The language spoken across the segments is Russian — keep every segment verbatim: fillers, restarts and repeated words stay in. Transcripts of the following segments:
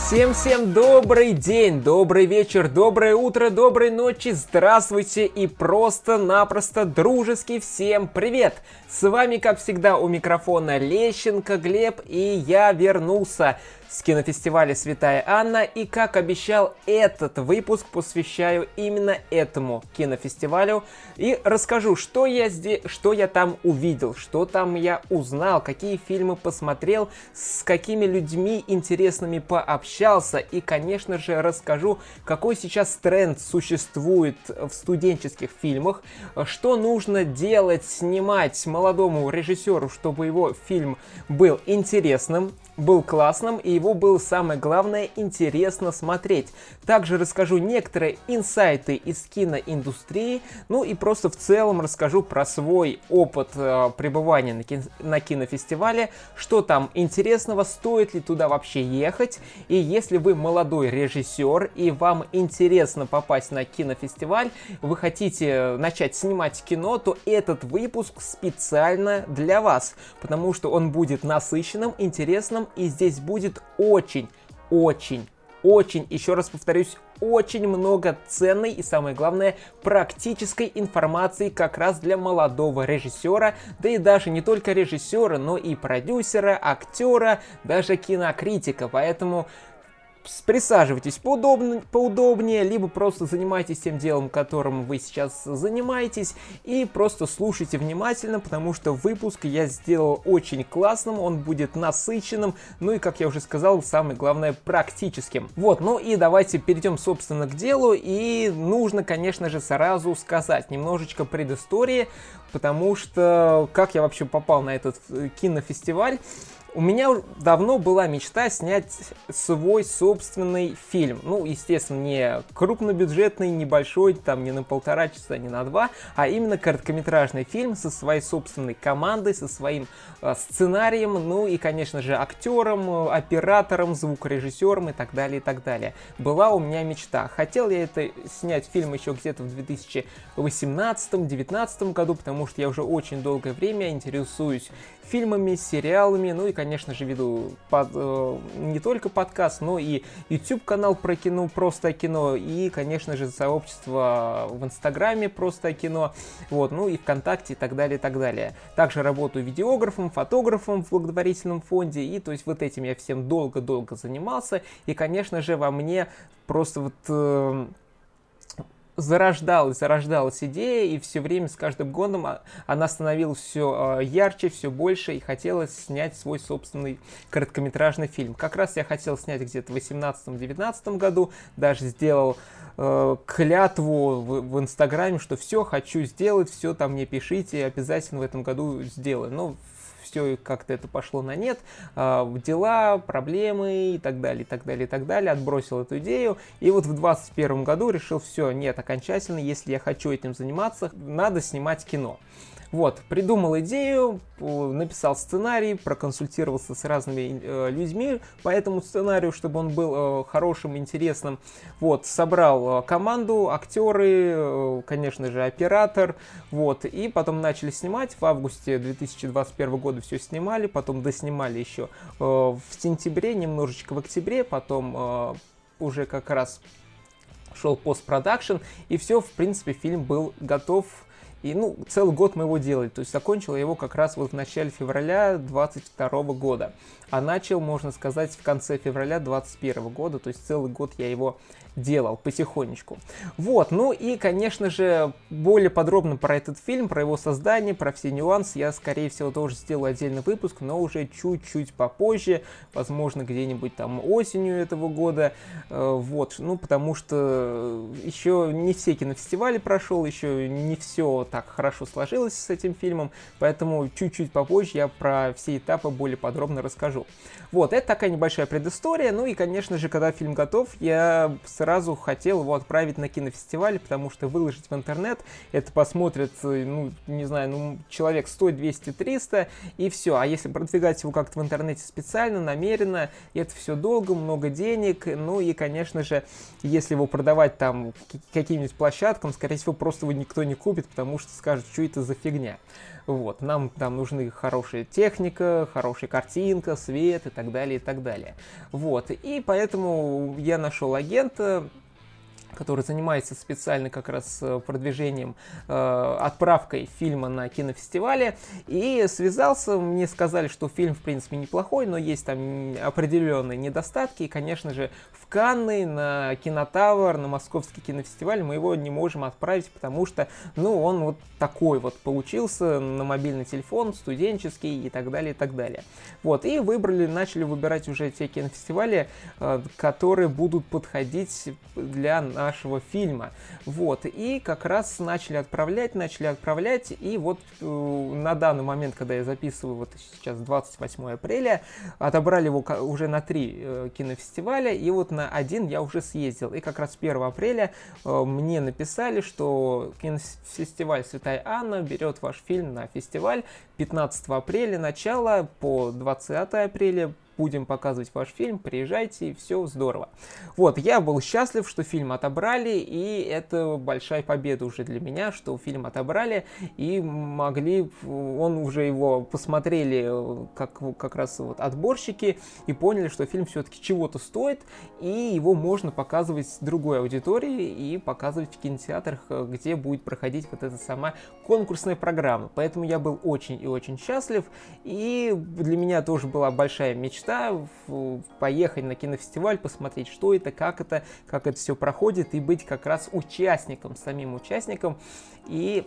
Всем-всем добрый день, добрый вечер, доброе утро, доброй ночи, здравствуйте и просто-напросто дружески всем привет! С вами, как всегда, у микрофона Лещенко Глеб, и я вернулся с кинофестиваля «Святая Анна», и, как обещал, этот выпуск посвящаю именно этому кинофестивалю и расскажу, что я здесь, что я там увидел, что там я узнал, какие фильмы посмотрел, с какими людьми интересными пообщался и, конечно же, расскажу, какой сейчас тренд существует в студенческих фильмах, что нужно делать, снимать молодому режиссеру, чтобы его фильм был интересным, был классным, и его было, самое главное, интересно смотреть. Также расскажу некоторые инсайты из киноиндустрии, ну и просто в целом расскажу про свой опыт э, пребывания на, кино, на кинофестивале, что там интересного, стоит ли туда вообще ехать, и если вы молодой режиссер и вам интересно попасть на кинофестиваль, вы хотите начать снимать кино, то этот выпуск специально для вас, потому что он будет насыщенным, интересным, и здесь будет очень, очень, очень, еще раз повторюсь, очень много ценной и, самое главное, практической информации как раз для молодого режиссера, да и даже не только режиссера, но и продюсера, актера, даже кинокритика, поэтому присаживайтесь поудобнее, поудобнее, либо просто занимайтесь тем делом, которым вы сейчас занимаетесь, и просто слушайте внимательно, потому что выпуск я сделал очень классным, он будет насыщенным, ну и, как я уже сказал, самое главное, практическим. Вот, ну и давайте перейдем, собственно, к делу, и нужно, конечно же, сразу сказать немножечко предыстории, потому что как я вообще попал на этот кинофестиваль. У меня давно была мечта снять свой собственный фильм. Ну, естественно, не крупнобюджетный, небольшой, там не на полтора часа, не на два, а именно короткометражный фильм со своей собственной командой, со своим э, сценарием, ну и, конечно же, актером, оператором, звукорежиссером и так далее, и так далее. Была у меня мечта. Хотел я это снять фильм еще где-то в две тысячи восемнадцатом — две тысячи девятнадцатом году, потому что я уже очень долгое время интересуюсь фильмами, сериалами, ну и, конечно же, веду под, э, не только подкаст, но и YouTube-канал про кино, просто кино, и, конечно же, сообщество в Инстаграме просто кино, вот, ну и ВКонтакте и так далее, и так далее. Также работаю видеографом, фотографом в благотворительном фонде, и, то есть, вот этим я всем долго-долго занимался, и, конечно же, во мне просто вот... Э, зарождалась, зарождалась идея, и все время с каждым годом она становилась все ярче, все больше, и хотелось снять свой собственный короткометражный фильм. Как раз я хотел снять где-то в восемнадцатом — девятнадцатом году, даже сделал э, клятву в, в Инстаграме, что все хочу сделать, все там мне пишите, обязательно в этом году сделаю. Но все как-то это пошло на нет, дела, проблемы и так далее, и так далее, и так далее, отбросил эту идею, и вот в двадцать первом году решил, все, нет, окончательно, если я хочу этим заниматься, надо снимать кино. Вот, придумал идею, написал сценарий, проконсультировался с разными э, людьми по этому сценарию, чтобы он был э, хорошим, интересным. Вот, собрал э, команду, актеры, э, конечно же, оператор, вот, и потом начали снимать. В августе две тысячи двадцать первого года все снимали, потом доснимали еще э, в сентябре, немножечко в октябре, потом э, уже как раз шел постпродакшн, и все, в принципе, фильм был готов. И, ну, целый год мы его делали, то есть закончил я его как раз вот в начале февраля двадцать второго года, а начал, можно сказать, в конце февраля двадцать первого года, то есть целый год я его делал потихонечку. Вот, ну и, конечно же, более подробно про этот фильм, про его создание, про все нюансы я, скорее всего, тоже сделаю отдельный выпуск, но уже чуть-чуть попозже, возможно, где-нибудь там осенью этого года, э, вот, ну, потому что еще не все кинофестивали прошел, еще не все так хорошо сложилось с этим фильмом, поэтому чуть-чуть попозже я про все этапы более подробно расскажу. Вот, это такая небольшая предыстория, ну и, конечно же, когда фильм готов, я с сразу хотел его отправить на кинофестиваль, потому что выложить в интернет, это посмотрят, ну, не знаю, ну, человек сто, двести, триста, и все. А если продвигать его как-то в интернете специально, намеренно, это все долго, много денег, ну и, конечно же, если его продавать там каким-нибудь площадкам, скорее всего, просто его никто не купит, потому что скажут, что это за фигня. Вот, нам там нужны хорошая техника, хорошая картинка, свет и так далее, и так далее. Вот, и поэтому я нашел агента, который занимается специально как раз продвижением, э, отправкой фильма на кинофестивале, и связался, мне сказали, что фильм в принципе неплохой, но есть там определенные недостатки, и, конечно же, в Канны, на Кинотавр, на Московский кинофестиваль мы его не можем отправить, потому что, ну, он вот такой вот получился, на мобильный телефон, студенческий и так далее, и так далее. Вот, и выбрали, начали выбирать уже те кинофестивали, э, которые будут подходить для нашего фильма. Вот, и как раз начали отправлять, начали отправлять, и вот э, на данный момент, когда я записываю, вот сейчас двадцать восьмое апреля, отобрали его уже на три э, кинофестиваля, и вот на один я уже съездил. И как раз первого апреля э, мне написали, что кинофестиваль «Святая Анна» берет ваш фильм на фестиваль. пятнадцатого апреля начало по двадцатое апреля будем показывать ваш фильм, приезжайте, и все здорово. Вот, я был счастлив, что фильм отобрали, и это большая победа уже для меня, что фильм отобрали, и могли, он уже его посмотрели как, как раз вот отборщики, и поняли, что фильм все-таки чего-то стоит, и его можно показывать другой аудитории, и показывать в кинотеатрах, где будет проходить вот эта сама конкурсная программа. Поэтому я был очень и очень счастлив, и для меня тоже была большая мечта поехать на кинофестиваль, посмотреть, что это, как это, как это все проходит, и быть как раз участником, самим участником, и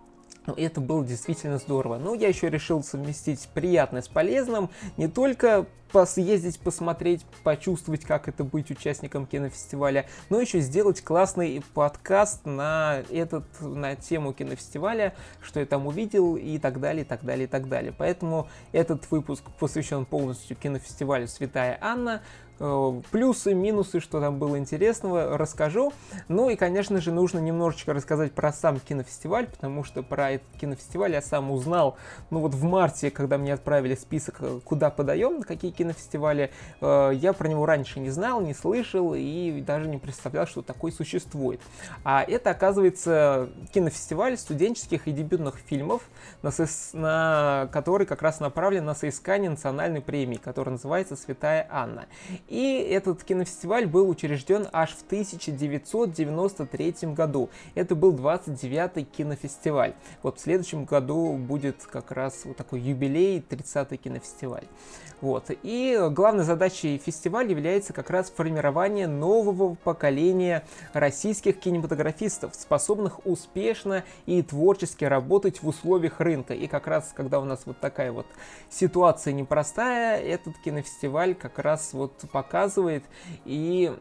это было действительно здорово. Но я еще решил совместить приятное с полезным, не только съездить, посмотреть, почувствовать, как это быть участником кинофестиваля, но еще сделать классный подкаст на, этот, на тему кинофестиваля, что я там увидел, и так далее, и так далее, и так далее. Поэтому этот выпуск посвящен полностью кинофестивалю «Святая Анна». Плюсы, минусы, что там было интересного, расскажу. Ну и, конечно же, нужно немножечко рассказать про сам кинофестиваль, потому что про этот кинофестиваль я сам узнал, ну вот в марте, когда мне отправили список, куда подаем, на какие кинофестивали, я про него раньше не знал, не слышал и даже не представлял, что такой существует. А это, оказывается, кинофестиваль студенческих и дебютных фильмов, на, сос... на который как раз направлен на соискание национальной премии, которая называется «Святая Анна». И этот кинофестиваль был учрежден аж в тысяча девятьсот девяносто третьем году. Это был двадцать девятый кинофестиваль. Вот в следующем году будет как раз вот такой юбилей, тридцатый кинофестиваль. Вот. И главной задачей фестиваля является как раз формирование нового поколения российских кинематографистов, способных успешно и творчески работать в условиях рынка. И как раз, когда у нас вот такая вот ситуация непростая, этот кинофестиваль как раз вот показывает и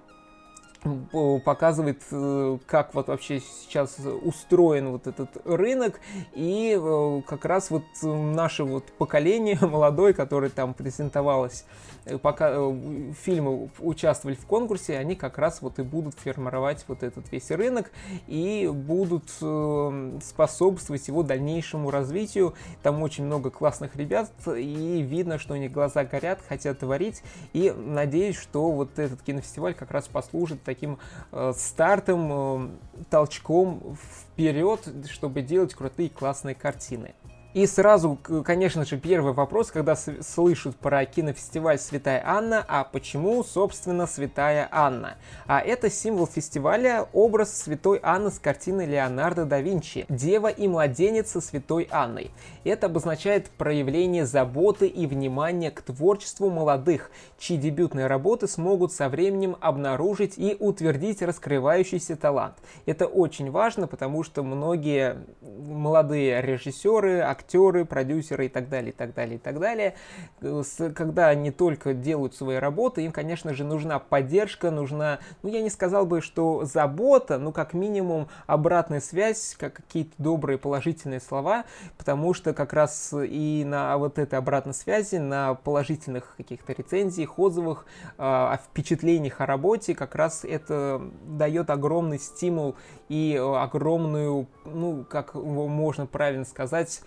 показывает, как вот вообще сейчас устроен вот этот рынок, и как раз вот наше вот поколение молодое, которое там презентовалось, пока фильмы участвовали в конкурсе, они как раз вот и будут формировать вот этот весь рынок и будут способствовать его дальнейшему развитию. Там очень много классных ребят, и видно, что у них глаза горят, хотят творить, и надеюсь, что вот этот кинофестиваль как раз послужит таким э, стартом, э, толчком вперед, чтобы делать крутые классные картины. И сразу, конечно же, первый вопрос, когда слышат про кинофестиваль «Святая Анна», а почему, собственно, «Святая Анна»? А это символ фестиваля, образ святой Анны с картины Леонардо да Винчи «Дева и младенец со святой Анной». Это обозначает проявление заботы и внимания к творчеству молодых, чьи дебютные работы смогут со временем обнаружить и утвердить раскрывающийся талант. Это очень важно, потому что многие молодые режиссеры, актеры, продюсеры и так далее, и так далее, и так далее. Когда они только делают свои работы, им, конечно же, нужна поддержка, нужна, ну, я не сказал бы, что забота, но как минимум обратная связь, как какие-то добрые положительные слова, потому что как раз и на вот этой обратной связи, на положительных каких-то рецензиях, отзывах, о впечатлениях о работе, как раз это дает огромный стимул и огромную, ну, как можно правильно сказать,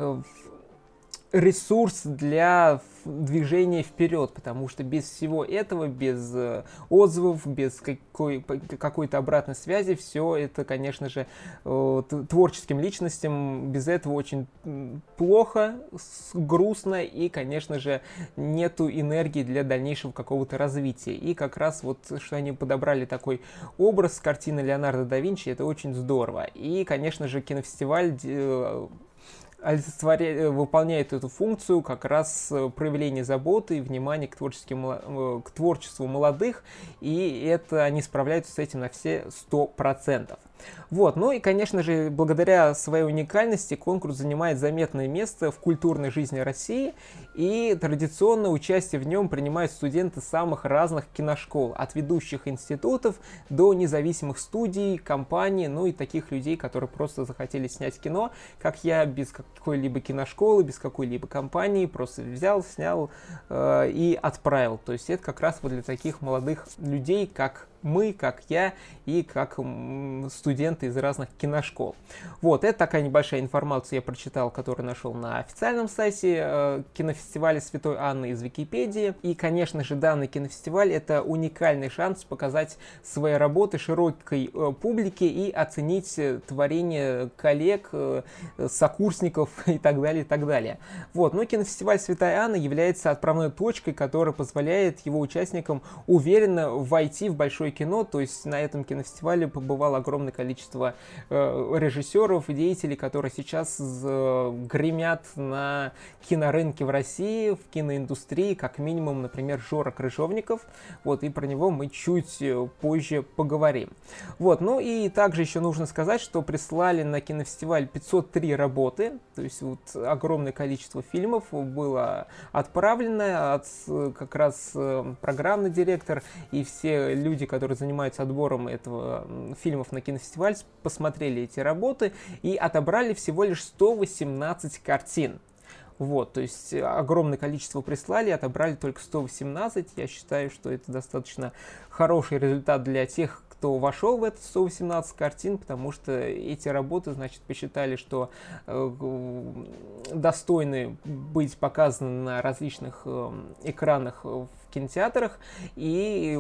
ресурс для движения вперед, потому что без всего этого, без отзывов, без какой, какой-то обратной связи, все это, конечно же, творческим личностям без этого очень плохо, грустно и, конечно же, нету энергии для дальнейшего какого-то развития. И как раз вот, что они подобрали такой образ картины Леонардо да Винчи, это очень здорово. И, конечно же, кинофестиваль выполняет эту функцию как раз проявление заботы и внимания к, творческим, к творчеству молодых, и это они справляются с этим на все сто процентов. Вот, ну и, конечно же, благодаря своей уникальности конкурс занимает заметное место в культурной жизни России, и традиционно участие в нем принимают студенты самых разных киношкол, от ведущих институтов до независимых студий, компаний, ну и таких людей, которые просто захотели снять кино, как я, без какой-либо киношколы, без какой-либо компании, просто взял, снял э, и отправил. То есть это как раз вот для таких молодых людей, как мы, как я и как студенты из разных киношкол. Вот, это такая небольшая информация я прочитал, которую нашел на официальном сайте э, кинофестиваля Святой Анны из Википедии. И, конечно же, данный кинофестиваль — это уникальный шанс показать свои работы широкой э, публике и оценить творение коллег, э, сокурсников и так далее, и так далее. Вот, но кинофестиваль Святая Анна является отправной точкой, которая позволяет его участникам уверенно войти в большой кино, то есть на этом кинофестивале побывало огромное количество э, режиссеров и деятелей, которые сейчас э, гремят на кинорынке в России, в киноиндустрии, как минимум, например, Жора Крыжовников, вот, и про него мы чуть позже поговорим. Вот, ну и также еще нужно сказать, что прислали на кинофестиваль пятьсот три работы, то есть вот огромное количество фильмов было отправлено, от как раз э, программный директор и все люди, которые которые занимаются отбором этого фильмов на кинофестиваль, посмотрели эти работы и отобрали всего лишь сто восемнадцать картин. Вот, то есть огромное количество прислали, отобрали только сто восемнадцать. Я считаю, что это достаточно хороший результат для тех, кто вошел в это сто восемнадцать картин, потому что эти работы, значит, посчитали, что э, достойны быть показаны на различных э, экранах в кинотеатрах, и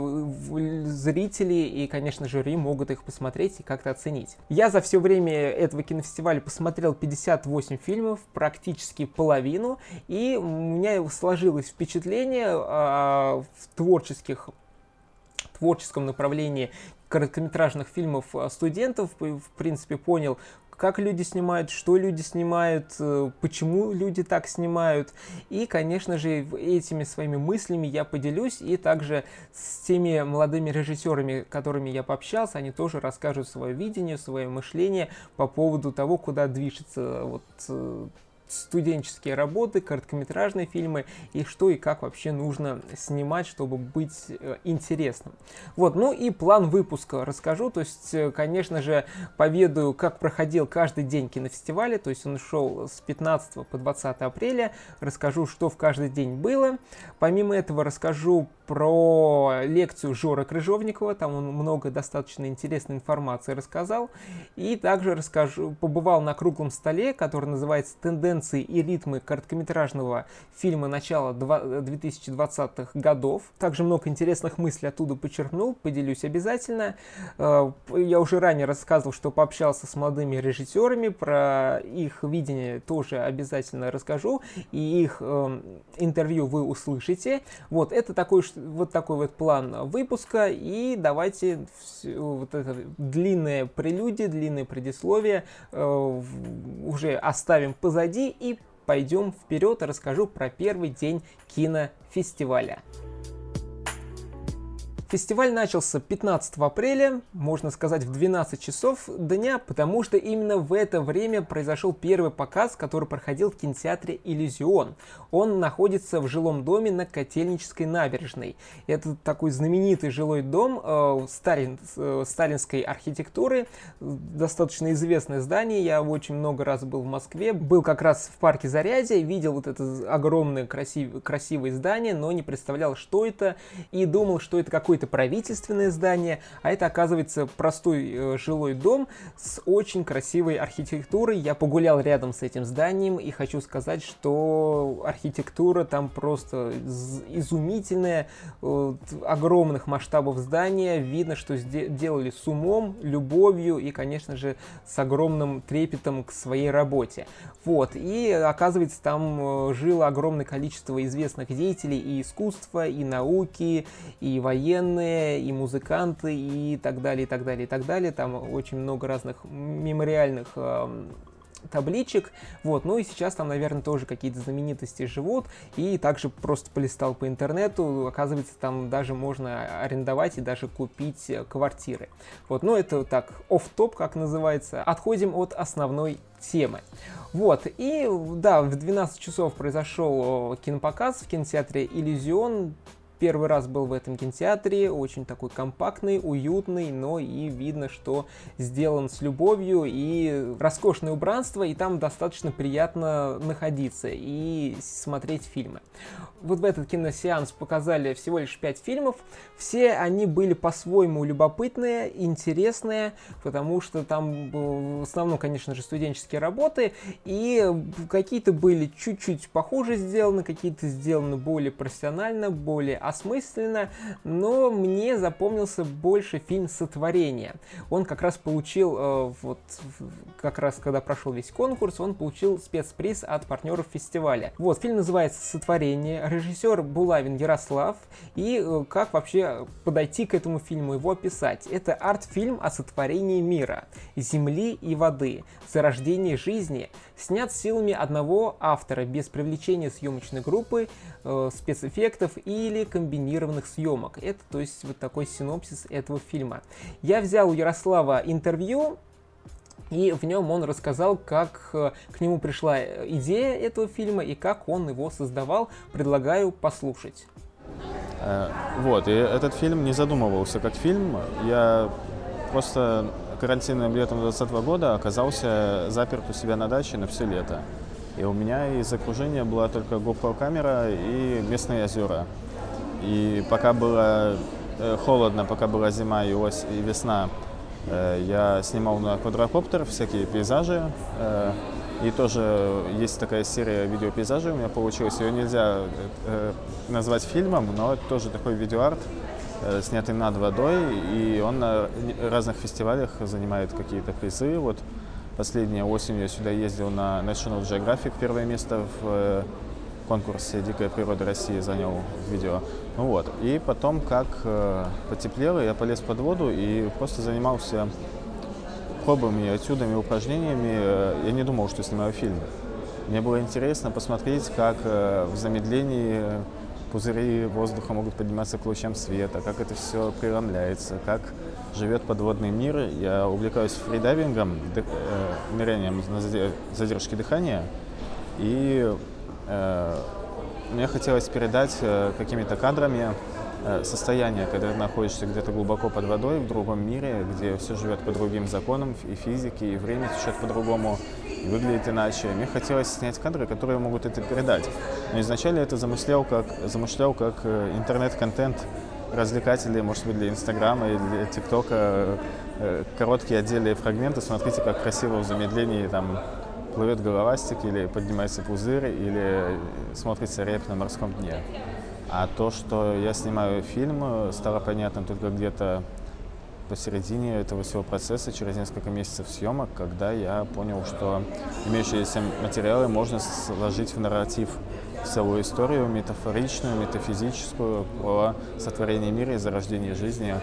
зрители и, конечно, жюри могут их посмотреть и как-то оценить. Я за все время этого кинофестиваля посмотрел пятьдесят восемь фильмов, практически половину, и у меня сложилось впечатление о, в творческих творческом направлении короткометражных фильмов студентов, в принципе, понял, как люди снимают, что люди снимают, почему люди так снимают. И, конечно же, этими своими мыслями я поделюсь, и также с теми молодыми режиссерами, которыми я пообщался, они тоже расскажут свое видение, свое мышление по поводу того, куда движется вот студенческие работы, короткометражные фильмы, и что и как вообще нужно снимать, чтобы быть э, интересным. Вот, ну и план выпуска расскажу, то есть, конечно же, поведаю, как проходил каждый день кинофестиваля, то есть он шел с пятнадцатого по двадцатое апреля, расскажу, что в каждый день было. Помимо этого расскажу про лекцию Жоры Крыжовникова, там он много достаточно интересной информации рассказал, и также расскажу, побывал на круглом столе, который называется «Тенденции и ритмы короткометражного фильма начала две тысячи двадцатых годов». Также много интересных мыслей оттуда подчеркнул, поделюсь обязательно. Я уже ранее рассказывал, что пообщался с молодыми режиссерами, про их видение тоже обязательно расскажу, и их интервью вы услышите. Вот, это такой, вот такой вот план выпуска, и давайте вот это длинное прелюдия, длинное предисловие уже оставим позади и пойдем вперед и расскажу про первый день кинофестиваля. Фестиваль начался пятнадцатого апреля, можно сказать, в двенадцать часов дня, потому что именно в это время произошел первый показ, который проходил в кинотеатре «Иллюзион». Он находится в жилом доме на Котельнической набережной. Это такой знаменитый жилой дом э, сталин, э, сталинской архитектуры, достаточно известное здание. Я очень много раз был в Москве, был как раз в парке Зарядье, видел вот это огромное красив, красивое здание, но не представлял, что это, и думал, что это какой-то правительственное здание, а это, оказывается, простой э, жилой дом с очень красивой архитектурой. Я погулял рядом с этим зданием и хочу сказать, что архитектура там просто изумительная, э, огромных масштабов здания, видно, что делали с умом, любовью и, конечно же, с огромным трепетом к своей работе. Вот, и, оказывается, там э, жило огромное количество известных деятелей и искусства, и науки, и военных, и музыканты, и так далее, и так далее, и так далее. Там очень много разных мемориальных э, табличек. Вот. Ну и сейчас там, наверное, тоже какие-то знаменитости живут. И также просто полистал по интернету. Оказывается, там даже можно арендовать и даже купить квартиры. Вот. Ну это так, офф-топ, как называется. Отходим от основной темы. Вот, и да, в двенадцать часов произошел кинопоказ в кинотеатре «Иллюзион». Первый раз был в этом кинотеатре, очень такой компактный, уютный, но и видно, что сделан с любовью, и роскошное убранство, и там достаточно приятно находиться и смотреть фильмы. Вот в этот киносеанс показали всего лишь пять фильмов, все они были по-своему любопытные, интересные, потому что там в основном, конечно же, студенческие работы, и какие-то были чуть-чуть похуже сделаны, какие-то сделаны более профессионально, более осмысленно, но мне запомнился больше фильм «Сотворение». Он как раз получил, э, вот как раз когда прошел весь конкурс, он получил спецприз от партнеров фестиваля. Вот, фильм называется «Сотворение», режиссер Булавин Ярослав, и э, как вообще подойти к этому фильму, его описать? Это арт-фильм о сотворении мира, земли и воды, зарождении жизни, снят силами одного автора, без привлечения съемочной группы, э, спецэффектов или комбинированных съемок. Это, то есть, вот такой синопсис этого фильма. Я взял у Ярослава интервью, и в нем он рассказал, как э, к нему пришла идея этого фильма и как он его создавал. Предлагаю послушать. Вот, и этот фильм не задумывался как фильм. Я просто карантинным летом двадцатого года оказался заперт у себя на даче на все лето. И у меня из окружения была только GoPro камера и местные озера. И пока было э, холодно, пока была зима и, ось, и весна, э, я снимал на квадрокоптер всякие пейзажи. Э, и тоже есть такая серия видеопейзажей у меня получилась. Ее нельзя э, назвать фильмом, но это тоже такой видеоарт, э, снятый над водой. И он на разных фестивалях занимает какие-то призы. Вот последней осенью я сюда ездил на National Geographic, первое место в э, конкурсе «Дикая природа России» занял видео. Ну вот. И потом, как э, потеплело, я полез под воду и просто занимался пробами, этюдами, упражнениями. Я не думал, что снимаю фильм. Мне было интересно посмотреть, как э, в замедлении пузыри воздуха могут подниматься к лучам света, как это все преломляется, как живет подводный мир. Я увлекаюсь фридайвингом, э, нырянием на задержке дыхания. И э, мне хотелось передать э, какими-то кадрами э, состояние, когда ты находишься где-то глубоко под водой, в другом мире, где все живет по другим законам и физики, и время течет по-другому, и выглядит иначе. Мне хотелось снять кадры, которые могут это передать. Но изначально это замышлял как, замышлял как э, интернет-контент, развлекательные, может быть, для Инстаграма или для ТикТока, э, короткие отдельные фрагменты. Смотрите, как красиво в замедлении там плывет головастик, или поднимается пузырь, или смотрится рябь на морском дне. А то, что я снимаю фильм, стало понятно только где-то посередине этого всего процесса, через несколько месяцев съемок, когда я понял, что имеющиеся материалы можно сложить в нарратив, в целую историю метафоричную, метафизическую про сотворение мира и зарождение жизни.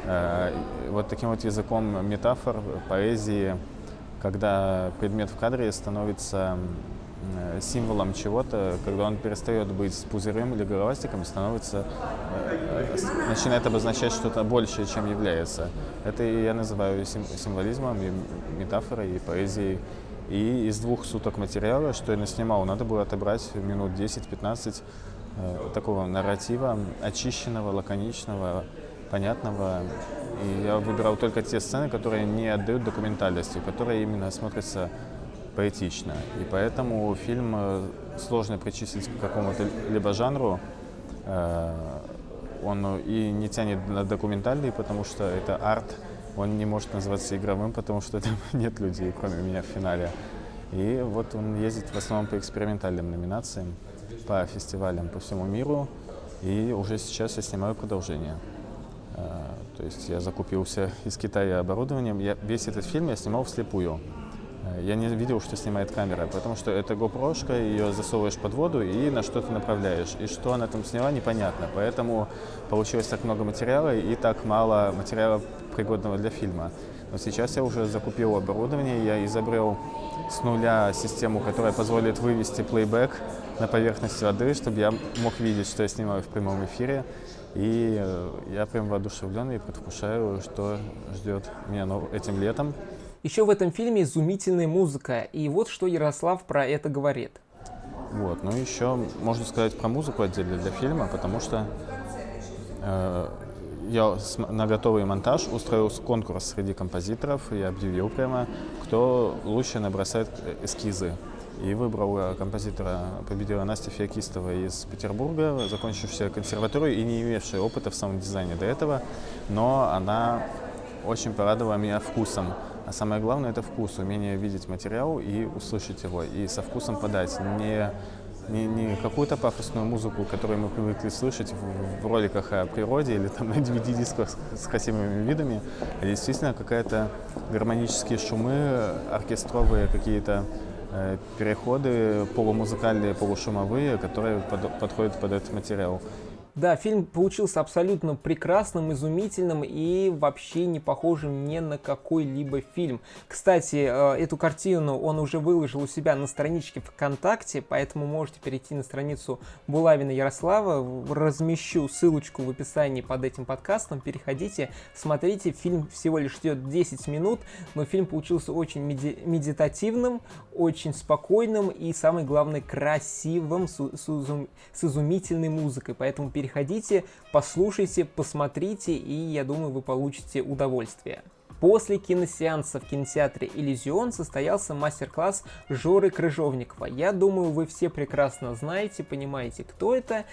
Вот таким вот языком метафор, поэзии, когда предмет в кадре становится символом чего-то, когда он перестает быть пузырем или головастиком, становится, начинает обозначать что-то большее, чем является. Это я называю символизмом, и метафорой, и поэзией. И из двух суток материала, что я наснимал, надо было отобрать минут десять-пятнадцать такого нарратива, очищенного, лаконичного, понятного. И я выбирал только те сцены, которые не отдают документальности, которые именно смотрятся поэтично. И поэтому фильм сложно причислить к какому-то либо жанру. Он и не тянет на документальный, потому что это арт. Он не может называться игровым, потому что там нет людей, кроме меня, в финале. И вот он ездит в основном по экспериментальным номинациям, по фестивалям по всему миру. И уже сейчас я снимаю продолжение. То есть я закупился из Китая оборудованием. Я, весь этот фильм я снимал вслепую. Я не видел, что снимает камера, потому что это GoPro-шка, ее засовываешь под воду и на что-то направляешь. И что она там сняла, непонятно. Поэтому получилось так много материала и так мало материала, пригодного для фильма. Но сейчас я уже закупил оборудование, я изобрел с нуля систему, которая позволит вывести плейбэк на поверхность воды, чтобы я мог видеть, что я снимаю в прямом эфире. И я прям воодушевлен и предвкушаю, что ждет меня этим летом. Еще в этом фильме изумительная музыка, и вот что Ярослав про это говорит. Вот, ну еще можно сказать про музыку отдельно для фильма, потому что э, я на готовый монтаж устроил конкурс среди композиторов и объявил прямо, кто лучше набросает эскизы. И выбрал композитора, победила Настя Феокистова из Петербурга, закончившая консерваторию и не имевшая опыта в саунд-дизайне до этого, но она очень порадовала меня вкусом. А самое главное — это вкус, умение видеть материал и услышать его, и со вкусом подать. Не, не, не какую-то пафосную музыку, которую мы привыкли слышать в, в роликах о природе или там на ди ви ди-дисках с, с красивыми видами, а действительно какая-то гармонические шумы, оркестровые какие-то э, переходы, полумузыкальные, полушумовые, которые под, подходят под этот материал. Да, фильм получился абсолютно прекрасным, изумительным и вообще не похожим ни на какой-либо фильм. Кстати, эту картину он уже выложил у себя на страничке ВКонтакте, поэтому можете перейти на страницу Булавина Ярослава. Размещу ссылочку в описании под этим подкастом. Переходите, смотрите. Фильм всего лишь идет десять минут, но фильм получился очень меди- медитативным, очень спокойным и, самое главное, красивым, с, с, с изумительной музыкой. Поэтому переходите, послушайте, посмотрите, и я думаю, вы получите удовольствие. После киносеанса в кинотеатре «Иллюзион» состоялся мастер-класс Жоры Крыжовникова. Я думаю, вы все прекрасно знаете, понимаете, кто это.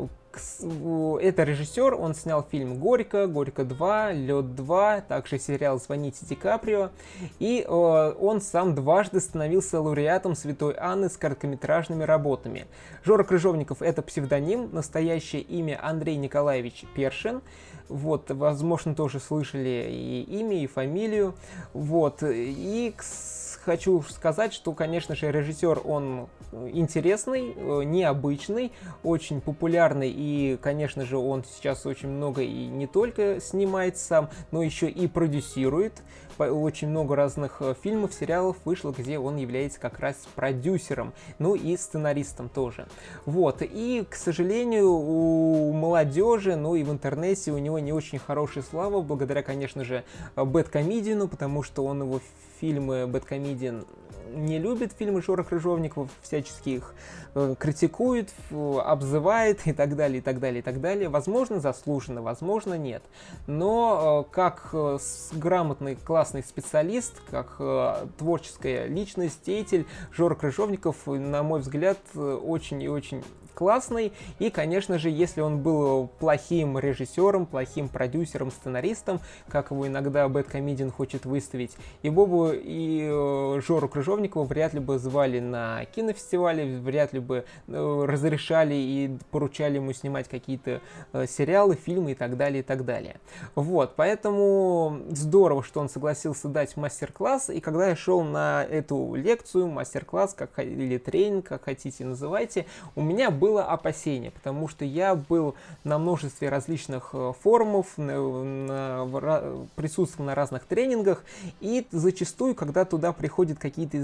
Это режиссер, он снял фильм «Горько», «Горько два», «Лед два», также сериал «Звоните Ди Каприо». И э, он сам дважды становился лауреатом Святой Анны с короткометражными работами. Жора Крыжовников — это псевдоним, настоящее имя Андрей Николаевич Першин. Вот, возможно, тоже слышали и имя, и фамилию. Вот, и хочу сказать, что, конечно же, режиссер, он интересный, необычный, очень популярный, и, конечно же, он сейчас очень много и не только снимает сам, но еще и продюсирует. Очень много разных фильмов, сериалов вышло, где он является как раз продюсером, ну и сценаристом тоже. Вот, и, к сожалению, у молодежи, ну и в интернете у него не очень хорошая слава, благодаря, конечно же, Бэдкомедиану, потому что он его фильмы Бэдкомедиан не любит, фильмы Жора Крыжовникова, всячески их э, критикует, э, обзывает и так далее, и так далее, и так далее. Возможно, заслуженно, возможно, нет. Но э, как э, грамотный, классный специалист, как э, творческая личность, деятель, Жора Крыжовников, на мой взгляд, э, очень и очень классный. И, конечно же, если он был плохим режиссером, плохим продюсером, сценаристом, как его иногда Бэдкомедиан хочет выставить, его бы и э, Жору Крыжовникова вряд ли бы звали на кинофестивале, вряд ли бы э, разрешали и поручали ему снимать какие-то э, сериалы, фильмы и так далее, и так далее. Вот, поэтому здорово, что он согласился дать мастер-класс, и когда я шел на эту лекцию, мастер-класс, как, или тренинг, как хотите называйте, у меня было опасение, потому что я был на множестве различных форумов, на, на, присутствовал на разных тренингах, и зачастую, когда туда приходят какие-то известные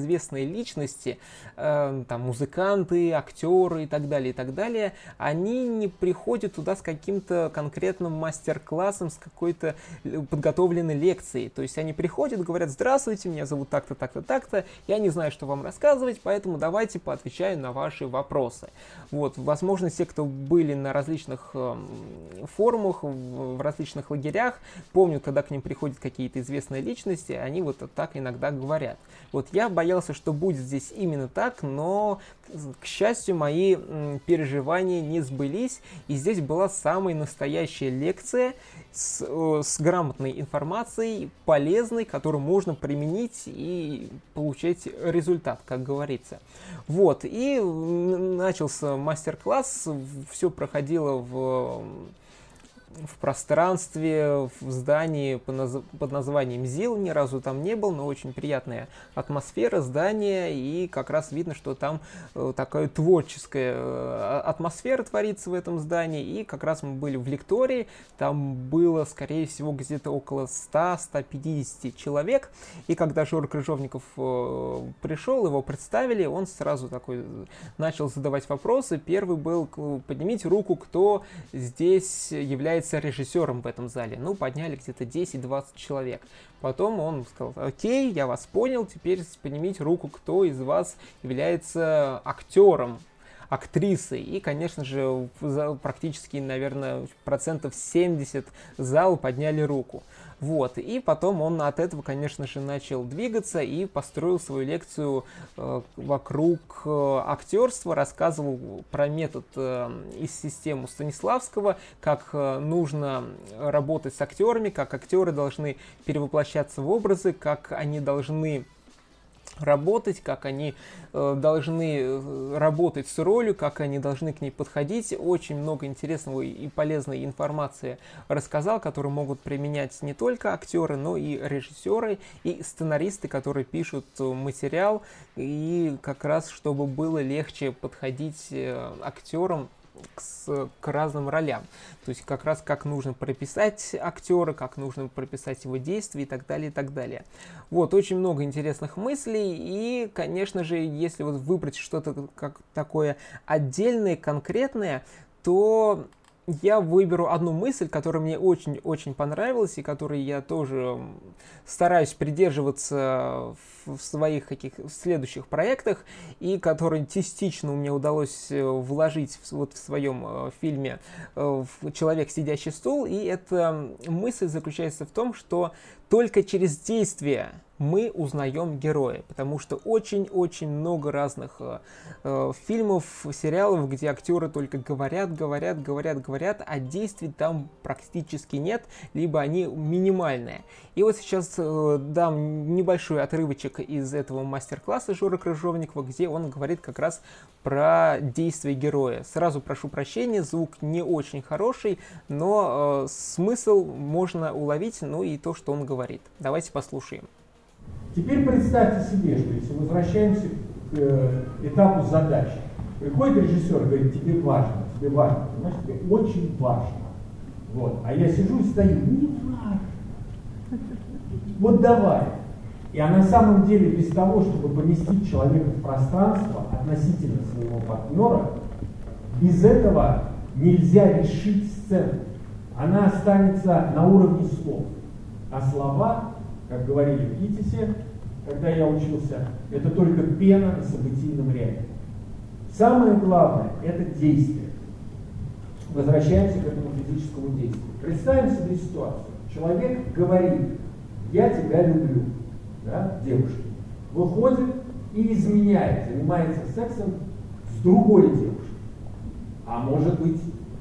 известные личности, э, там, музыканты, актеры и так далее, и так далее, они не приходят туда с каким-то конкретным мастер-классом, с какой-то подготовленной лекцией. То есть они приходят, говорят: здравствуйте, меня зовут так-то, так-то, так-то, я не знаю, что вам рассказывать, поэтому давайте поотвечаю на ваши вопросы. Вот, возможно, те, кто были на различных э, форумах, в, в различных лагерях, помнят, когда к ним приходят какие-то известные личности, они вот так иногда говорят. Вот я боялся, что будет здесь именно так, но, к счастью, мои м, переживания не сбылись, и здесь была самая настоящая лекция с, э, с грамотной информацией, полезной, которую можно применить и получать результат, как говорится. Вот, и начался мастер-класс, все проходило в... в пространстве, в здании под названием ЗИЛ. Ни разу там не был, но очень приятная атмосфера здания, и как раз видно, что там такая творческая атмосфера творится в этом здании. И как раз мы были в лектории, там было, скорее всего, где-то около ста — ста пятидесяти человек, и когда Жора Крыжовников пришел, его представили, он сразу такой начал задавать вопросы. Первый был: поднимите руку, кто здесь является режиссером в этом зале. Ну, подняли где-то десять-двадцать человек. Потом он сказал: окей, я вас понял, теперь поднимите руку, кто из вас является актером, актрисой. И, конечно же, практически, наверное, процентов семьдесят зала подняли руку. Вот. И потом он от этого, конечно же, начал двигаться и построил свою лекцию э, вокруг э, актерства, рассказывал про метод э, из системы Станиславского, как э, нужно работать с актерами, как актеры должны перевоплощаться в образы, как они должны работать, как они э, должны работать с ролью, как они должны к ней подходить. Очень много интересного и полезной информации рассказал, которую могут применять не только актеры, но и режиссеры, и сценаристы, которые пишут материал, и как раз чтобы было легче подходить э, актерам К, к разным ролям. То есть как раз как нужно прописать актера, как нужно прописать его действия и так далее, и так далее. Вот, очень много интересных мыслей, и, конечно же, если вот выбрать что-то как такое отдельное, конкретное, то я выберу одну мысль, которая мне очень-очень понравилась, и которой я тоже стараюсь придерживаться в своих каких следующих проектах, и которую частично у меня удалось вложить в, вот в своем фильме «Человек, сидящий стул». И эта мысль заключается в том, что только через действие мы узнаем героя, потому что очень-очень много разных э, фильмов, сериалов, где актеры только говорят, говорят, говорят, говорят, а действий там практически нет, либо они минимальные. И вот сейчас э, дам небольшой отрывочек из этого мастер-класса Жоры Крыжовникова, где он говорит как раз про действия героя. Сразу прошу прощения, звук не очень хороший, но э, смысл можно уловить, ну и то, что он говорит. Давайте послушаем. Теперь представьте себе, что если возвращаемся к э, этапу задачи, приходит режиссер и говорит: тебе важно, тебе важно, понимаешь, тебе очень важно. Вот. А я сижу и стою: не важно. Вот давай. И а на самом деле без того, чтобы поместить человека в пространство относительно своего партнера, без этого нельзя решить сцену. Она останется на уровне слов. А слова, как говорили в ГИТИСе, когда я учился, это только пена на событийном ряде. Самое главное – это действие. Возвращаемся к этому физическому действию. Представим себе ситуацию. Человек говорит: я тебя люблю, да, девушке. Выходит и изменяет, занимается сексом с другой девушкой. А может быть,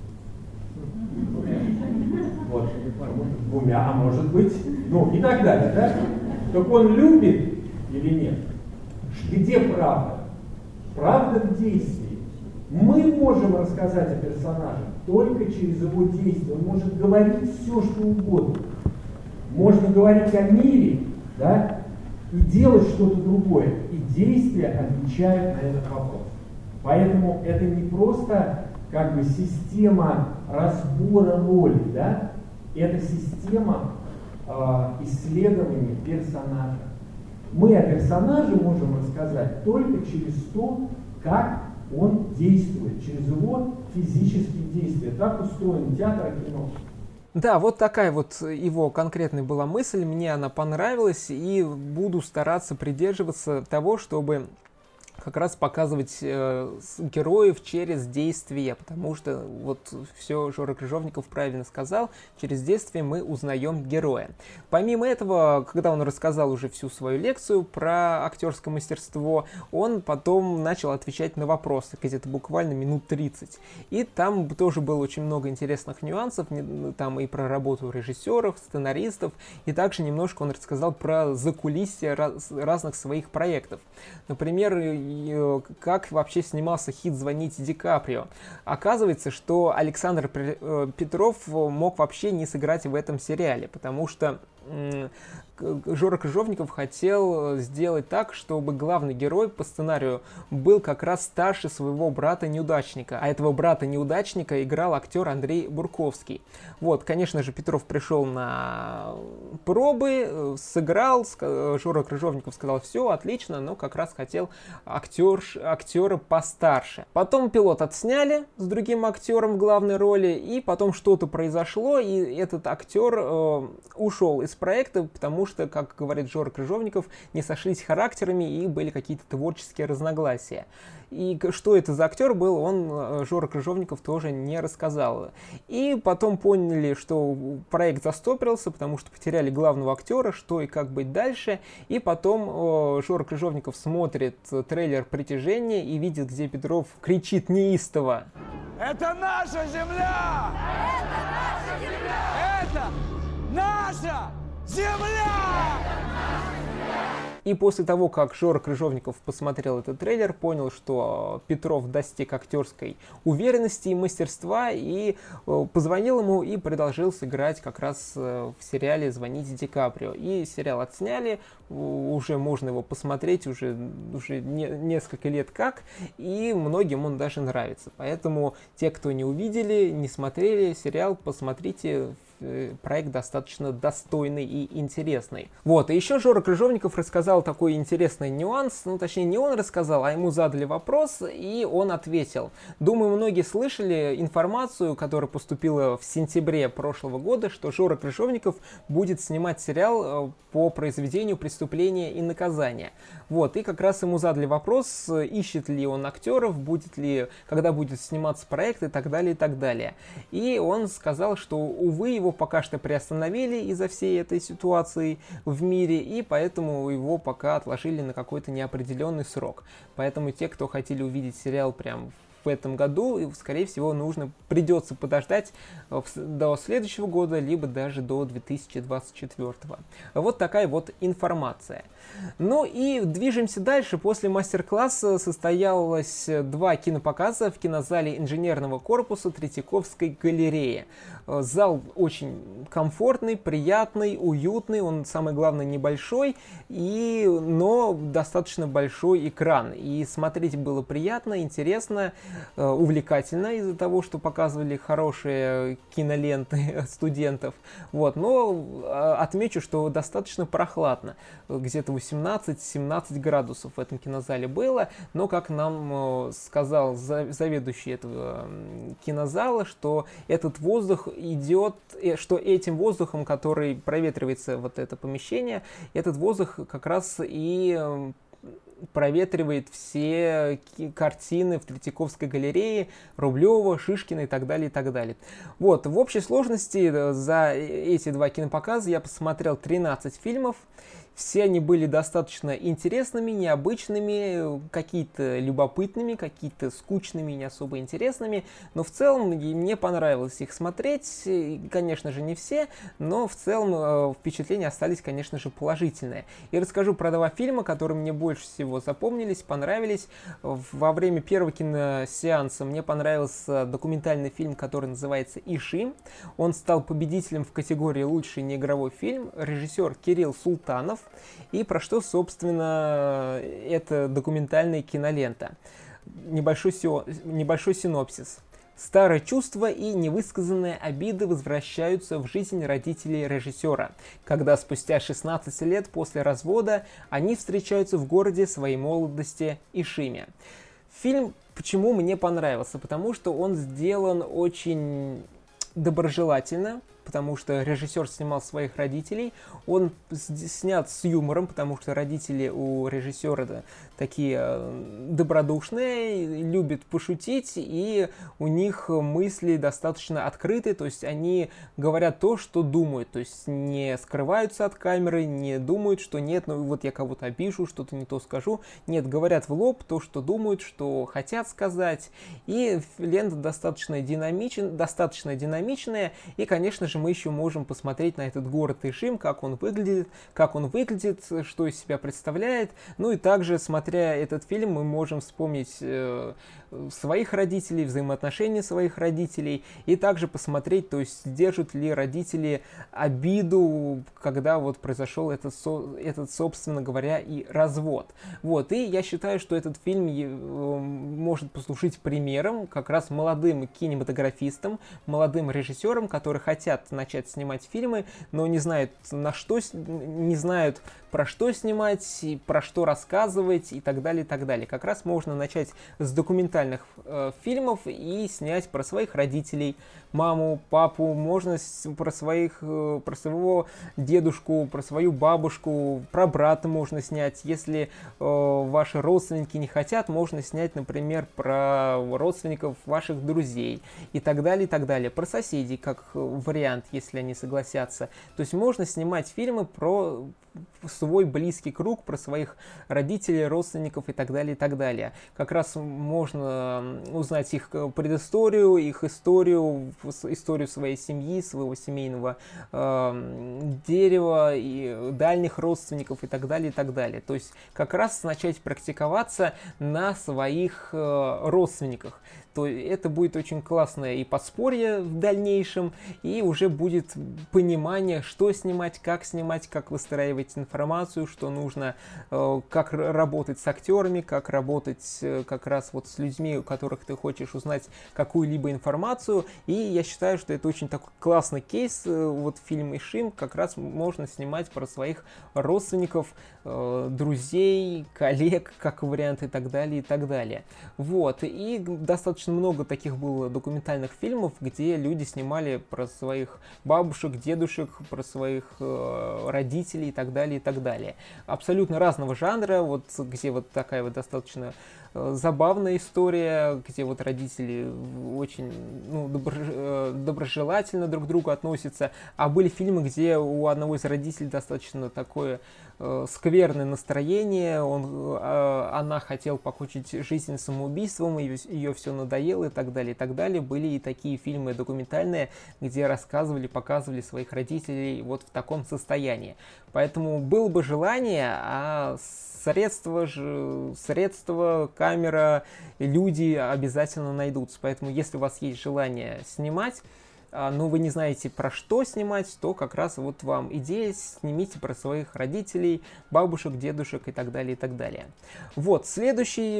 вот, двумя, а может быть, ну и так далее, да? Так он любит или нет? Где правда? Правда в действии. Мы можем рассказать о персонаже только через его действия. Он может говорить все, что угодно. Можно говорить о мире, да, и делать что-то другое. И действия отвечают на этот вопрос. Поэтому это не просто как бы система разбора роли, да? Это система э, исследования персонажа. Мы о персонаже можем рассказать только через то, как он действует, через его физические действия. Так устроен театр и кино. Да, вот такая вот его конкретная была мысль, мне она понравилась, и буду стараться придерживаться того, чтобы как раз показывать э, героев через действия, потому что вот все Жора Крыжовников правильно сказал, через действия мы узнаем героя. Помимо этого, когда он рассказал уже всю свою лекцию про актерское мастерство, он потом начал отвечать на вопросы, где-то буквально минут тридцать. И там тоже было очень много интересных нюансов, там и про работу режиссеров, сценаристов, и также немножко он рассказал про закулисье раз, разных своих проектов. Например, как вообще снимался хит «Звоните Ди Каприо». Оказывается, что Александр Петров мог вообще не сыграть в этом сериале, потому что Жора Крыжовников хотел сделать так, чтобы главный герой по сценарию был как раз старше своего брата-неудачника. А этого брата-неудачника играл актер Андрей Бурковский. Вот, конечно же, Петров пришел на пробы, сыграл, Жора Крыжовников сказал: все, отлично, но как раз хотел актер, актера постарше. Потом пилот отсняли с другим актером в главной роли, и потом что-то произошло, и этот актер э, ушел из проекта, потому что, как говорит Жора Крыжовников, не сошлись характерами и были какие-то творческие разногласия. И что это за актер был, он, Жора Крыжовников, тоже не рассказал. И потом поняли, что проект застопорился, потому что потеряли главного актера, что и как быть дальше. И потом Жора Крыжовников смотрит трейлер «Притяжение» и видит, где Петров кричит неистово: «Это наша земля! Это наша земля! Это наша земля!» И после того, как Жора Крыжовников посмотрел этот трейлер, понял, что Петров достиг актерской уверенности и мастерства, и позвонил ему и предложил сыграть как раз в сериале «Звоните Ди Каприо». И сериал отсняли, уже можно его посмотреть, уже, уже не, несколько лет как, и многим он даже нравится. Поэтому те, кто не увидели, не смотрели сериал, посмотрите. Проект достаточно достойный и интересный. Вот, и еще Жора Крыжовников рассказал такой интересный нюанс, ну, точнее, не он рассказал, а ему задали вопрос, и он ответил. Думаю, многие слышали информацию, которая поступила в сентябре прошлого года, что Жора Крыжовников будет снимать сериал по произведению «Преступление и наказание». Вот, и как раз ему задали вопрос, ищет ли он актеров, будет ли, когда будет сниматься проект и так далее, и так далее. И он сказал, что, увы, его пока что приостановили из-за всей этой ситуации в мире, и поэтому его пока отложили на какой-то неопределенный срок. Поэтому те, кто хотели увидеть сериал прям в этом году, скорее всего, нужно, придется подождать до следующего года, либо даже до две тысячи двадцать четвёртого. Вот такая вот информация. Ну и движемся дальше. После мастер-класса состоялось два кинопоказа в кинозале инженерного корпуса Третьяковской галереи. Зал очень комфортный, приятный, уютный, он, самое главное, небольшой, и, но достаточно большой экран. И смотреть было приятно, интересно, увлекательно из-за того, что показывали хорошие киноленты студентов. Вот. Но отмечу, что достаточно прохладно. Где-то восемнадцать-семнадцать градусов в этом кинозале было, но, как нам сказал заведующий этого кинозала, что этот воздух идет, что этим воздухом, который проветривается вот это помещение, этот воздух как раз и проветривает все картины в Третьяковской галерее, Рублева, Шишкина и так далее, и так далее. Вот, в общей сложности за эти два кинопоказа я посмотрел тринадцать фильмов. Все они были достаточно интересными, необычными, какие-то любопытными, какие-то скучными, не особо интересными. Но в целом мне понравилось их смотреть. Конечно же, не все, но в целом впечатления остались, конечно же, положительные. И расскажу про два фильма, которые мне больше всего запомнились, понравились. Во время первого киносеанса мне понравился документальный фильм, который называется «Иши». Он стал победителем в категории «Лучший неигровой фильм». Режиссер Кирилл Султанов. И про что, собственно, эта документальная кинолента. Небольшой, сио... Небольшой синопсис. Старые чувства и невысказанные обиды возвращаются в жизнь родителей режиссера, когда спустя шестнадцать лет после развода они встречаются в городе своей молодости Ишиме. Фильм почему мне понравился? Потому что он сделан очень доброжелательно, потому что режиссер снимал своих родителей, он снят с юмором, потому что родители у режиссера такие добродушные, любят пошутить, и у них мысли достаточно открыты, то есть они говорят то, что думают, то есть не скрываются от камеры, не думают, что нет, ну вот я кого-то обижу, что-то не то скажу, нет, говорят в лоб то, что думают, что хотят сказать, и лента достаточно динамичная, достаточно динамичная, и, конечно же, мы еще можем посмотреть на этот город Ишим, как он выглядит, как он выглядит, что из себя представляет. Ну и также, смотря этот фильм, мы можем вспомнить э, своих родителей, взаимоотношения своих родителей, и также посмотреть, то есть держат ли родители обиду, когда вот произошел этот, со, этот собственно говоря, и развод. Вот, и я считаю, что этот фильм э, может послужить примером как раз молодым кинематографистам, молодым режиссерам, которые хотят начать снимать фильмы, но не знают на что, не знают про что снимать, про что рассказывать и так далее, и так далее. Как раз можно начать с документальных э, фильмов и снять про своих родителей, маму, папу, можно про своих, э, про своего дедушку, про свою бабушку, про брата можно снять. Если э, ваши родственники не хотят, можно снять, например, про родственников ваших друзей и так далее, и так далее. Про соседей, как вариант, если они согласятся. То есть можно снимать фильмы про свой близкий круг, про своих родителей, родственников и так далее, и так далее. Как раз можно узнать их предысторию, их историю, историю своей семьи, своего семейного э, дерева, и дальних родственников и так далее, и так далее. То есть как раз начать практиковаться на своих э, родственниках. То это будет очень классное и подспорье в дальнейшем, и уже будет понимание, что снимать, как снимать, как выстраивать информацию, что нужно, э, как работать с актерами, как работать э, как раз вот с людьми, у которых ты хочешь узнать какую-либо информацию. И я считаю, что это очень такой классный кейс. Э, вот фильм «Ишим» как раз можно снимать про своих родственников, э, друзей, коллег, как вариант, и так далее, и так далее. Вот. И достаточно много таких было документальных фильмов, где люди снимали про своих бабушек, дедушек, про своих э, родителей и так далее, и так далее. Абсолютно разного жанра, вот где вот такая вот достаточно э, забавная история, где вот родители очень ну, добро, э, доброжелательно друг к другу относятся, а были фильмы, где у одного из родителей достаточно такое э, скверное настроение, он, э, она хотела покончить жизнь самоубийством, ее, ее все надоело и так далее, и так далее. Были и такие фильмы документальные, где рассказывали, показывали своих родителей вот в таком состоянии. Поэтому было бы желание, а средства, средства, камера, люди обязательно найдутся. Поэтому если у вас есть желание снимать, но вы не знаете, про что снимать, то как раз вот вам идея, снимите про своих родителей, бабушек, дедушек и так далее, и так далее. Вот, следующий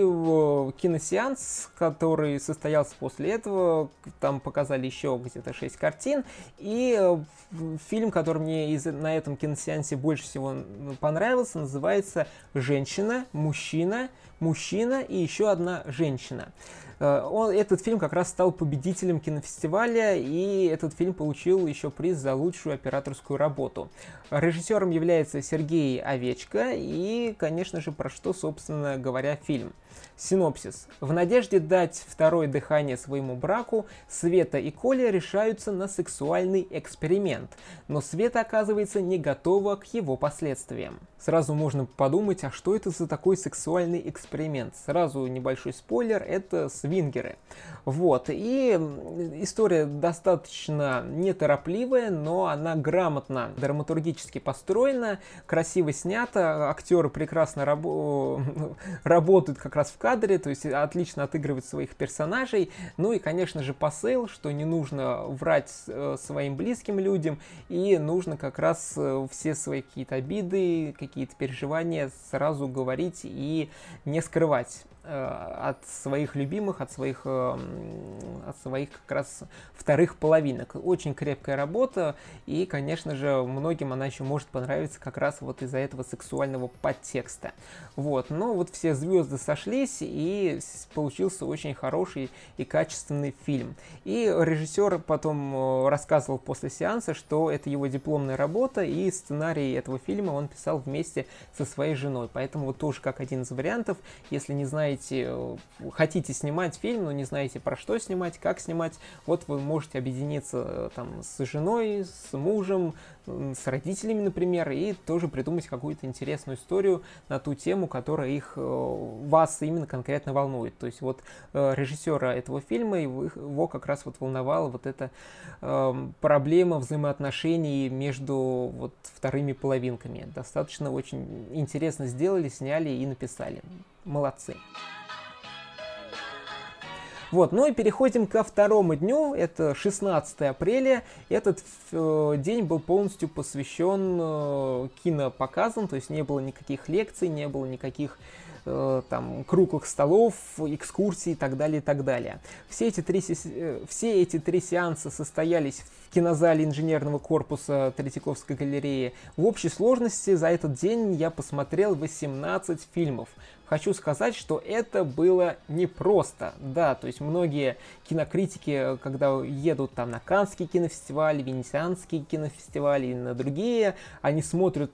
киносеанс, который состоялся после этого, там показали еще где-то шесть картин, и фильм, который мне из, на этом киносеансе больше всего понравился, называется «Женщина, мужчина, мужчина и еще одна женщина». Он, этот фильм как раз стал победителем кинофестиваля, и этот фильм получил еще приз за лучшую операторскую работу. Режиссером является Сергей Овечко, и, конечно же, про что, собственно говоря, фильм. Синопсис. В надежде дать второе дыхание своему браку, Света и Коля решаются на сексуальный эксперимент, но Света оказывается не готова к его последствиям. Сразу можно подумать, а что это за такой сексуальный эксперимент? Сразу небольшой спойлер, это свингеры. Вот, и история достаточно неторопливая, но она грамотно, драматургически построена, красиво снята, актеры прекрасно рабо- работают как раз в кадре, то есть отлично отыгрывают своих персонажей. Ну и, конечно же, посыл, что не нужно врать э, своим близким людям, и нужно как раз э, все свои какие-то обиды, какие-то переживания сразу говорить и не скрывать э, от своих любимых, первых от своих, э, от своих как раз вторых половинок. Очень крепкая работа, и, конечно же, многим она еще может понравиться как раз вот из-за этого сексуального подтекста. Вот, но вот все звезды сошлись, и получился очень хороший и качественный фильм. И режиссер потом рассказывал после сеанса, что это его дипломная работа, и сценарий этого фильма он писал вместе со своей женой. Поэтому вот тоже как один из вариантов, если не знаете, хотите снимать фильм, но не знаете про что снимать, как снимать, вот вы можете объединиться там с женой, с мужем, с родителями, например, и тоже придумать какую-то интересную историю на ту тему, которая их, вас именно конкретно волнует. То есть вот режиссера этого фильма, его как раз вот волновала вот эта э, проблема взаимоотношений между вот вторыми половинками. Достаточно очень интересно сделали, сняли и написали. Молодцы. Вот, ну и переходим ко второму дню, это шестнадцатое апреля. Этот э, день был полностью посвящен э, кинопоказам, то есть не было никаких лекций, не было никаких э, там круглых столов, экскурсий и так далее, и так далее. Все эти три, э, все эти три сеанса состоялись в кинозале инженерного корпуса Третьяковской галереи. В общей сложности за этот день я посмотрел восемнадцать фильмов. Хочу сказать, что это было непросто. Да, то есть многие кинокритики, когда едут там на Каннский кинофестиваль, Венецианский кинофестиваль и на другие, они смотрят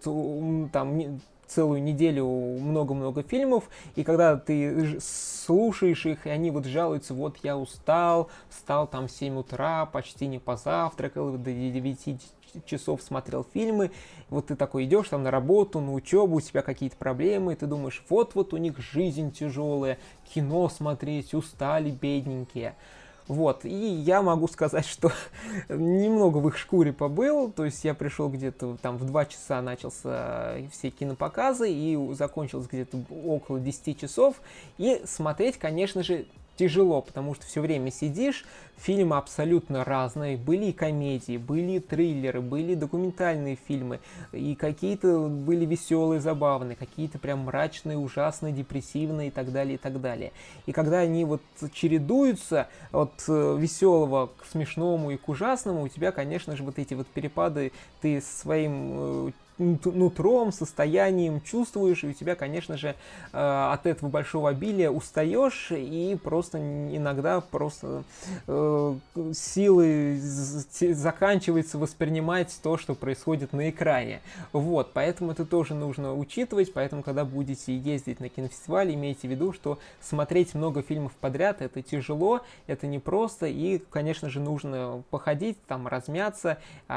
там целую неделю много-много фильмов, и когда ты слушаешь их, и они вот жалуются, вот я устал, встал там в семь утра, почти не позавтракал, до девяти часов смотрел фильмы, вот ты такой идешь там на работу, на учебу, у тебя какие-то проблемы, и ты думаешь, вот-вот у них жизнь тяжелая, кино смотреть, устали бедненькие. Вот, и я могу сказать, что немного в их шкуре побыл, то есть я пришел где-то там в два часа начался все кинопоказы, и закончилось где-то около десяти часов, и смотреть, конечно же, тяжело, потому что все время сидишь, фильмы абсолютно разные, были и комедии, были и триллеры, были документальные фильмы, и какие-то были веселые, забавные, какие-то прям мрачные, ужасные, депрессивные и так далее, и так далее. И когда они вот чередуются от веселого к смешному и к ужасному, у тебя, конечно же, вот эти вот перепады, ты своим нутром, состоянием чувствуешь, и у тебя, конечно же, от этого большого обилия устаешь, и просто иногда просто э, силы заканчивается воспринимать то, что происходит на экране. Вот, поэтому это тоже нужно учитывать, поэтому, когда будете ездить на кинофестиваль, имейте в виду, что смотреть много фильмов подряд это тяжело, это непросто, и, конечно же, нужно походить, там, размяться,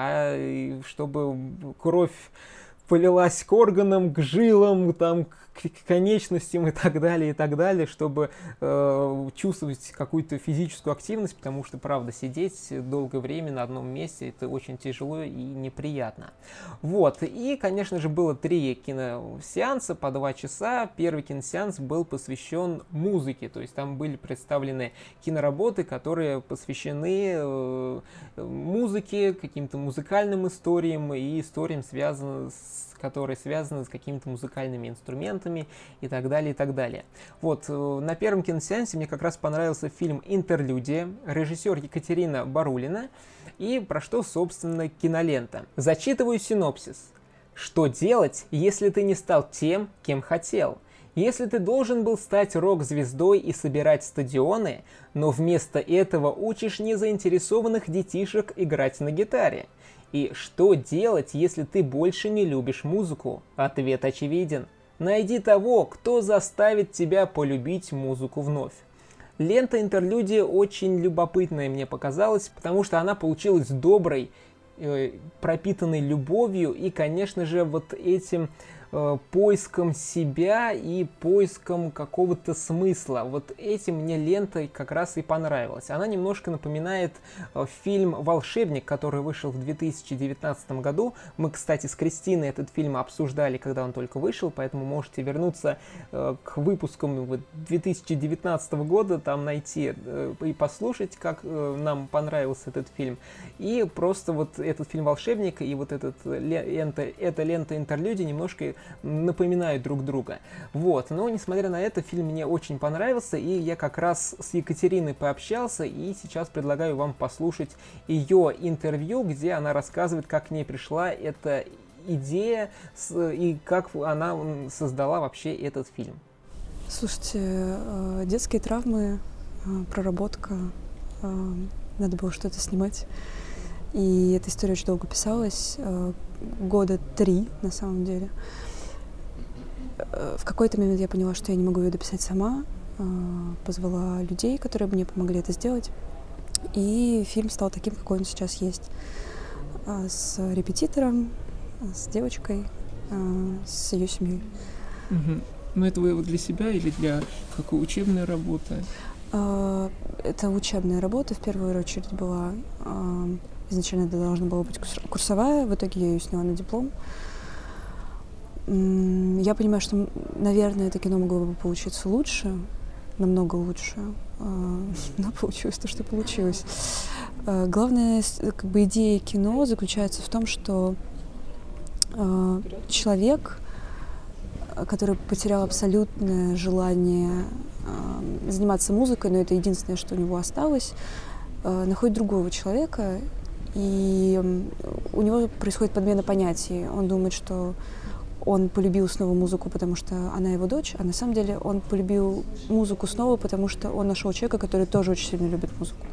а чтобы кровь полилась к органам, к жилам, там, к конечностям и так далее, и так далее, чтобы э, чувствовать какую-то физическую активность, потому что, правда, сидеть долгое время на одном месте это очень тяжело и неприятно. Вот, и, конечно же, было три киносеанса по два часа. Первый киносеанс был посвящен музыке, то есть там были представлены киноработы, которые посвящены э, музыке, каким-то музыкальным историям и историям, связанным с которые связаны с какими-то музыкальными инструментами и так далее, и так далее. Вот, на первом киносеансе мне как раз понравился фильм «Интерлюдия», режиссер Екатерина Барулина, и про что, собственно, кинолента. Зачитываю синопсис. Что делать, если ты не стал тем, кем хотел? Если ты должен был стать рок-звездой и собирать стадионы, но вместо этого учишь незаинтересованных детишек играть на гитаре. И что делать, если ты больше не любишь музыку? Ответ очевиден. Найди того, кто заставит тебя полюбить музыку вновь. Лента «Интерлюдия» очень любопытная мне показалась, потому что она получилась доброй, э, пропитанной любовью и, конечно же, вот этим э, поиском себя и поиском какого-то смысла. Вот этим мне лента как раз и понравилась. Она немножко напоминает э, фильм «Волшебник», который вышел в две тысячи девятнадцатом году. Мы, кстати, с Кристиной этот фильм обсуждали, когда он только вышел, поэтому можете вернуться э, к выпускам вот, две тысячи девятнадцатого года, там найти э, и послушать, как э, нам понравился этот фильм. И просто вот этот фильм «Волшебник» и вот этот лента, эта лента «Интерлюдия» немножко напоминают друг друга. Вот, но несмотря на это, фильм мне очень понравился, и я как раз с Екатериной пообщался, и сейчас предлагаю вам послушать ее интервью, где она рассказывает, как к ней пришла эта идея и как она создала вообще этот фильм. Слушайте, детские травмы, проработка, надо было что-то снимать. И эта история очень долго писалась, года три на самом деле. В какой-то момент я поняла, что я не могу ее дописать сама, позвала людей, которые мне помогли это сделать. И фильм стал таким, какой он сейчас есть. С репетитором, с девочкой, с ее семьей. Угу. Но это вы для себя или для какой учебной работы? Это учебная работа в первую очередь была. Изначально это должна была быть курсовая, в итоге я ее сняла на диплом. Я понимаю, что, наверное, это кино могло бы получиться лучше, намного лучше, но получилось то, что получилось. Главная как бы идея кино заключается в том, что человек, который потерял абсолютное желание заниматься музыкой, но это единственное, что у него осталось, находит другого человека, и у него происходит подмена понятий. Он думает, что он полюбил снова музыку, потому что она его дочь, а на самом деле он полюбил музыку снова, потому что он нашел человека, который тоже очень сильно любит музыку.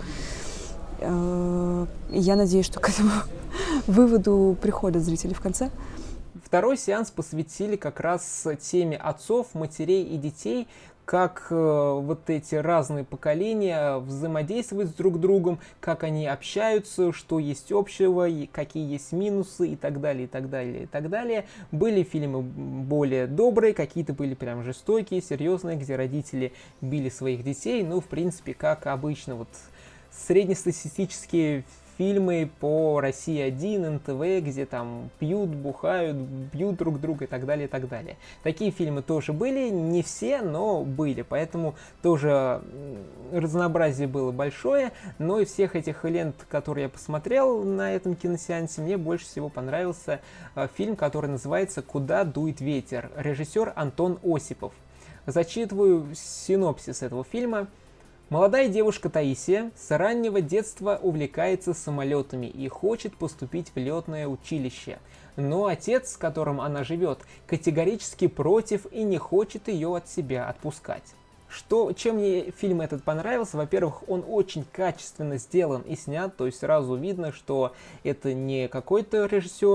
Я надеюсь, что к этому выводу приходят зрители в конце. Второй сеанс посвятили как раз теме отцов, матерей и детей, как э, вот эти разные поколения взаимодействуют с друг другом, как они общаются, что есть общего, и какие есть минусы и так далее, и так далее, и так далее. Были фильмы более добрые, какие-то были прям жестокие, серьезные, где родители били своих детей. Ну, в принципе, как обычно, вот среднестатистические фильмы по России один, эн тэ вэ, где там пьют, бухают, бьют друг друга и так далее, и так далее. Такие фильмы тоже были, не все, но были, поэтому тоже разнообразие было большое, но из всех этих лент, которые я посмотрел на этом киносеансе, мне больше всего понравился фильм, который называется «Куда дует ветер», режиссер Антон Осипов. Зачитываю синопсис этого фильма. Молодая девушка Таисия с раннего детства увлекается самолетами и хочет поступить в летное училище. Но отец, с которым она живет, категорически против и не хочет ее от себя отпускать. Что, чем мне фильм этот понравился? Во-первых, он очень качественно сделан и снят, то есть сразу видно, что это не какой-то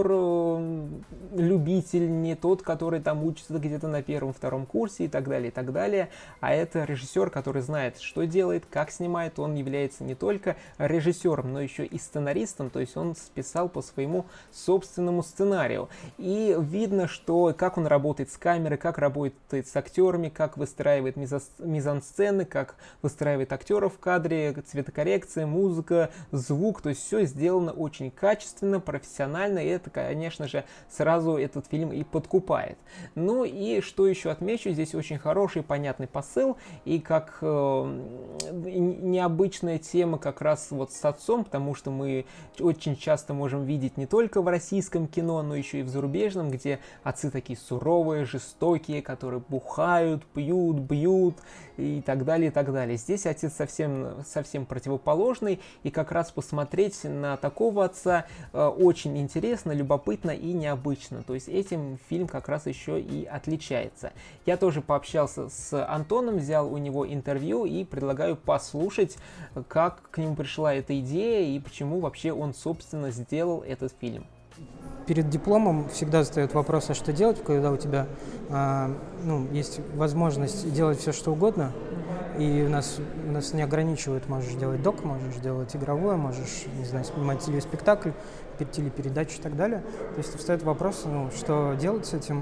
режиссер-любитель, не тот, который там учится где-то на первом-втором курсе и так далее, и так далее, а это режиссер, который знает, что делает, как снимает. Он является не только режиссером, но еще и сценаристом, то есть он списал по своему собственному сценарию. И видно, что как он работает с камерой, как работает с актерами, как выстраивает мизосцену, мизансцены, как выстраивает актеров в кадре, цветокоррекция, музыка, звук, то есть все сделано очень качественно, профессионально, и это, конечно же, сразу этот фильм и подкупает. Ну и что еще отмечу, здесь очень хороший, понятный посыл, и как э, необычная тема как раз вот с отцом, потому что мы очень часто можем видеть не только в российском кино, но еще и в зарубежном, где отцы такие суровые, жестокие, которые бухают, пьют, бьют, и так далее, и так далее. Здесь отец совсем, совсем противоположный, и как раз посмотреть на такого отца э, очень интересно, любопытно и необычно. То есть этим фильм как раз еще и отличается. Я тоже пообщался с Антоном, взял у него интервью и предлагаю послушать, как к нему пришла эта идея и почему вообще он, собственно, сделал этот фильм. Перед дипломом всегда задают вопрос, а что делать, когда у тебя э, ну, есть возможность делать все, что угодно, и у нас, у нас не ограничивают, можешь делать док, можешь делать игровое, можешь, не знаю, снимать телеспектакль, телепередачу и так далее. То есть встает вопрос, ну, что делать с этим.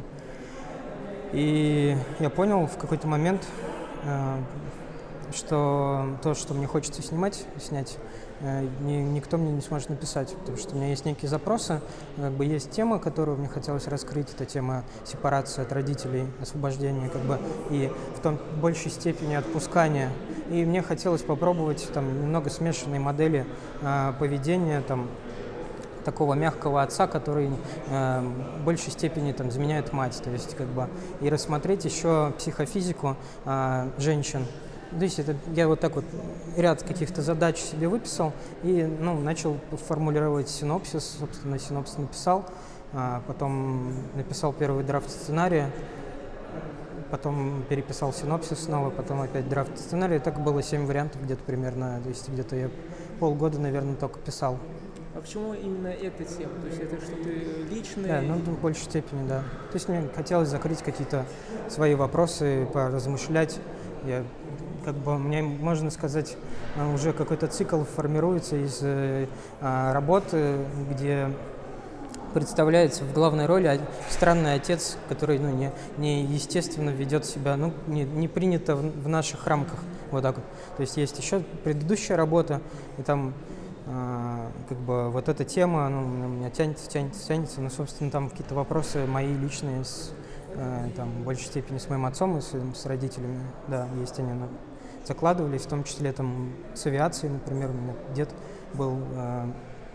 И я понял в какой-то момент, э, что то, что мне хочется снимать, снять, Ни, никто мне не сможет написать, потому что у меня есть некие запросы, как бы есть тема, которую мне хотелось раскрыть, это тема сепарации от родителей, освобождения, как бы, и в том большей степени отпускания. И мне хотелось попробовать там немного смешанные модели э, поведения, там, такого мягкого отца, который э, в большей степени там заменяет мать. То есть как бы и рассмотреть еще психофизику э, женщин. То есть это, я вот так вот ряд каких-то задач себе выписал и ну, начал формулировать синопсис, собственно, синопсис написал, а потом написал первый драфт сценария, потом переписал синопсис снова, потом опять драфт сценария. Так было семь вариантов где-то примерно, то есть где-то я полгода, наверное, только писал. А почему именно эта тема? То есть это что-то личное? Да, ну, в большей степени, да. То есть мне хотелось закрыть какие-то свои вопросы, поразмышлять. Я, как бы, мне, можно сказать, уже какой-то цикл формируется из э, работы, где представляется в главной роли странный отец, который ну, не, не естественно ведет себя, ну, не, не принято в, в наших рамках. Вот так вот. То есть есть еще предыдущая работа, и там э, как бы вот эта тема, ну, у меня тянется, тянется, тянется, но, собственно, там какие-то вопросы мои личные, с, э, там, в большей степени с моим отцом и с, с родителями, да, есть они, ну, закладывались, в том числе там с авиацией, например, у меня дед был, э,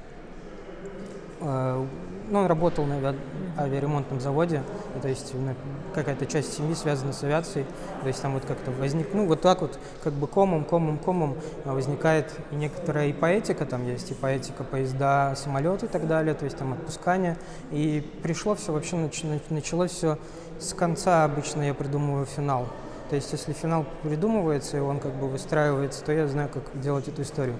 э, ну, он работал на авиаремонтном заводе, и, то есть ну, какая-то часть семьи связана с авиацией, то есть там вот как-то возник, ну, вот так вот, как бы комом, комом, комом возникает и некоторая и поэтика, там есть и поэтика поезда, самолеты и так далее, то есть там отпускание, и пришло все, вообще нач, началось все с конца, обычно я придумываю финал. То есть, если финал придумывается, и он как бы выстраивается, то я знаю, как делать эту историю.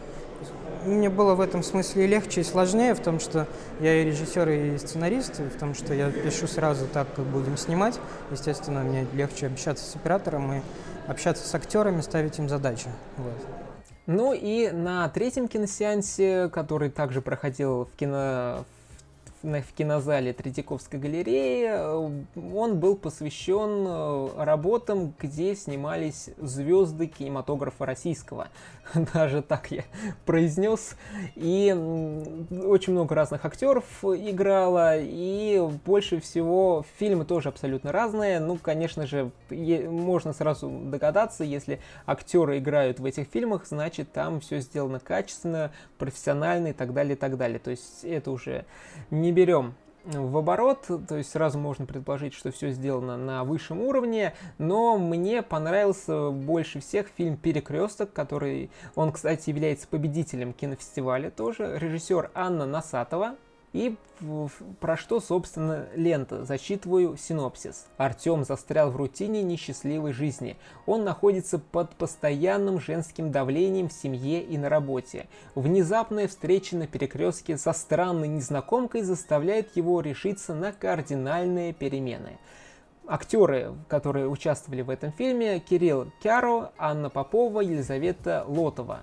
Мне было в этом смысле и легче, и сложнее, в том, что я и режиссер, и сценарист, в том, что я пишу сразу так, как будем снимать. Естественно, мне легче общаться с оператором и общаться с актерами, ставить им задачи. Вот. Ну и на третьем киносеансе, который также проходил в кино... в кинозале Третьяковской галереи, он был посвящен работам, где снимались звезды кинематографа российского. Даже так я произнес. И очень много разных актеров играло, и больше всего фильмы тоже абсолютно разные. Ну, конечно же, можно сразу догадаться, если актеры играют в этих фильмах, значит, там все сделано качественно, профессионально и так далее, и так далее. То есть это уже не берем в оборот, то есть сразу можно предположить, что все сделано на высшем уровне, но мне понравился больше всех фильм «Перекресток», который, он, кстати, является победителем кинофестиваля тоже, режиссер Анна Насатова. И про что, собственно, лента? Зачитываю синопсис. Артем застрял в рутине несчастливой жизни. Он находится под постоянным женским давлением в семье и на работе. Внезапная встреча на перекрестке со странной незнакомкой заставляет его решиться на кардинальные перемены. Актеры, которые участвовали в этом фильме: Кирилл Кяро, Анна Попова, Елизавета Лотова.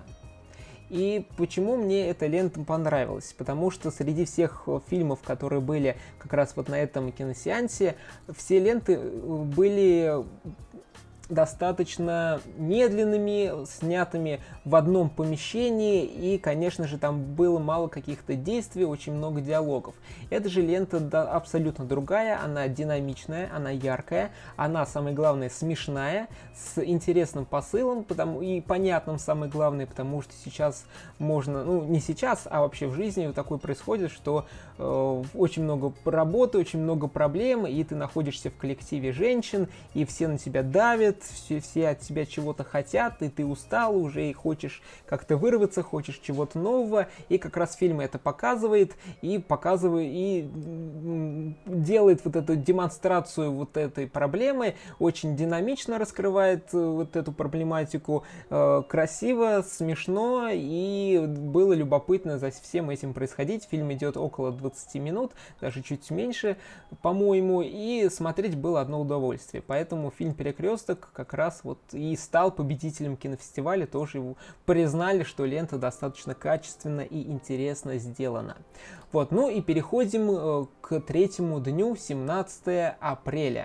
И почему мне эта лента понравилась? Потому что среди всех фильмов, которые были как раз вот на этом киносеансе, все ленты были достаточно медленными, снятыми в одном помещении, и, конечно же, там было мало каких-то действий, очень много диалогов. Эта же лента да, абсолютно другая, она динамичная, она яркая, она, самое главное, смешная, с интересным посылом, потому, и понятным, самое главное, потому что сейчас можно, ну, не сейчас, а вообще в жизни вот такое происходит, что э, очень много работы, очень много проблем, и ты находишься в коллективе женщин, и все на тебя давят, Все, все от тебя чего-то хотят, и ты устал уже, и хочешь как-то вырваться, хочешь чего-то нового, и как раз фильм это показывает, и показывает, и делает вот эту демонстрацию вот этой проблемы, очень динамично раскрывает вот эту проблематику, э, красиво, смешно, и было любопытно за всем этим происходить. Фильм идет около двадцати минут, даже чуть меньше, по-моему, и смотреть было одно удовольствие, поэтому фильм «Перекресток» как раз вот и стал победителем кинофестиваля, тоже его признали, что лента достаточно качественно и интересно сделана. Вот, ну и переходим э, к третьему дню, семнадцатого апреля.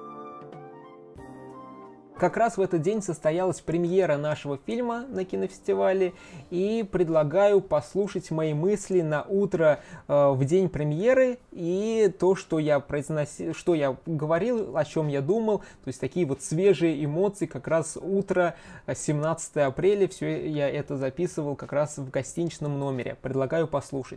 Как раз в этот день состоялась премьера нашего фильма на кинофестивале, и предлагаю послушать мои мысли на утро э, в день премьеры и то, что я произносил, что я говорил, о чем я думал, то есть такие вот свежие эмоции, как раз утро семнадцатого апреля, все я это записывал как раз в гостиничном номере. Предлагаю послушать.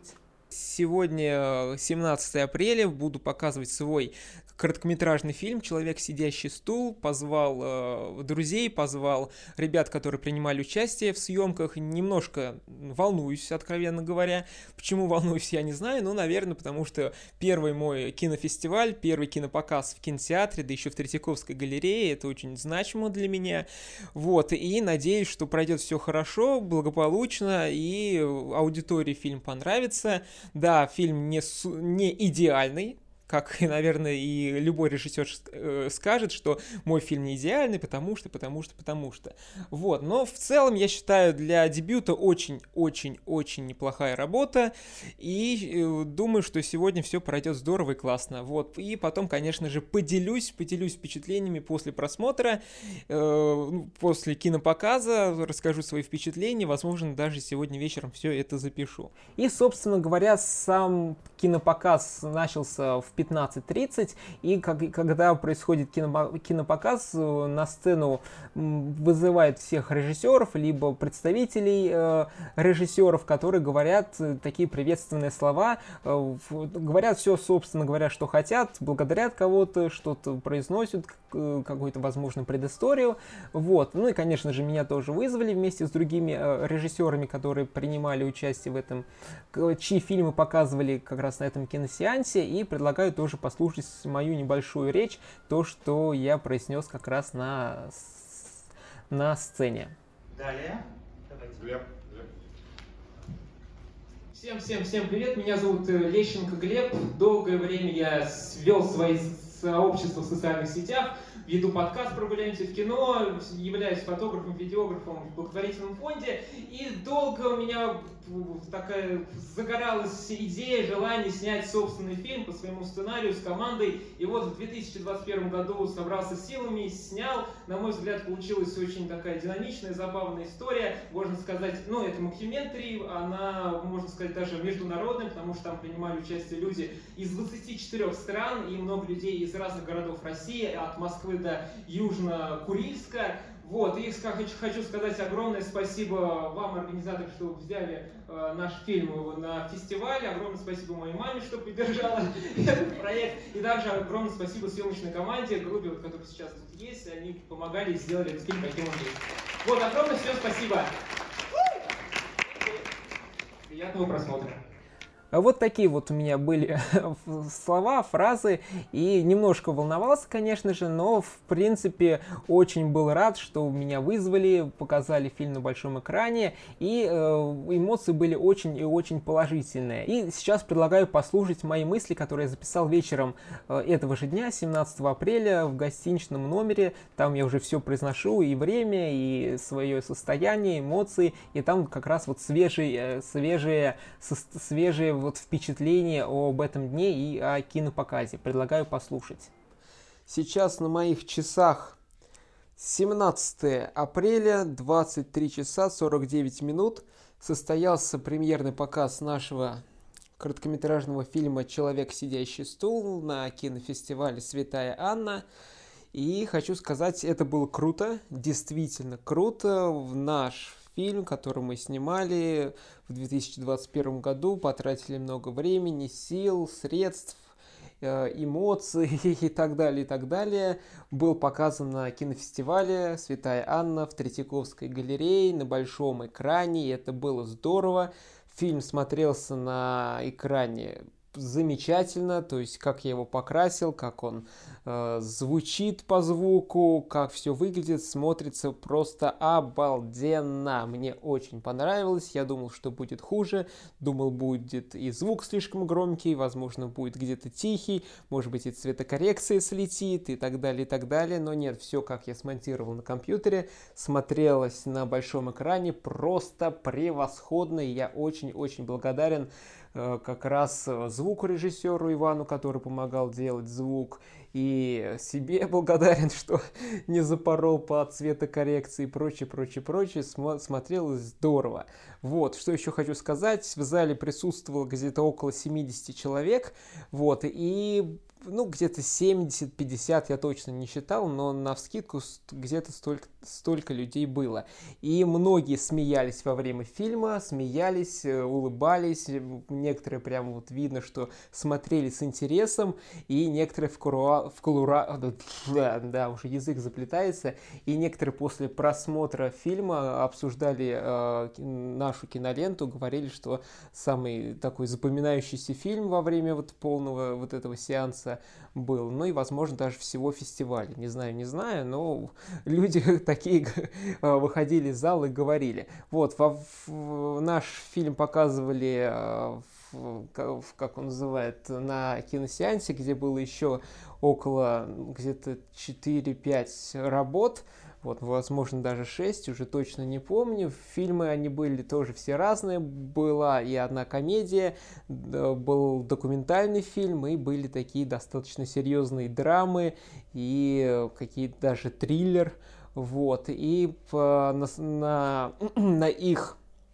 Сегодня семнадцатое апреля, буду показывать свой короткометражный фильм «Человек, сидящий стул». Позвал э, друзей, позвал ребят, которые принимали участие в съемках. Немножко волнуюсь, откровенно говоря. Почему волнуюсь, я не знаю, но, наверное, потому что первый мой кинофестиваль, первый кинопоказ в кинотеатре, да еще в Третьяковской галерее, это очень значимо для меня. Вот, и надеюсь, что пройдет все хорошо, благополучно, и аудитории фильм понравится. Да, фильм не, су- не идеальный, как, наверное, и любой режиссер э, скажет, что мой фильм не идеальный, потому что, потому что, потому что. Вот, но в целом, я считаю, для дебюта очень-очень-очень неплохая работа, и э, думаю, что сегодня все пройдет здорово и классно. Вот, и потом, конечно же, поделюсь, поделюсь впечатлениями после просмотра, э, после кинопоказа, расскажу свои впечатления, возможно, даже сегодня вечером все это запишу. И, собственно говоря, сам кинопоказ начался в пятнадцать тридцать, и как, когда происходит кино, кинопоказ, на сцену вызывает всех режиссеров, либо представителей э, режиссеров, которые говорят такие приветственные слова, э, говорят все, собственно говоря, что хотят, благодарят кого-то, что-то произносят, э, какую-то, возможно, предысторию. Вот. Ну и, конечно же, меня тоже вызвали вместе с другими э, режиссерами, которые принимали участие в этом, чьи фильмы показывали как раз на этом киносеансе, и предлагаю тоже послушать мою небольшую речь, то, что я произнес как раз на, на сцене. Далее. Давайте. Глеб. Глеб. Всем-всем-всем привет, меня зовут Лещенко Глеб. Долгое время я вел свои сообщества в социальных сетях, веду подкаст «Прогуляемся в кино», являюсь фотографом, видеографом в благотворительном фонде, и долго у меня такая загоралась идея, желание снять собственный фильм по своему сценарию с командой, и вот в две тысячи двадцать первом году собрался силами, снял. На мой взгляд, получилась очень такая динамичная, забавная история, можно сказать, ну, это мокюментари, она, можно сказать, даже международная, потому что там принимали участие люди из двадцати четырёх стран, и много людей из разных городов России, от Москвы до Южно-Курильска. Вот, и хочу сказать огромное спасибо вам, организаторы, что взяли э, наш фильм на фестивале. Огромное спасибо моей маме, что поддержала этот проект. И также огромное спасибо съемочной команде, группе, вот, которая сейчас тут есть. Они помогали и сделали этот фильм, каким он есть. Вот, огромное всем спасибо. Приятного просмотра. Вот такие вот у меня были слова, фразы, и немножко волновался, конечно же, но, в принципе, очень был рад, что меня вызвали, показали фильм на большом экране, и э, эмоции были очень и очень положительные. И сейчас предлагаю послушать мои мысли, которые я записал вечером э, этого же дня, семнадцатого апреля, в гостиничном номере. Там я уже все произношу, и время, и свое состояние, эмоции, и там как раз вот свежие, свежие, свежие вот впечатление об этом дне и о кинопоказе. Предлагаю послушать. Сейчас на моих часах семнадцатое апреля, двадцать три часа сорок девять минут. Состоялся премьерный показ нашего короткометражного фильма «Человек, сидящий стул» на кинофестивале «Святая Анна». И хочу сказать, это было круто, действительно круто. В наш фильм, который мы снимали в две тысячи двадцать первом году, потратили много времени, сил, средств, эмоций и так далее, и так далее. Был показан на кинофестивале «Святая Анна» в Третьяковской галерее на большом экране, и это было здорово. Фильм смотрелся на экране замечательно, то есть как я его покрасил, как он э, звучит по звуку, как все выглядит, смотрится просто обалденно. Мне очень понравилось, я думал, что будет хуже, думал, будет и звук слишком громкий, возможно, будет где-то тихий, может быть, и цветокоррекция слетит и так далее, и так далее, но нет, все, как я смонтировал на компьютере, смотрелось на большом экране просто превосходно, и я очень-очень благодарен э, как раз звукорежиссеру Ивану, который помогал делать звук, и себе благодарен, что не запорол по цветокоррекции и прочее, прочее, прочее. Смо- смотрелось здорово. Вот, что еще хочу сказать. В зале присутствовало где-то около семьдесят человек, вот, и ну, где-то семьдесят-пятьдесят, я точно не считал, но навскидку где-то столько, столько людей было. И многие смеялись во время фильма, смеялись, улыбались, некоторые прямо вот видно, что смотрели с интересом, и некоторые в куруа, в кулура, да, да, уже язык заплетается, и некоторые после просмотра фильма обсуждали э, нашу киноленту, говорили, что самый такой запоминающийся фильм во время вот полного вот этого сеанса был, ну и, возможно, даже всего фестиваля. Не знаю, не знаю, но люди такие выходили из зала и говорили. Вот, во, в, наш фильм показывали, в, как он называет, на киносеансе, где было еще около где-то четыре-пять работ. Вот, возможно, даже шесть, уже точно не помню. Фильмы, они были тоже все разные. Была и одна комедия, был документальный фильм, и были такие достаточно серьезные драмы, и какие-то даже триллер. Вот, и по, на, на, на их,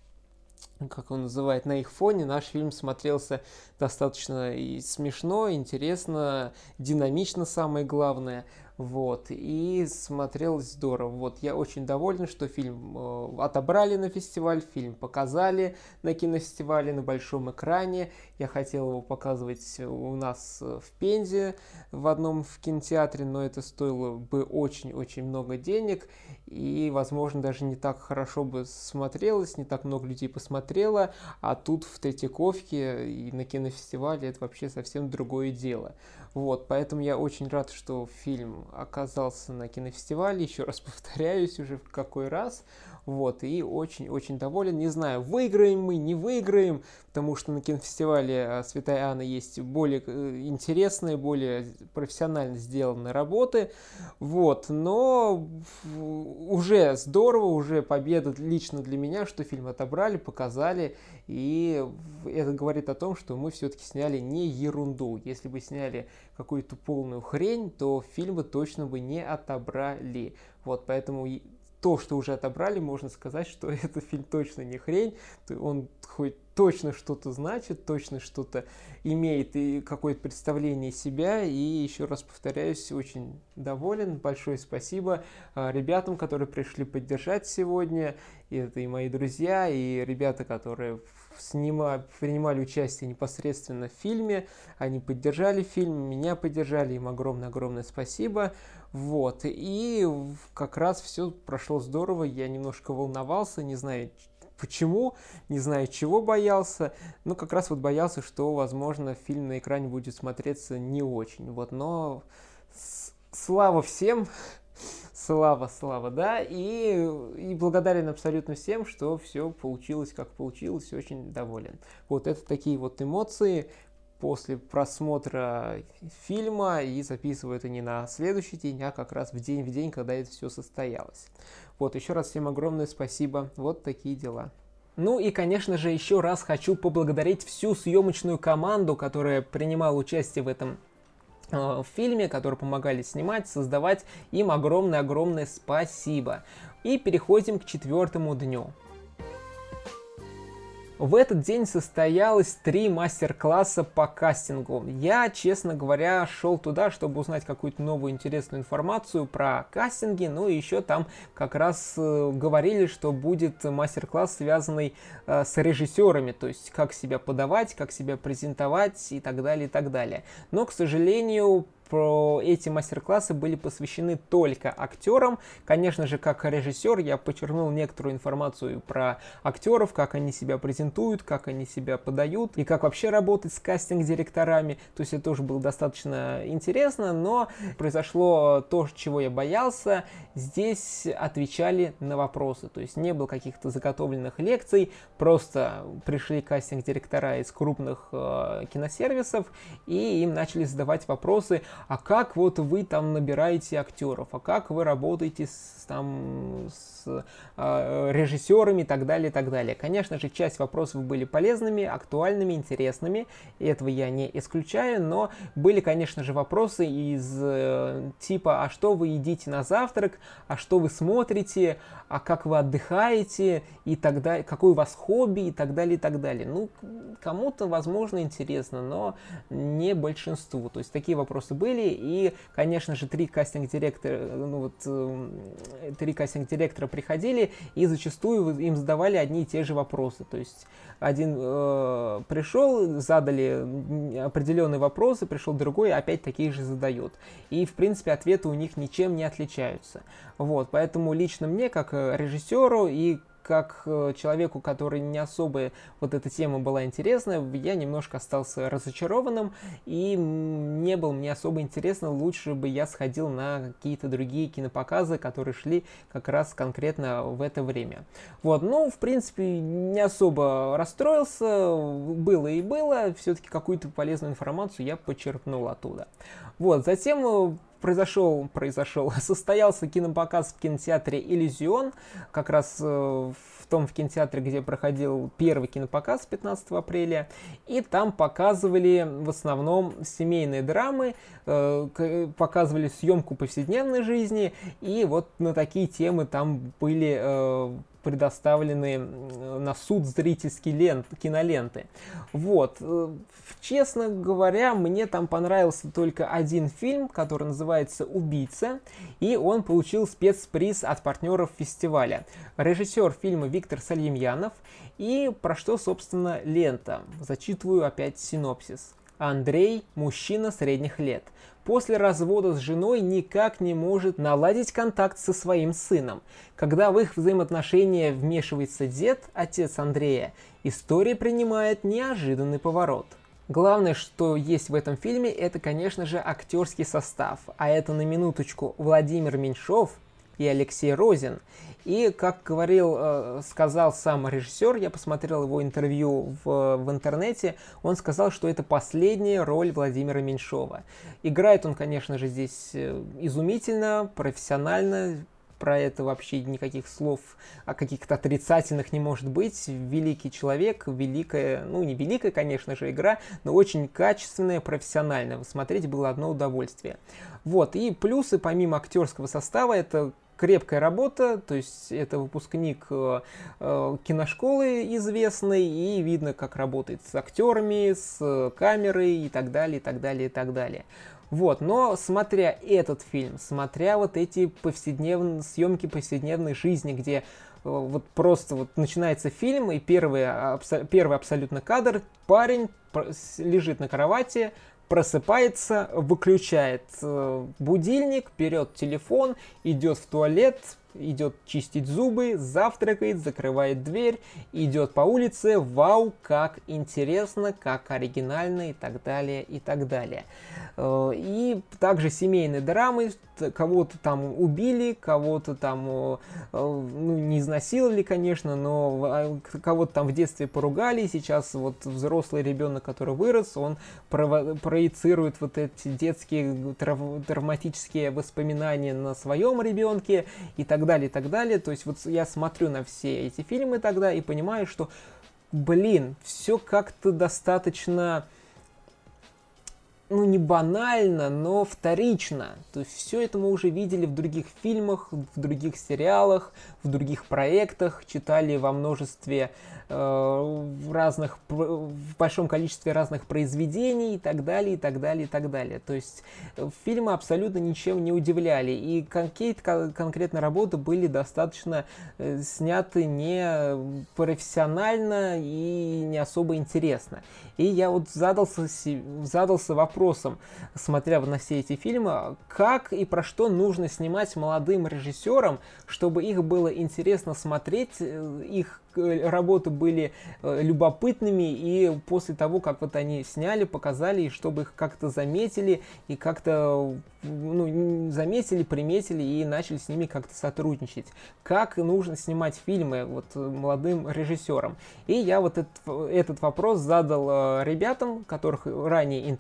как он называет, на их фоне наш фильм смотрелся достаточно и смешно, интересно, динамично, самое главное. Вот, и смотрелось здорово. Вот, я очень доволен, что фильм э, отобрали на фестиваль, фильм показали на кинофестивале на большом экране. Я хотел его показывать у нас в Пензе в одном в кинотеатре, но это стоило бы очень-очень много денег, и, возможно, даже не так хорошо бы смотрелось, не так много людей посмотрело, а тут в Третьяковке и на кинофестивале это вообще совсем другое дело. Вот, поэтому я очень рад, что фильм оказался на кинофестивале, еще раз повторяюсь уже в какой раз, вот, и очень-очень доволен. Не знаю, выиграем мы, не выиграем, потому что на кинофестивале Святая Анна есть более интересные, более профессионально сделанные работы, вот, но уже здорово, уже победа лично для меня, что фильм отобрали, показали, и это говорит о том, что мы все-таки сняли не ерунду. Если бы сняли какую-то полную хрень, то фильм бы точно бы не отобрали. Вот, поэтому то, что уже отобрали, можно сказать, что этот фильм точно не хрень, он хоть точно что-то значит, точно что-то имеет и какое-то представление себя, и еще раз повторяюсь, очень доволен, большое спасибо ребятам, которые пришли поддержать сегодня, и это и мои друзья, и ребята, которые снима, принимали участие непосредственно в фильме, они поддержали фильм, меня поддержали, им огромное-огромное спасибо, вот, и как раз все прошло здорово, я немножко волновался, не знаю, почему, не знаю, чего боялся, но как раз вот боялся, что, возможно, фильм на экране будет смотреться не очень, вот, но слава всем, слава, слава, да, и, и благодарен абсолютно всем, что все получилось, как получилось, очень доволен. Вот это такие вот эмоции после просмотра фильма, и записываю это не на следующий день, а как раз в день в день, когда это все состоялось. Вот, еще раз всем огромное спасибо, вот такие дела. Ну и, конечно же, еще раз хочу поблагодарить всю съемочную команду, которая принимала участие в этом э, в фильме, которые помогали снимать, создавать. Им огромное-огромное спасибо. И переходим к четвертому дню. В этот день состоялось три мастер-класса по кастингу. Я, честно говоря, шел туда, чтобы узнать какую-то новую интересную информацию про кастинги, ну и еще там как раз э, говорили, что будет мастер-класс, связанный э, с режиссерами, то есть как себя подавать, как себя презентовать и так далее, и так далее. Но, к сожалению, про эти мастер-классы были посвящены только актерам. Конечно же, как режиссер я подчеркнул некоторую информацию про актеров, как они себя презентуют, как они себя подают и как вообще работать с кастинг-директорами. То есть это тоже было достаточно интересно, но произошло то, чего я боялся. Здесь отвечали на вопросы, то есть не было каких-то заготовленных лекций, просто пришли кастинг-директора из крупных э, киносервисов и им начали задавать вопросы а как вот вы там набираете актеров, а как вы работаете с, там, с э, режиссерами и так далее, и так далее. Конечно же, часть вопросов были полезными, актуальными, интересными, и этого я не исключаю, но были, конечно же, вопросы из э, типа, а что вы едите на завтрак, а что вы смотрите, а как вы отдыхаете, и так далее, какое у вас хобби, и так далее, и так далее. Ну, кому-то, возможно, интересно, но не большинству. То есть такие вопросы были, и, конечно же, три кастинг-директора, ну вот, э, три кастинг-директора приходили, и зачастую им задавали одни и те же вопросы. То есть один э, пришел, задали определенные вопросы, пришел другой, опять такие же задает. И, в принципе, ответы у них ничем не отличаются. Вот, поэтому лично мне, как режиссеру и как человеку, который не особо вот эта тема была интересна, я немножко остался разочарованным, и не было мне особо интересно, лучше бы я сходил на какие-то другие кинопоказы, которые шли как раз конкретно в это время. Вот, ну, в принципе, не особо расстроился, было и было, все-таки какую-то полезную информацию я почерпнул оттуда. Вот, затем произошел, произошел, состоялся кинопоказ в кинотеатре «Иллюзион», как раз э, в том в кинотеатре, где проходил первый кинопоказ пятнадцатого апреля, и там показывали в основном семейные драмы, э, показывали съемку повседневной жизни, и вот на такие темы там были э, предоставлены на суд зрительские лент, киноленты. Вот. Честно говоря, мне там понравился только один фильм, который называется «Убийца», и он получил спецприз от партнеров фестиваля. Режиссер фильма Виктор Сальемьянов, и про что, собственно, лента. Зачитываю опять синопсис. Андрей – мужчина средних лет. После развода с женой никак не может наладить контакт со своим сыном. Когда в их взаимоотношения вмешивается дед, отец Андрея, история принимает неожиданный поворот. Главное, что есть в этом фильме, это, конечно же, актерский состав. А это, на минуточку, Владимир Меньшов и Алексей Розин. И, как говорил, э, сказал сам режиссер, я посмотрел его интервью в, в интернете, он сказал, что это последняя роль Владимира Меньшова. Играет он, конечно же, здесь изумительно, профессионально, про это вообще никаких слов о каких-то отрицательных не может быть. Великий человек, великая, ну не великая, конечно же, игра, но очень качественная, профессиональная. Смотреть было одно удовольствие. Вот, и плюсы помимо актерского состава, это крепкая работа, то есть это выпускник э, э, киношколы известной, и видно, как работает с актерами, с камерой и так далее, и так далее, и так далее. Вот, но смотря этот фильм, смотря вот эти повседневные съемки повседневной жизни, где э, вот просто вот начинается фильм, и первый, абсо- первый абсолютно кадр, парень лежит на кровати, просыпается, выключает э, будильник, берет телефон, идет в туалет, идет чистить зубы, завтракает, закрывает дверь, идет по улице, вау, как интересно, как оригинально и так далее, и так далее. И также семейные драмы, кого-то там убили, кого-то там, ну, не изнасиловали, конечно, но кого-то там в детстве поругали, сейчас вот взрослый ребенок, который вырос, он прово- проецирует вот эти детские трав- травматические воспоминания на своем ребенке и так далее, и так далее. То есть вот я смотрю на все эти фильмы тогда и понимаю, что, блин, все как-то достаточно, ну, не банально, но вторично. То есть все это мы уже видели в других фильмах, в других сериалах, в других проектах, читали во множестве э, разных, в большом количестве разных произведений и так далее, и так далее, и так далее. То есть фильмы абсолютно ничем не удивляли, и какие-то конкретно работы были достаточно э, сняты не профессионально и не особо интересно. И я вот задался, задался вопросом, смотря на все эти фильмы, как и про что нужно снимать молодым режиссерам, чтобы их было интересно смотреть, их работы были любопытными, и после того, как вот они сняли, показали, и чтобы их как-то заметили, и как-то, ну, заметили, приметили, и начали с ними как-то сотрудничать. Как нужно снимать фильмы вот молодым режиссерам. И я вот этот, этот вопрос задал ребятам, которых ранее интервьюировал,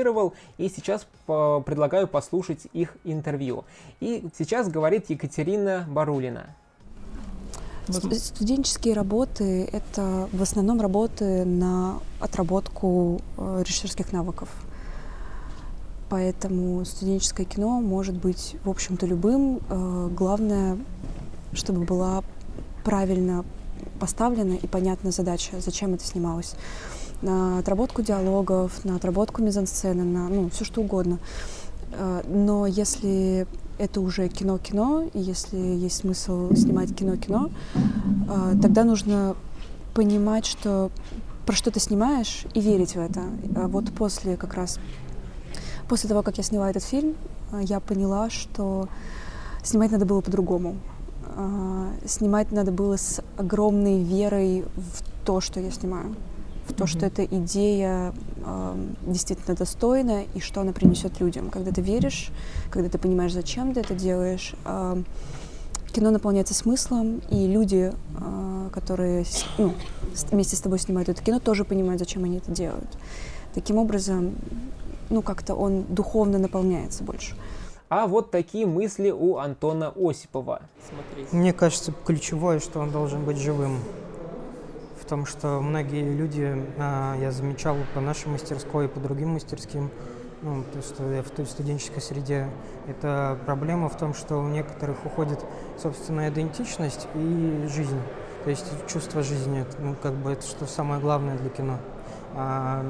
интервьюировал, и сейчас по предлагаю послушать их интервью. И сейчас говорит Екатерина Барулина. Студенческие работы — это в основном работы на отработку э, режиссерских навыков. Поэтому студенческое кино может быть, в общем-то, любым. Э, главное, чтобы была правильно поставлена и понятна задача, зачем это снималось. На отработку диалогов, на отработку мизансцены, на ну, все что угодно. Э, но если это уже кино-кино, и если есть смысл снимать кино-кино, э, тогда нужно понимать, что про что ты снимаешь, и верить в это. А вот после как раз, после того, как я сняла этот фильм, я поняла, что снимать надо было по-другому. Э, снимать надо было с огромной верой в то, что я снимаю. В то, mm-hmm. что эта идея э, действительно достойна и что она принесет людям. Когда ты веришь, когда ты понимаешь, зачем ты это делаешь, э, кино наполняется смыслом, и люди, э, которые ну, вместе с тобой снимают это кино, тоже понимают, зачем они это делают. Таким образом, ну как-то он духовно наполняется больше. А вот такие мысли у Антона Осипова. Смотрите. Мне кажется, ключевое, что он должен быть живым. В том, что многие люди, а, я замечал по нашей мастерской и по другим мастерским, ну, то, что я в той студенческой среде, это проблема в том, что у некоторых уходит собственная идентичность и жизнь, то есть чувство жизни, ну, как бы это что самое главное для кино. А,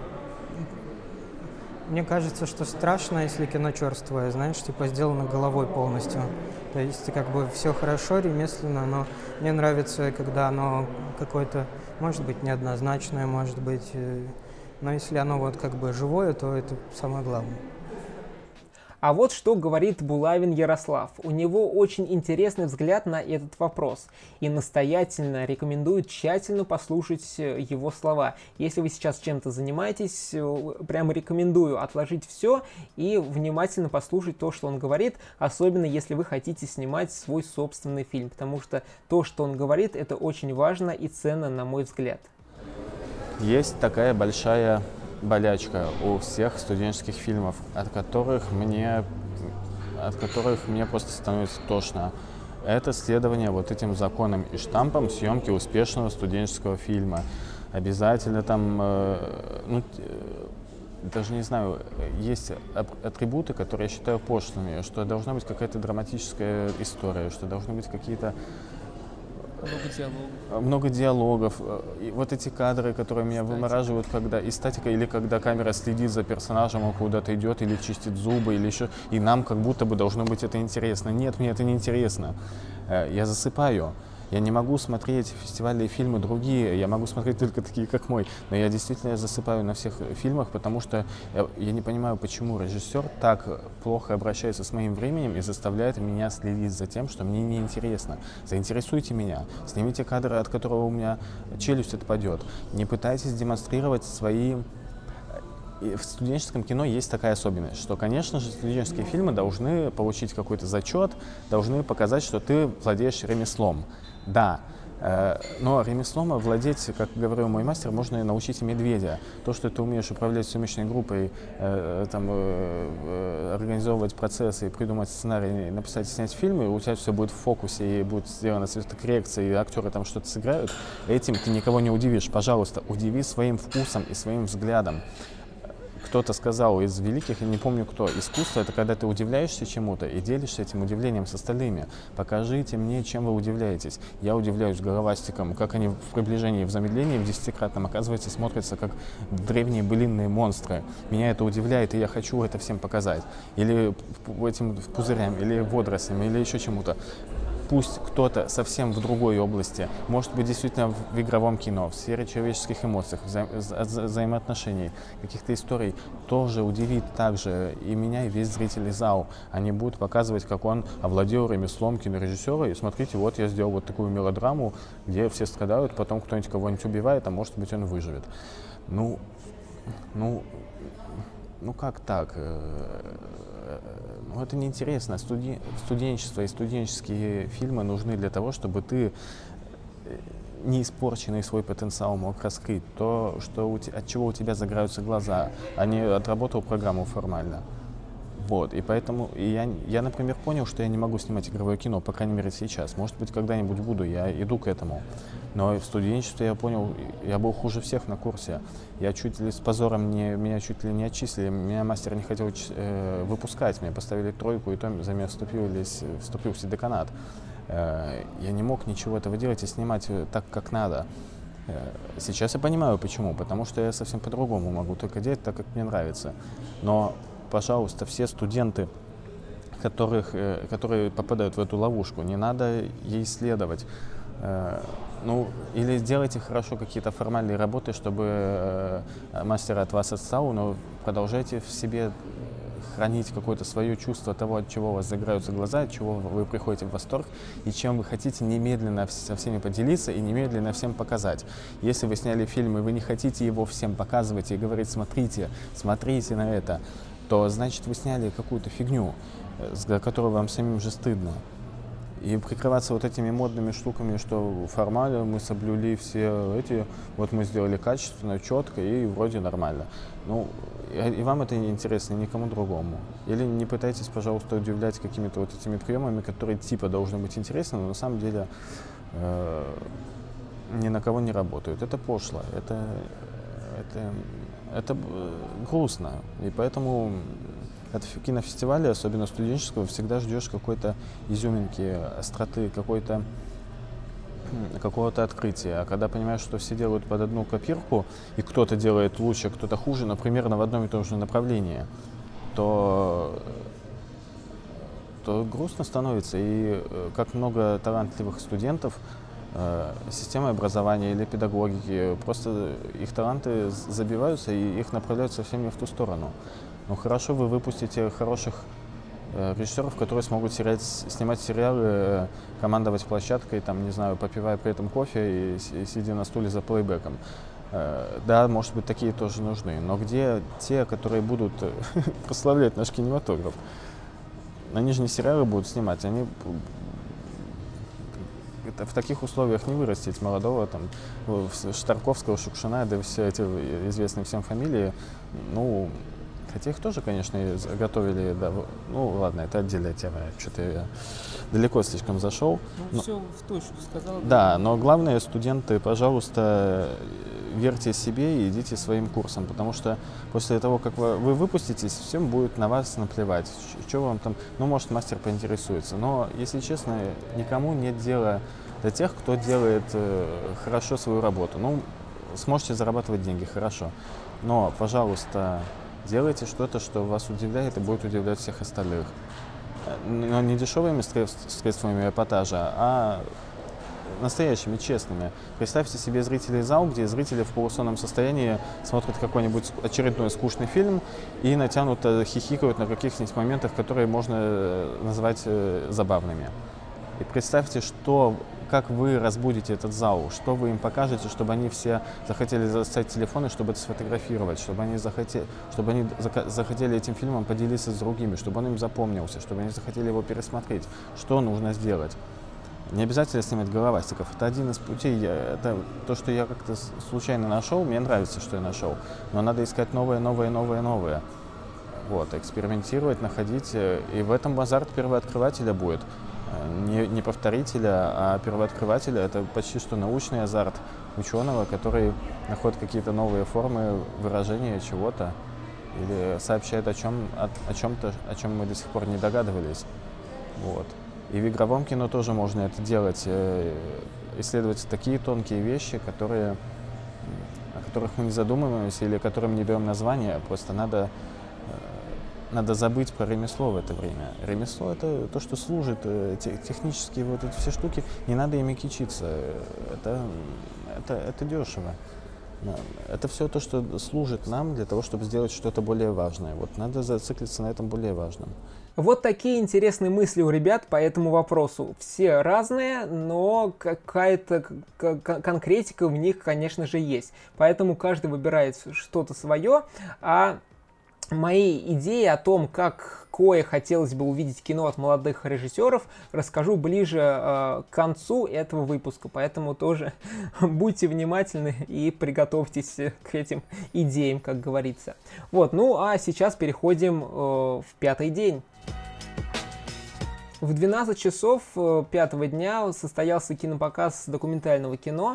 мне кажется, что страшно, если кино черствое, знаешь, типа сделано головой полностью. То есть как бы все хорошо, ремесленно, но мне нравится, когда оно какое-то, может быть, неоднозначное, может быть, но если оно вот как бы живое, то это самое главное. А вот что говорит Булавин Ярослав. У него очень интересный взгляд на этот вопрос. И настоятельно рекомендую тщательно послушать его слова. Если вы сейчас чем-то занимаетесь, прямо рекомендую отложить все и внимательно послушать то, что он говорит. Особенно если вы хотите снимать свой собственный фильм. Потому что то, что он говорит, это очень важно и ценно, на мой взгляд. Есть такая большая болячка у всех студенческих фильмов, от которых мне, от которых мне просто становится тошно. Это следование вот этим законам и штампам съемки успешного студенческого фильма. Обязательно там, э, ну, даже не знаю, есть атрибуты, которые я считаю пошлыми, что должна быть какая-то драматическая история, что должны быть какие-то Много диалогов. Много диалогов. И вот эти кадры, которые меня статика. вымораживают, когда и статика, или когда камера следит за персонажем, он куда-то идет, или чистит зубы, или еще. И нам как будто бы должно быть это интересно. Нет, мне это не интересно. Я засыпаю. Я не могу смотреть фестивальные фильмы другие, я могу смотреть только такие, как мой. Но я действительно засыпаю на всех фильмах, потому что я, я не понимаю, почему режиссер так плохо обращается с моим временем и заставляет меня следить за тем, что мне неинтересно. Заинтересуйте меня, снимите кадры, от которого у меня челюсть отпадет. Не пытайтесь демонстрировать свои... И в студенческом кино есть такая особенность, что, конечно же, студенческие фильмы должны получить какой-то зачет, должны показать, что ты владеешь ремеслом. Да, э, но ремеслом владеть, как говорил мой мастер, можно и научить и медведя. То, что ты умеешь управлять съемочной группой, э, там, э, организовывать процессы, придумать сценарий, написать, снять фильмы, у тебя все будет в фокусе, и будет сделана цветокоррекция, и актеры там что-то сыграют, этим ты никого не удивишь. Пожалуйста, удиви своим вкусом и своим взглядом. Кто-то сказал из великих, я не помню кто, искусство — это когда ты удивляешься чему-то и делишься этим удивлением с остальными. Покажите мне, чем вы удивляетесь. Я удивляюсь головастикам, как они в приближении, в замедлении, в десятикратном, оказывается, смотрятся как древние былинные монстры. Меня это удивляет, и я хочу это всем показать. Или этим пузырям, или водорослями, или еще чему-то. Пусть кто-то совсем в другой области, может быть, действительно в игровом кино, в сфере человеческих эмоций, вза вза взаимоотношений, каких-то историй, тоже удивит также и меня, и весь зрительный зал. Они будут показывать, как он овладел ремеслом кинорежиссера, и смотрите, вот я сделал вот такую мелодраму, где все страдают, потом кто-нибудь кого-нибудь убивает, а может быть, он выживет. Ну, ну, ну как так? Ну, это неинтересно. Студи... Студенчество и студенческие фильмы нужны для того, чтобы ты неиспорченный свой потенциал мог раскрыть, то, что у те, от чего у тебя загораются глаза, а не отработал программу формально. Вот, и поэтому и я, я, например, понял, что я не могу снимать игровое кино, по крайней мере, сейчас. Может быть, когда-нибудь буду, я иду к этому. Но в студенчестве я понял, я был хуже всех на курсе. Я чуть ли с позором, не, меня чуть ли не отчислили, меня мастер не хотел э, выпускать, меня поставили тройку, и то за меня вступились, вступился деканат. Э, я не мог ничего этого делать и снимать так, как надо. Э, сейчас я понимаю, почему. Потому что я совсем по-другому могу только делать так, как мне нравится. Но пожалуйста, все студенты, которых, э, которые попадают в эту ловушку, не надо ей следовать. Э, ну, или делайте хорошо какие-то формальные работы, чтобы э, мастер от вас отстал, но продолжайте в себе хранить какое-то свое чувство того, от чего у вас загораются глаза, от чего вы приходите в восторг, и чем вы хотите немедленно со всеми поделиться и немедленно всем показать. Если вы сняли фильм, и вы не хотите его всем показывать и говорить: смотрите, смотрите на это, то значит вы сняли какую-то фигню, за которую вам самим же стыдно. И прикрываться вот этими модными штуками, что формально мы соблюли все эти, вот мы сделали качественно, четко и вроде нормально. Ну, и вам это не интересно, никому другому. Или не пытайтесь, пожалуйста, удивлять какими-то вот этими приемами, которые типа должны быть интересны, но на самом деле э, ни на кого не работают. Это пошло, это, это, это грустно. И поэтому от кинофестиваля, особенно студенческого, всегда ждешь какой-то изюминки, остроты, какой-то какого-то открытия. А когда понимаешь, что все делают под одну копирку, и кто-то делает лучше, кто-то хуже, но примерно в одном и том же направлении, то, то грустно становится. И как много талантливых студентов, системы образования или педагогики, просто их таланты забиваются и их направляют совсем не в ту сторону. Ну хорошо, вы выпустите хороших э, режиссеров, которые смогут сериать, снимать сериалы, э, командовать площадкой, там, не знаю, попивая при этом кофе и, и сидя на стуле за плейбеком. Э, да, может быть, такие тоже нужны. Но где те, которые будут прославлять наш кинематограф? Они же не сериалы будут снимать, они в таких условиях не вырастить молодого, там, Штарковского, Шукшина, да все эти известные всем фамилии. Ну, хотя их тоже, конечно, готовили, да, ну ладно, это отдельная тема, что-то я далеко слишком зашел. Ну, но, все в точку сказал. Да, но главное, студенты, пожалуйста, верьте себе и идите своим курсом, потому что после того, как вы, вы выпуститесь, всем будет на вас наплевать, что вам там, ну, может, мастер поинтересуется, но, если честно, никому нет дела до тех, кто делает э, хорошо свою работу. Ну, сможете зарабатывать деньги, хорошо, но, пожалуйста, делайте что-то, что вас удивляет и будет удивлять всех остальных. Но не дешевыми средствами эпатажа, а настоящими, честными. Представьте себе зрителей зал, где зрители в полусонном состоянии смотрят какой-нибудь очередной скучный фильм и натянуто хихикают на каких-нибудь моментах, которые можно назвать забавными. И представьте, что, как вы разбудите этот зал, что вы им покажете, чтобы они все захотели достать телефоны, чтобы это сфотографировать, чтобы они захотели, чтобы они захотели этим фильмом поделиться с другими, чтобы он им запомнился, чтобы они захотели его пересмотреть. Что нужно сделать? Не обязательно снимать головастиков. Это один из путей. Это то, что я как-то случайно нашел. Мне нравится, что я нашел. Но надо искать новое, новое, новое, новое. Вот, экспериментировать, находить. И в этом азарт первооткрывателя будет. Не, не повторителя, а первооткрывателя. Это почти что научный азарт ученого, который находит какие-то новые формы выражения чего-то или сообщает о чем, о, о чем-то, о чем мы до сих пор не догадывались. Вот. И в игровом кино тоже можно это делать, исследовать такие тонкие вещи, которые, о которых мы не задумываемся или которым не даем название. Просто надо, надо забыть про ремесло в это время. Ремесло — это то, что служит, технические вот эти все штуки, не надо ими кичиться. Это, это, это дешево. Это все то, что служит нам для того, чтобы сделать что-то более важное. Вот надо зациклиться на этом более важном. Вот такие интересные мысли у ребят по этому вопросу. Все разные, но какая-то конкретика в них, конечно же, есть. Поэтому каждый выбирает что-то свое, а мои идеи о том, как кое хотелось бы увидеть кино от молодых режиссеров, расскажу ближе э, к концу этого выпуска, поэтому тоже будьте внимательны и приготовьтесь к этим идеям, как говорится. Вот, ну а сейчас переходим э, в пятый день. В двенадцать часов пятого дня состоялся кинопоказ документального кино,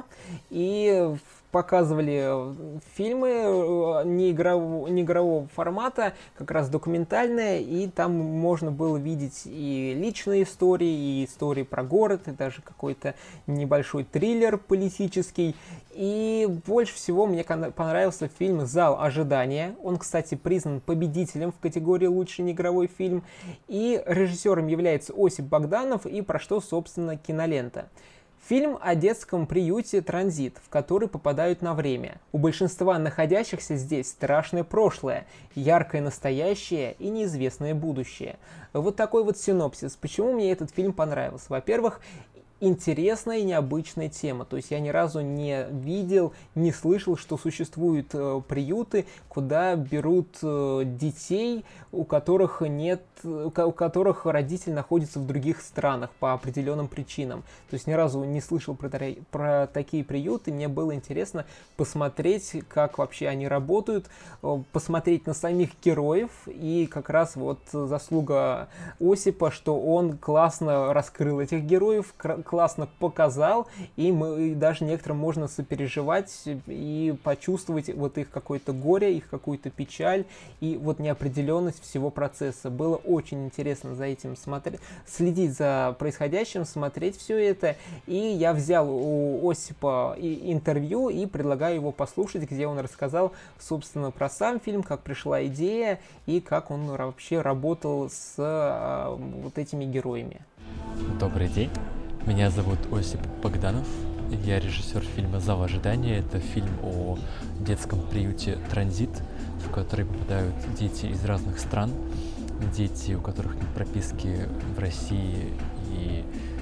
и показывали фильмы неигрового, неигрового формата, как раз документальные, и там можно было видеть и личные истории, и истории про город, и даже какой-то небольшой триллер политический. И больше всего мне понравился фильм «Зал ожидания». Он, кстати, признан победителем в категории «Лучший неигровой фильм». И режиссером является Осип Богданов, и про что, собственно, кинолента. Фильм о детском приюте «Транзит», в который попадают на время. У большинства находящихся здесь страшное прошлое, яркое настоящее и неизвестное будущее. Вот такой вот синопсис. Почему мне этот фильм понравился? Во-первых, интересная и необычная тема. То есть я ни разу не видел, не слышал, что существуют э, приюты, куда берут э, детей, у которых нет, у которых родители находятся в других странах по определенным причинам. То есть ни разу не слышал про, про такие приюты. Мне было интересно посмотреть, как вообще они работают, э, посмотреть на самих героев. И как раз вот заслуга Осипа, что он классно раскрыл этих героев, классно показал, и, мы, и даже некоторым можно сопереживать и почувствовать вот их какое-то горе, их какую-то печаль и вот неопределенность всего процесса. Было очень интересно за этим смотреть, следить за происходящим, смотреть все это, и я взял у Осипа интервью и предлагаю его послушать, где он рассказал, собственно, про сам фильм, как пришла идея и как он вообще работал с а, вот этими героями. Добрый день. Меня зовут Осип Богданов, я режиссер фильма «Зал ожидания». Это фильм о детском приюте «Транзит», в который попадают дети из разных стран, дети, у которых нет прописки в России, и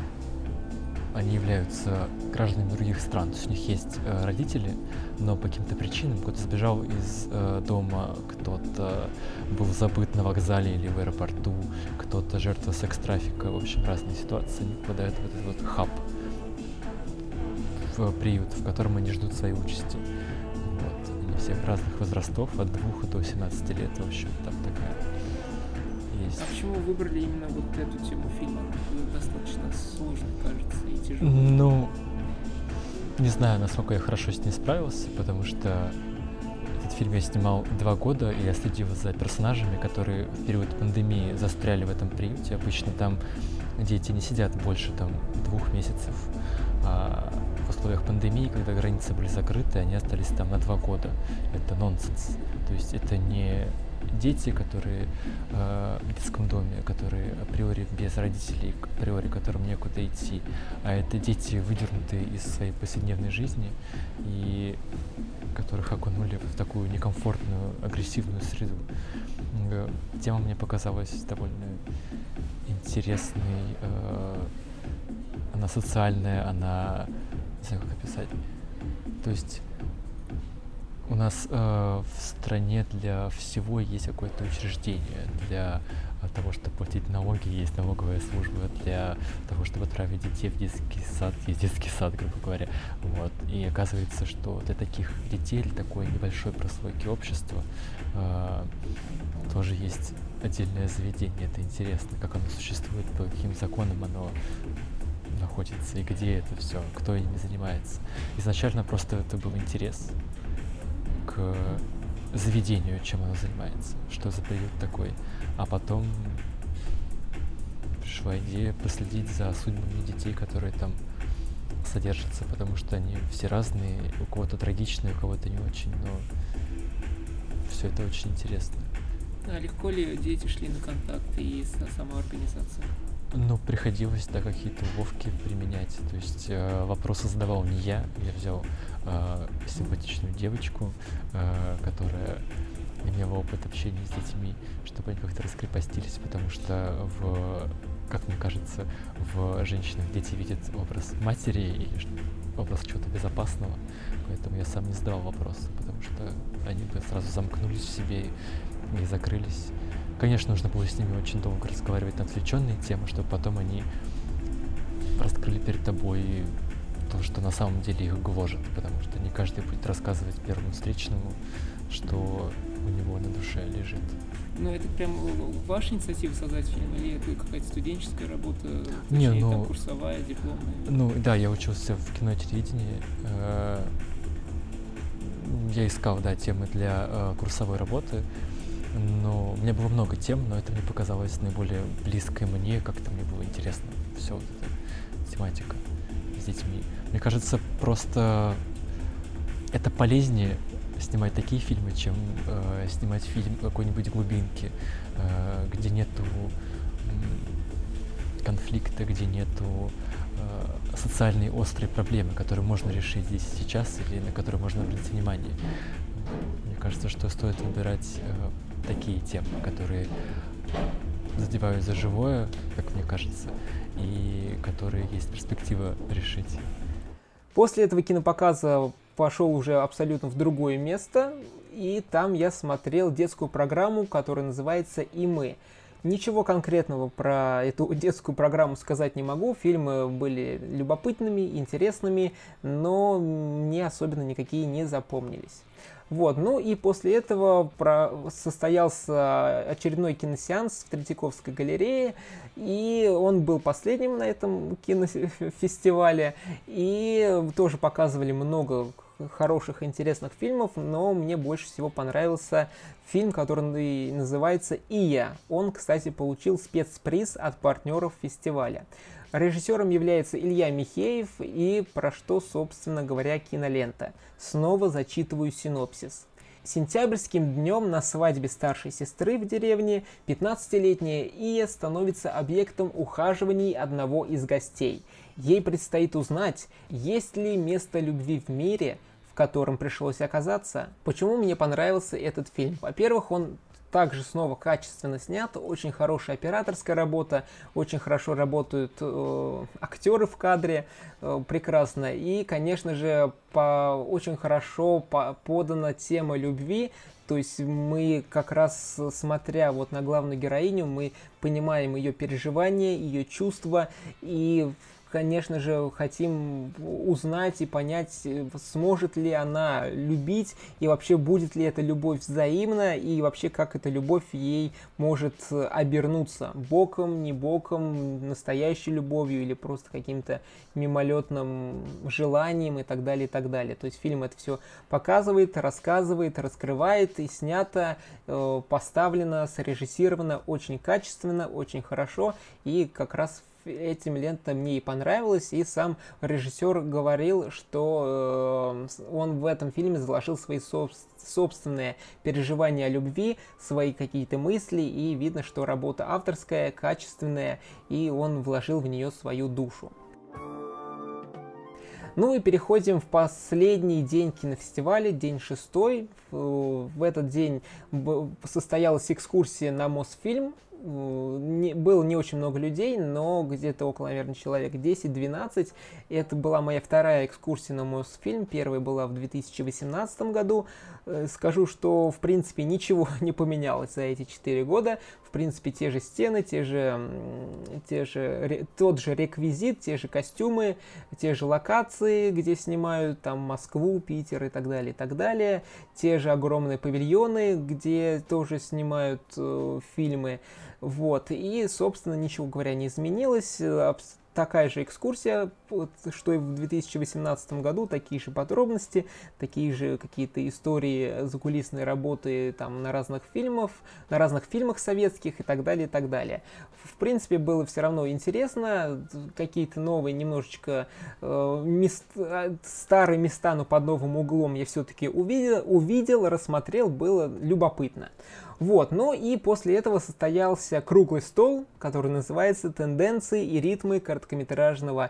они являются гражданами других стран. То есть у них есть э, родители, но по каким-то причинам кто-то сбежал из э, дома, кто-то был забыт на вокзале или в аэропорту, кто-то жертва секс-трафика. В общем, разные ситуации. Они попадают в этот вот хаб, в приют, в котором они ждут своей участи. Вот. Они всех разных возрастов, от двух до семнадцати лет. В общем, там такая есть. А почему вы выбрали именно вот эту тему фильма? Достаточно сложно, кажется, и тяжело. Ну, не знаю, насколько я хорошо с ней справился, потому что этот фильм я снимал два года, и я следил за персонажами, которые в период пандемии застряли в этом приюте. Обычно там дети не сидят больше там двух месяцев. А в условиях пандемии, когда границы были закрыты, они остались там на два года. Это нонсенс. То есть это не дети, которые э, в детском доме, которые априори без родителей, априори которым некуда идти, а это дети, выдернутые из своей повседневной жизни и которых окунули в такую некомфортную, агрессивную среду. Тема мне показалась довольно интересной, э, она социальная, она, не знаю, как описать. То есть у нас э, в стране для всего есть какое-то учреждение. Для того, чтобы платить налоги, есть налоговая служба. Для того, чтобы отправить детей в детский сад, есть детский сад, грубо говоря. Вот. И оказывается, что для таких детей, для такой небольшой прослойки общества э, тоже есть отдельное заведение. Это интересно, как оно существует, по каким законам оно находится и где это все, кто ими занимается. Изначально просто это был интерес к заведению, чем оно занимается, что за приют такой. А потом пришла идея проследить за судьбами детей, которые там содержатся, потому что они все разные, у кого-то трагичные, у кого-то не очень, но все это очень интересно. А легко ли дети шли на контакты и со самоорганизацией? Ну, приходилось, да, какие-то уловки применять. То есть э, вопросы задавал не я, я взял э, симпатичную девочку, э, которая имела опыт общения с детьми, чтобы они как-то раскрепостились, потому что, в, как мне кажется, в женщинах дети видят образ матери и образ чего-то безопасного, поэтому я сам не задавал вопросы, потому что они бы сразу замкнулись в себе и закрылись. Конечно, нужно было с ними очень долго разговаривать на отвлеченные темы, чтобы потом они раскрыли перед тобой то, что на самом деле их гложет, потому что не каждый будет рассказывать первому встречному, что у него на душе лежит. Но это прям ваша инициатива создать фильм, или это какая-то студенческая работа, не, точнее, ну, там, курсовая, дипломная? Ну да, я учился в кино и телевидении. Я искал, да, темы для э, курсовой работы, но у меня было много тем, но это мне показалось наиболее близкой мне, как-то мне было интересно все вот эта тематика с детьми. Мне кажется, просто это полезнее снимать такие фильмы, чем э, снимать фильм какой-нибудь глубинки, э, где нету э, конфликта, где нету э, социальной острой проблемы, которую можно решить здесь и сейчас, или на которую можно обратить внимание. Мне кажется, что стоит выбирать э, такие темы, которые задевают за живое, как мне кажется, и которые есть перспектива решить. После этого кинопоказа пошел уже абсолютно в другое место, и там я смотрел детскую программу, которая называется «И мы». Ничего конкретного про эту детскую программу сказать не могу. Фильмы были любопытными, интересными, но мне особенно никакие не запомнились. Вот, ну и после этого про... состоялся очередной киносеанс в Третьяковской галерее, и он был последним на этом кинофестивале, и тоже показывали много хороших, интересных фильмов, но мне больше всего понравился фильм, который называется «Ия». Он, кстати, получил спецприз от партнеров фестиваля. Режиссером является Илья Михеев, и про что, собственно говоря, кинолента. Снова зачитываю синопсис. Сентябрьским днем на свадьбе старшей сестры в деревне пятнадцатилетняя Ия становится объектом ухаживаний одного из гостей. Ей предстоит узнать, есть ли место любви в мире, в котором пришлось оказаться. Почему мне понравился этот фильм? Во-первых, он также снова качественно снят, очень хорошая операторская работа, очень хорошо работают э, актеры в кадре, э, прекрасно. И, конечно же, по, очень хорошо по, подана тема любви. То есть мы как раз, смотря вот на главную героиню, мы понимаем ее переживания, ее чувства, и конечно же, хотим узнать и понять, сможет ли она любить, и вообще будет ли эта любовь взаимна, и вообще как эта любовь ей может обернуться. Боком, не боком, настоящей любовью или просто каким-то мимолетным желанием и так далее, и так далее. То есть фильм это все показывает, рассказывает, раскрывает, и снято, поставлено, срежиссировано очень качественно, очень хорошо, и как раз этим лента мне и понравилась, и сам режиссер говорил, что э, он в этом фильме заложил свои соб- собственные переживания о любви, свои какие-то мысли, и видно, что работа авторская, качественная, и он вложил в нее свою душу. Ну и переходим в последний день кинофестиваля, день шестой. В этот день состоялась экскурсия на Мосфильм. Не, было не очень много людей, но где-то около, наверное, человек десять-двенадцать. Это была моя вторая экскурсия на Мосфильм. Первая была в две тысячи восемнадцатом году. Скажу, что, в принципе, ничего не поменялось за эти четыре года. В принципе, те же стены, те же, те же, тот же реквизит, те же костюмы, те же локации, где снимают там Москву, Питер и так далее, и так далее. Те же огромные павильоны, где тоже снимают э, фильмы. Вот, и, собственно, ничего говоря не изменилось. Такая же экскурсия, что и в две тысячи восемнадцатом году, такие же подробности, такие же какие-то истории закулисной работы там на разных фильмах, на разных фильмах советских и так далее, и так далее. В принципе, было все равно интересно, какие-то новые немножечко э, мест, старые места, но под новым углом я все-таки увидел, увидел, рассмотрел, было любопытно. Вот, ну и после этого состоялся круглый стол, который называется «Тенденции и ритмы короткометражного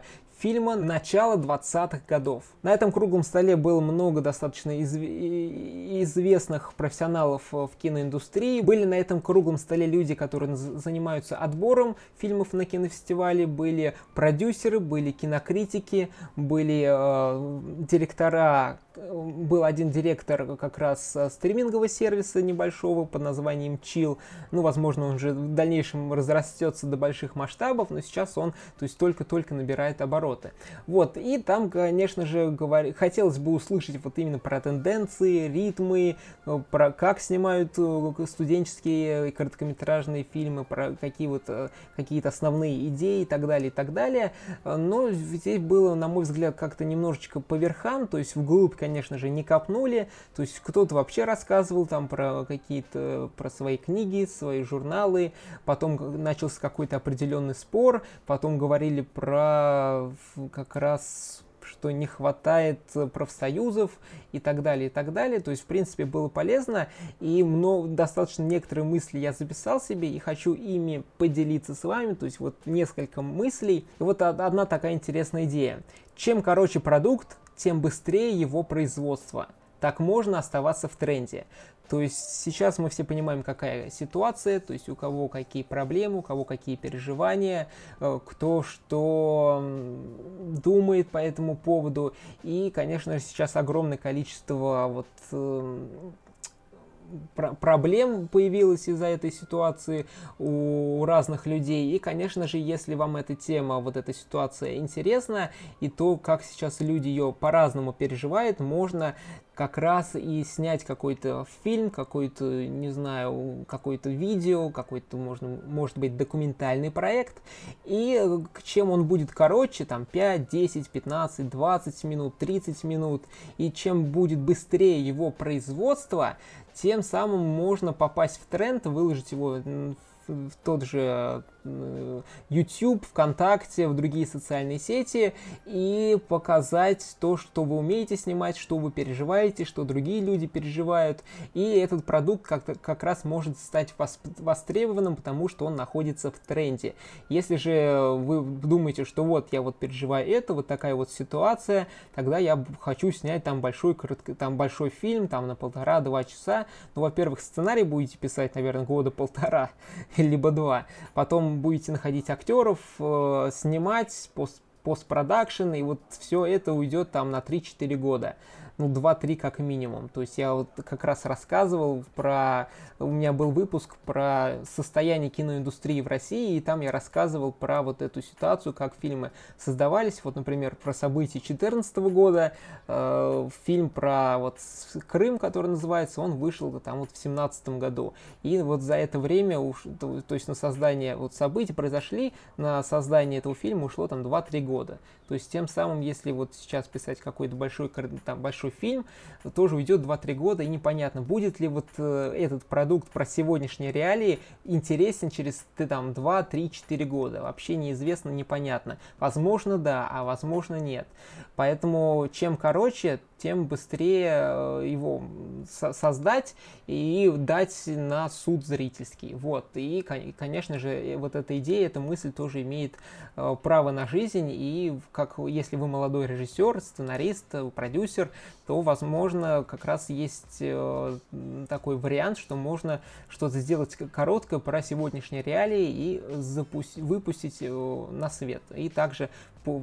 фильма начала двадцатых годов. На этом круглом столе было много достаточно изв... известных профессионалов в киноиндустрии. Были на этом круглом столе люди, которые занимаются отбором фильмов на кинофестивале, были продюсеры, были кинокритики, были э, директора. Был один директор как раз стримингового сервиса небольшого под названием Chill. Ну, возможно, он же в дальнейшем разрастется до больших масштабов, но сейчас он, то есть, только-только набирает обороты. Вот, и там, конечно же, говор... хотелось бы услышать вот именно про тенденции, ритмы, про как снимают студенческие короткометражные фильмы, про какие вот какие-то основные идеи и так далее, и так далее. Но здесь было, на мой взгляд, как-то немножечко по верхам, то есть вглубь, конечно же, не копнули, то есть кто-то вообще рассказывал там про какие-то, про свои книги, свои журналы, потом начался какой-то определенный спор, потом говорили про как раз, что не хватает профсоюзов и так далее, и так далее. То есть, в принципе, было полезно, и много, достаточно некоторые мысли я записал себе, и хочу ими поделиться с вами, то есть, вот несколько мыслей. И вот одна такая интересная идея. Чем короче продукт, тем быстрее его производство. Так можно оставаться в тренде. То есть сейчас мы все понимаем, какая ситуация, то есть у кого какие проблемы, у кого какие переживания, кто что думает по этому поводу. И, конечно же, сейчас огромное количество вот проблем появилось из-за этой ситуации у разных людей. И, конечно же, если вам эта тема, вот эта ситуация интересна, и то, как сейчас люди ее по-разному переживают, можно как раз и снять какой-то фильм, какой-то, не знаю, какое-то видео, какой-то, можно, может быть, документальный проект. И чем он будет короче, там пять, десять, пятнадцать, двадцать минут, тридцать минут, и чем будет быстрее его производство, тем самым можно попасть в тренд, выложить его в тот же YouTube, ВКонтакте, в другие социальные сети и показать то, что вы умеете снимать, что вы переживаете, что другие люди переживают. И этот продукт как, как раз может стать востребованным, потому что он находится в тренде. Если же вы думаете, что вот я вот переживаю это, вот такая вот ситуация, тогда я хочу снять там большой, там большой фильм, там на полтора-два часа. Ну, во-первых, сценарий будете писать, наверное, года полтора, либо два. Потом будете находить актеров, э, снимать, пост, постпродакшн, и вот все это уйдет там на три-четыре года. Ну, два-три как минимум. То есть я вот как раз рассказывал про... У меня был выпуск про состояние киноиндустрии в России, и там я рассказывал про вот эту ситуацию, как фильмы создавались. Вот, например, про события две тысячи четырнадцатого года. Э, фильм про вот Крым, который называется, он вышел там вот в семнадцатом году. И вот за это время, уж, то, то есть на создание вот событий произошли, на создание этого фильма ушло там два-три года. То есть тем самым, если вот сейчас писать какой-то большой, там, большой фильм, тоже уйдет два-три года, и непонятно, будет ли вот э, этот продукт про сегодняшние реалии интересен через там два-три-четыре года. Вообще неизвестно, непонятно. Возможно, да, а возможно, нет. Поэтому чем короче, тем быстрее э, его со- создать и дать на суд зрительский. Вот. И, конечно же, вот эта идея, эта мысль тоже имеет э, право на жизнь. И как если вы молодой режиссер, сценарист, продюсер, то, возможно, как раз есть э, такой вариант, что можно что-то сделать короткое про сегодняшние реалии и запусти- выпустить э, на свет. И также по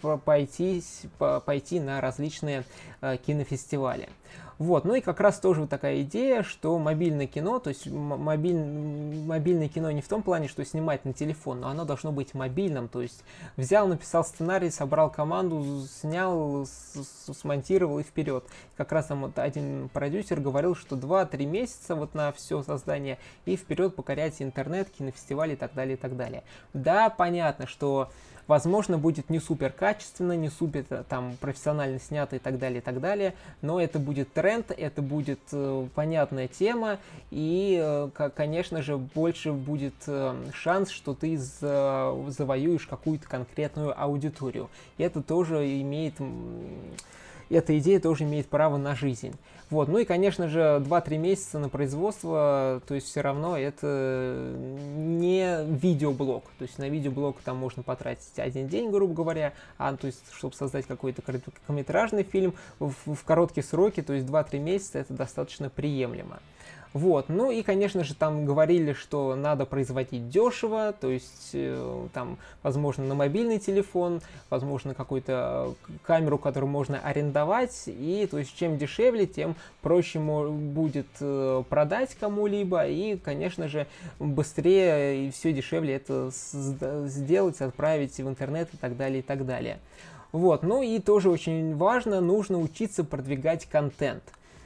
Пойти, пойти на различные э, кинофестивали. Вот, ну и как раз тоже вот такая идея, что мобильное кино, то есть мобиль, мобильное кино не в том плане, что снимать на телефон, но оно должно быть мобильным, то есть взял, написал сценарий, собрал команду, снял, смонтировал и вперед. Как раз там вот один продюсер говорил, что два-три месяца вот на все создание и вперед покорять интернет, кинофестивали и так далее, и так далее. Да, понятно, что возможно будет не супер качественно, не супер там профессионально снято и так далее, и так далее, но это будет тренд, это будет э, понятная тема, и, э, конечно же, больше будет э, шанс, что ты за, завоюешь какую-то конкретную аудиторию. И это тоже имеет эта идея тоже имеет право на жизнь. Вот. Ну и, конечно же, два-три месяца на производство, то есть все равно это не видеоблог. То есть на видеоблог там можно потратить один день, грубо говоря, а то есть, чтобы создать какой-то короткометражный фильм в, в короткие сроки, то есть два-три месяца, это достаточно приемлемо. Вот, ну и, конечно же, там говорили, что надо производить дешево, то есть э, там, возможно, на мобильный телефон, возможно, какую-то камеру, которую можно арендовать, и, то есть, чем дешевле, тем проще будет э, продать кому-либо, и, конечно же, быстрее и все дешевле это сделать, отправить в интернет и так далее, и так далее. Вот, ну и тоже очень важно, нужно учиться продвигать контент.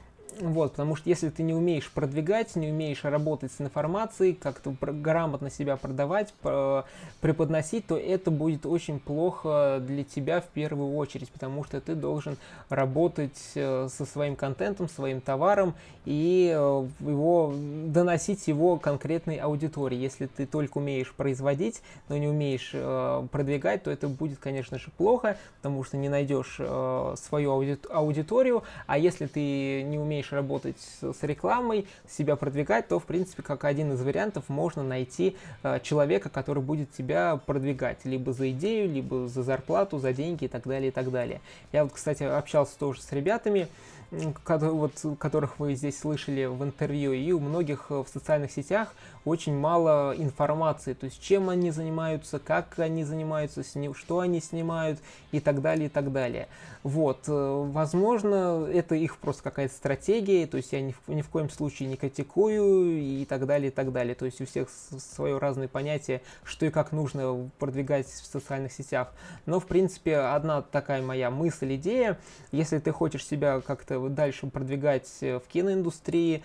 Вот, потому что если ты не умеешь продвигать, не умеешь работать с информацией, как-то грамотно себя продавать, преподносить, то это будет очень плохо для тебя в первую очередь, потому что ты должен работать со своим контентом, своим товаром и его, доносить его конкретной аудитории. Если ты только умеешь производить, но не умеешь продвигать, то это будет, конечно же, плохо, потому что не найдешь свою аудиторию, а если ты не умеешь работать с рекламой, себя продвигать, то, в принципе, как один из вариантов, можно найти э, человека, который будет тебя продвигать, либо за идею, либо за зарплату, за деньги и так далее, и так далее. Я вот, кстати, общался тоже с ребятами, вот, которых вы здесь слышали в интервью, и у многих в социальных сетях очень мало информации, то есть чем они занимаются, как они занимаются, что они снимают и так далее, и так далее. Вот, возможно, это их просто какая-то стратегия, то есть я ни в, ни в коем случае не критикую и так далее, и так далее. То есть у всех свое разное понятие, что и как нужно продвигать в социальных сетях. Но, в принципе, одна такая моя мысль, идея, если ты хочешь себя как-то дальше продвигать в киноиндустрии,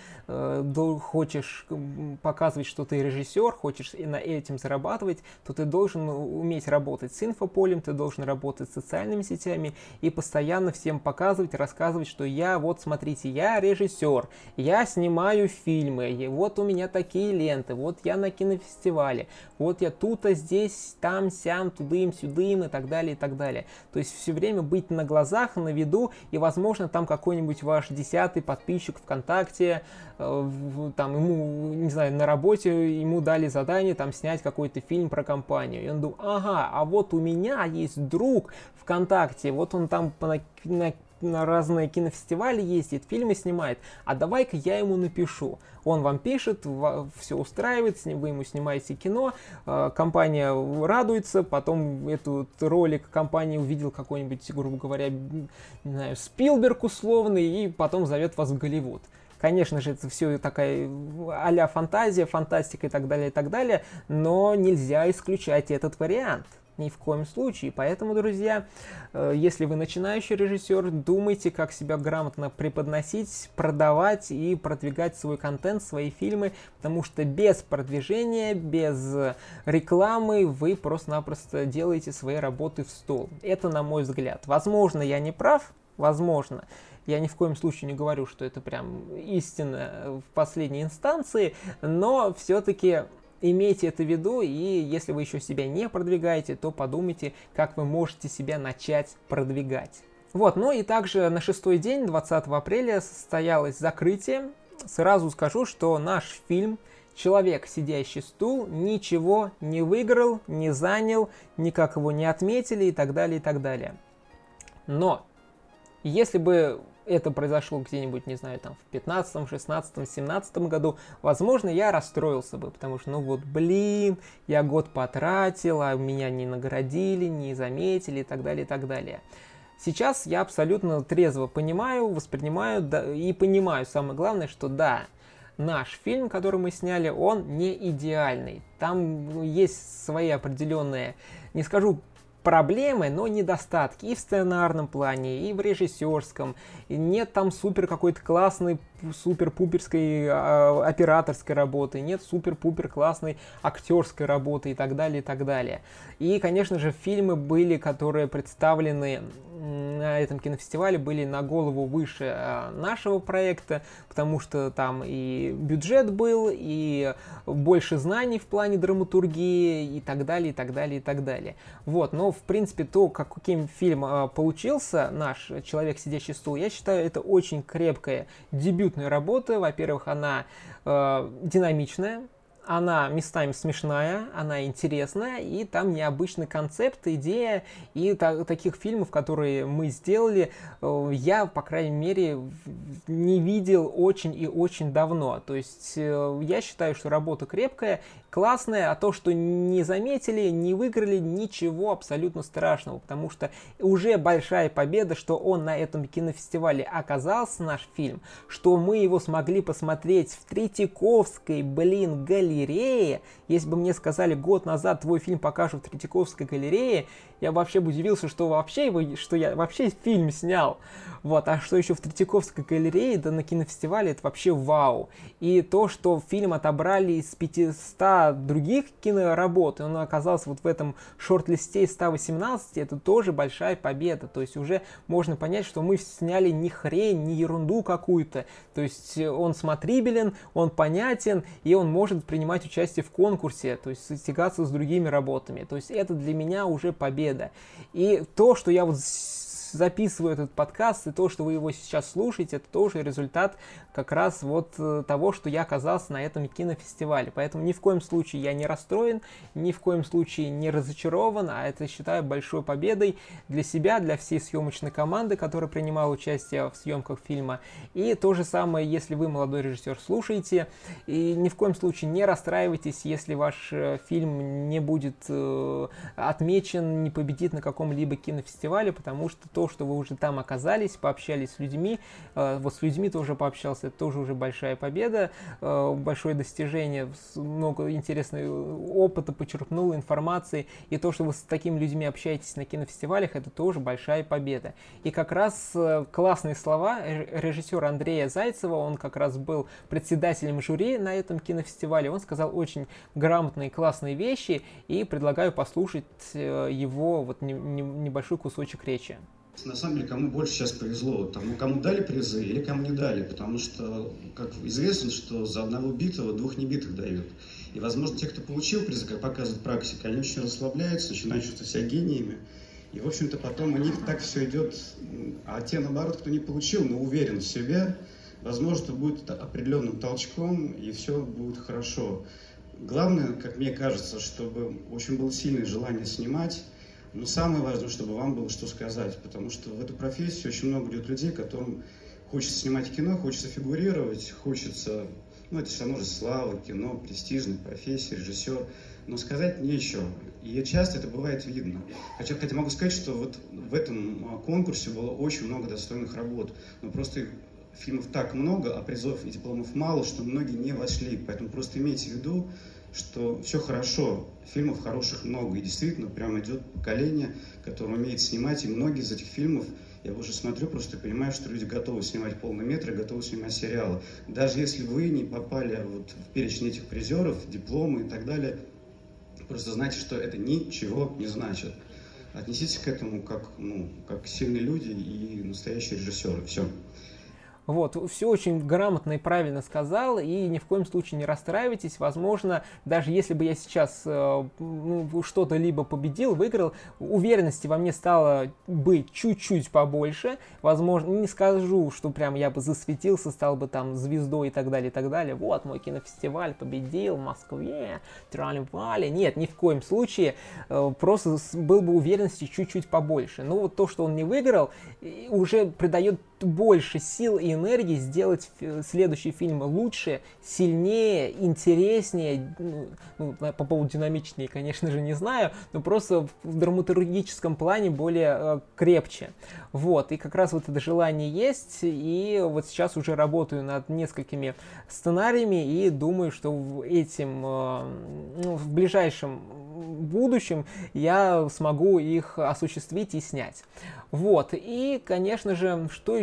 э, хочешь показывать, что ты режиссер, хочешь на этим зарабатывать, то ты должен уметь работать с инфополем, ты должен работать с социальными сетями и постоянно всем показывать, рассказывать, что я, вот смотрите, я режиссер, я снимаю фильмы, и вот у меня такие ленты, вот я на кинофестивале, вот я тут-то, здесь, там, сям, тудым, сюдым и так далее, и так далее. То есть все время быть на глазах, на виду, и, возможно, там какой-нибудь ваш десятый подписчик ВКонтакте, э, там ему, не знаю, на работе ему дали задание там снять какой-то фильм про компанию. И он думал, ага, а вот у меня есть друг ВКонтакте, вот он там на, на, на разные кинофестивали ездит, фильмы снимает, а давай-ка я ему напишу. Он вам пишет, все устраивает, вы ему снимаете кино, компания радуется, потом этот ролик компании увидел какой-нибудь, грубо говоря, не знаю, Спилберг условный, и потом зовет вас в Голливуд. Конечно же, это все такая а-ля фантазия, фантастика и так далее, и так далее, но нельзя исключать этот вариант. Ни в коем случае. Поэтому, друзья, если вы начинающий режиссер, думайте, как себя грамотно преподносить, продавать и продвигать свой контент, свои фильмы, потому что без продвижения, без рекламы вы просто-напросто делаете свои работы в стол. Это на мой взгляд. Возможно, я не прав, возможно. Я ни в коем случае не говорю, что это прям истина в последней инстанции, но все-таки имейте это в виду, и если вы еще себя не продвигаете, то подумайте, как вы можете себя начать продвигать. Вот, ну и также на шестой день, двадцатого апреля, состоялось закрытие. Сразу скажу, что наш фильм «Человек, сидящий стул» ничего не выиграл, не занял, никак его не отметили и так далее, и так далее. Но если бы это произошло где-нибудь, не знаю, там в пятнадцатом, шестнадцатом, семнадцатом году, возможно, я расстроился бы, потому что, ну вот, блин, я год потратил, а меня не наградили, не заметили и так далее, и так далее. Сейчас я абсолютно трезво понимаю, воспринимаю да, и понимаю, самое главное, что да, наш фильм, который мы сняли, он не идеальный. Там есть свои определенные, не скажу, проблемы, но недостатки и в сценарном плане, и в режиссерском. И нет там супер какой-то классной, супер-пуперской э, операторской работы, нет супер-пупер классной актерской работы и так далее, и так далее. И, конечно же, фильмы были, которые представлены на этом кинофестивале были на голову выше нашего проекта, потому что там и бюджет был, и больше знаний в плане драматургии, и так далее, и так далее, и так далее. Вот, но, в принципе, то, каким фильм получился, наш «Человек, сидящий стул», я считаю, это очень крепкая дебютная работа. Во-первых, она э, динамичная, она местами смешная, она интересная, и там необычный концепт, идея, и та, таких фильмов, которые мы сделали, э, я, по крайней мере, не видел очень и очень давно. То есть э, я считаю, что работа крепкая, классная, а то, что не заметили, не выиграли, ничего абсолютно страшного, потому что уже большая победа, что он на этом кинофестивале оказался, наш фильм, что мы его смогли посмотреть в Третьяковской, блин, галерее. Если бы мне сказали год назад, твой фильм покажут в Третьяковской галерее, я бы вообще бы удивился, что вообще его, что я вообще фильм снял. Вот, а что еще в Третьяковской галерее, да на кинофестивале, это вообще вау. И то, что фильм отобрали из пятисот других киноработ, и он оказался вот в этом шорт-листе из ста восемнадцати, это тоже большая победа. То есть уже можно понять, что мы сняли не хрень, не ерунду какую-то. То есть он смотрибелен, он понятен, и он может принимать участие в конкурсе, то есть тягаться с другими работами. То есть это для меня уже победа. И то, что я вот записываю этот подкаст, и то, что вы его сейчас слушаете, это тоже результат как раз вот того, что я оказался на этом кинофестивале. Поэтому ни в коем случае я не расстроен, ни в коем случае не разочарован, а это считаю большой победой для себя, для всей съемочной команды, которая принимала участие в съемках фильма. И то же самое, если вы, молодой режиссер, слушаете, и ни в коем случае не расстраивайтесь, если ваш фильм не будет э, отмечен, не победит на каком-либо кинофестивале, потому что то, что вы уже там оказались, пообщались с людьми, э, вот с людьми тоже пообщался, это тоже уже большая победа, э, большое достижение, много интересного опыта почерпнул, информации, и то, что вы с такими людьми общаетесь на кинофестивалях, это тоже большая победа. И как раз э, классные слова режиссера Андрея Зайцева, он как раз был председателем жюри на этом кинофестивале, он сказал очень грамотные, классные вещи, и предлагаю послушать э, его вот не, не, небольшой кусочек речи. На самом деле, кому больше сейчас повезло, тому, кому дали призы или кому не дали, потому что, как известно, что за одного битого двух небитых дают. И, возможно, те, кто получил призы, как показывает практика, они очень расслабляются, начинают чувствовать себя гениями. И, в общем-то, потом у них так все идет. А те, наоборот, кто не получил, но уверен в себе, возможно, это будет определенным толчком, и все будет хорошо. Главное, как мне кажется, чтобы очень было сильное желание снимать. Но самое важное, чтобы вам было что сказать, потому что в эту профессию очень много идет людей, которым хочется снимать кино, хочется фигурировать, хочется, ну это все равно же слава, кино, престижная профессия, режиссер, но сказать нечего. И часто это бывает видно. Хотя, хотя могу сказать, что вот в этом конкурсе было очень много достойных работ, но просто фильмов так много, а призов и дипломов мало, что многие не вошли. Поэтому просто имейте в виду, что все хорошо, фильмов хороших много, и действительно прям идет поколение, которое умеет снимать, и многие из этих фильмов, я уже смотрю, просто понимаю, что люди готовы снимать полные метры, готовы снимать сериалы. Даже если вы не попали вот в перечень этих призеров, дипломы и так далее, просто знайте, что это ничего не значит. Отнеситесь к этому как, ну, как сильные люди и настоящие режиссеры. Все. Вот, все очень грамотно и правильно сказал, и ни в коем случае не расстраивайтесь. Возможно, даже если бы я сейчас э, ну, что-то либо победил, выиграл, уверенности во мне стало бы чуть-чуть побольше. Возможно, не скажу, что прям я бы засветился, стал бы там звездой и так далее, и так далее. Вот, мой кинофестиваль победил в Москве, трали-вали. Нет, ни в коем случае. Э, просто был бы уверенности чуть-чуть побольше. Но вот то, что он не выиграл, уже придает больше сил и энергии сделать следующий фильм лучше, сильнее, интереснее, ну, по поводу динамичнее, конечно же, не знаю, но просто в драматургическом плане более э, крепче. Вот, и как раз вот это желание есть, и вот сейчас уже работаю над несколькими сценариями, и думаю, что этим, э, ну, в ближайшем будущем я смогу их осуществить и снять. Вот, и, конечно же, что еще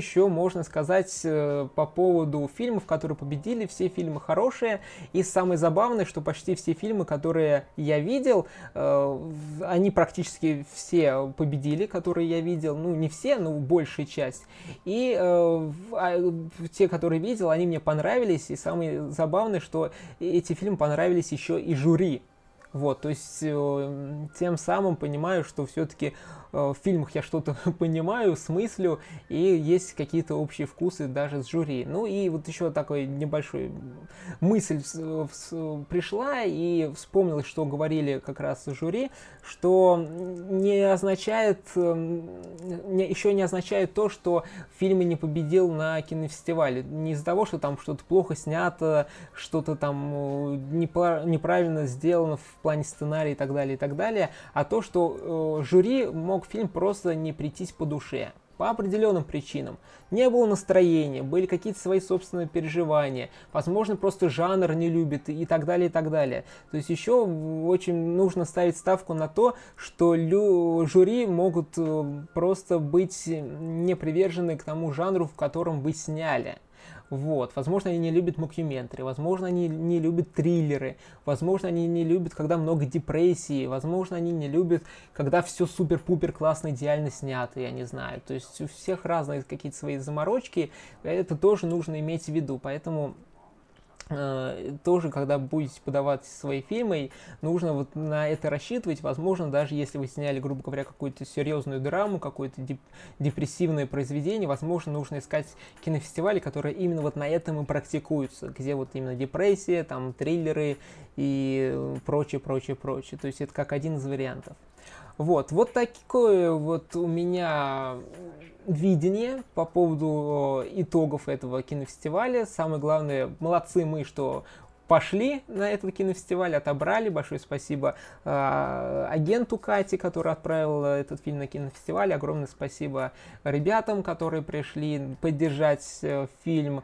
еще можно сказать э, по поводу фильмов, которые победили? Все фильмы хорошие. И самое забавное, что почти все фильмы, которые я видел, э, они практически все победили, которые я видел. Ну, не все, но большая часть. И э, а, те, которые видел, они мне понравились. И самое забавное, что эти фильмы понравились еще и жюри. Вот, то есть э, тем самым понимаю, что все-таки э, в фильмах я что-то понимаю, смыслю, и есть какие-то общие вкусы даже с жюри. Ну и вот еще такой небольшой мысль в, в, пришла, и вспомнилось, что говорили как раз жюри, что не означает, э, не, еще не означает то, что фильм не победил на кинофестивале. Не из-за того, что там что-то плохо снято, что-то там э, неправильно сделано в в плане сценария и так далее, и так далее, а то, что э, жюри мог фильм просто не прийтись по душе. По определенным причинам. Не было настроения, были какие-то свои собственные переживания, возможно, просто жанр не любит и так далее, и так далее. То есть еще очень нужно ставить ставку на то, что лю- жюри могут э, просто быть не привержены к тому жанру, в котором вы сняли. Вот. Возможно, они не любят мокюментари, возможно, они не любят триллеры, возможно, они не любят, когда много депрессии, возможно, они не любят, когда все супер-пупер классно, идеально снято, я не знаю. То есть у всех разные какие-то свои заморочки, это тоже нужно иметь в виду, поэтому... тоже, когда будете подавать свои фильмы, нужно вот на это рассчитывать. Возможно, даже если вы сняли, грубо говоря, какую-то серьезную драму, какое-то деп- депрессивное произведение, возможно, нужно искать кинофестивали, которые именно вот на этом и практикуются, где вот именно депрессия, там триллеры и прочее, прочее, прочее. То есть это как один из вариантов. Вот, вот такое вот у меня видение по поводу итогов этого кинофестиваля. Самое главное, молодцы мы, что пошли на этот кинофестиваль, отобрали. Большое спасибо э, агенту Кате, которая отправила этот фильм на кинофестиваль. Огромное спасибо ребятам, которые пришли поддержать э, фильм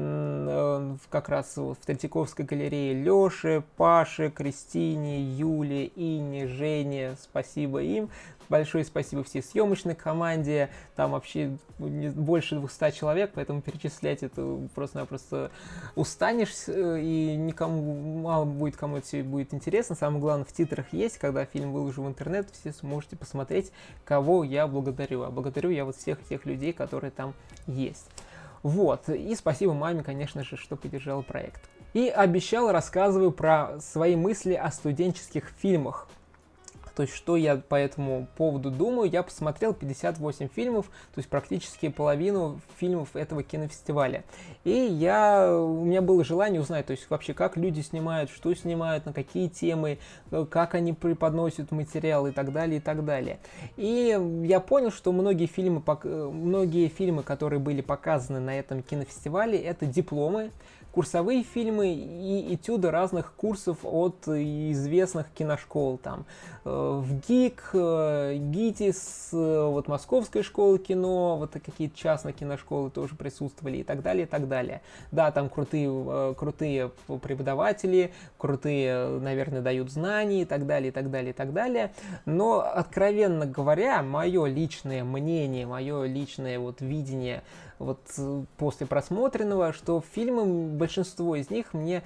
э, как раз в Третьяковской галерее. Леше, Паше, Кристине, Юле, Ине, Жене. Спасибо им. Большое спасибо всей съемочной команде. Там вообще больше двухсот человек, поэтому перечислять это просто-напросто устанешь, и никому мало будет, кому это все будет интересно. Самое главное, в титрах есть, когда фильм выложу в интернет, все сможете посмотреть, кого я благодарю. А благодарю я вот всех тех людей, которые там есть. Вот. И спасибо маме, конечно же, что поддержала проект. И обещал, рассказываю про свои мысли о студенческих фильмах. То есть, что я по этому поводу думаю, я посмотрел пятьдесят восемь фильмов, то есть практически половину фильмов этого кинофестиваля. И я, у меня было желание узнать, то есть вообще, как люди снимают, что снимают, на какие темы, как они преподносят материал и так далее, и так далее. И я понял, что многие фильмы, многие фильмы, которые были показаны на этом кинофестивале, это дипломы, курсовые фильмы и этюды разных курсов от известных киношкол. Там в ГИК, ГИТИС, вот Московская школа кино, вот какие-то частные киношколы тоже присутствовали и так далее, и так далее. Да, там крутые, крутые преподаватели, крутые, наверное, дают знания и так далее, и так далее, и так далее. Но, откровенно говоря, мое личное мнение, мое личное вот видение вот после просмотренного, что фильмы, большинство из них мне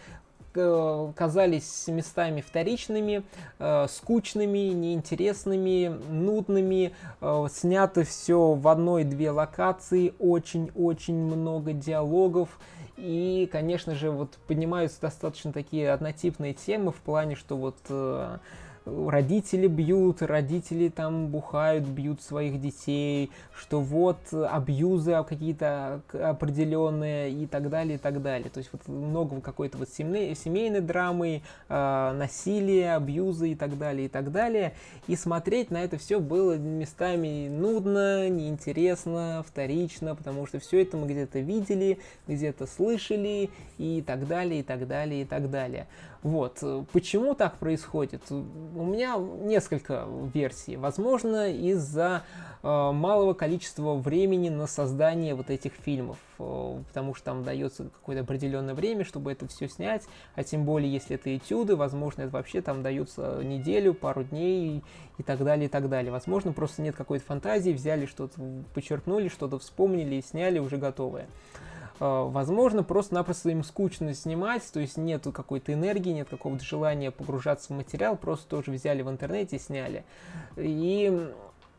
казались местами вторичными, э, скучными, неинтересными, нудными. Э, снято все в одной-две локации, очень-очень много диалогов. И, конечно же, вот поднимаются достаточно такие однотипные темы в плане, что вот э, родители бьют, родители там бухают, бьют своих детей, что вот абьюзы какие-то определенные и так далее, и так далее. То есть вот много какой-то вот семейной, семейной драмы, э, насилия, абьюзы и так далее, и так далее. И смотреть на это все было местами нудно, неинтересно, вторично, потому что все это мы где-то видели, где-то слышали и так далее, и так далее, и так далее. Вот. Почему так происходит? У меня несколько версий. Возможно, из-за э, малого количества времени на создание вот этих фильмов, э, потому что там дается какое-то определенное время, чтобы это все снять, а тем более, если это этюды, возможно, это вообще там дается неделю, пару дней и так далее, и так далее. Возможно, просто нет какой-то фантазии, взяли что-то, почерпнули, что-то вспомнили и сняли уже готовое. Возможно, просто-напросто им скучно снимать, то есть нет какой-то энергии, нет какого-то желания погружаться в материал, просто тоже взяли в интернете и сняли. И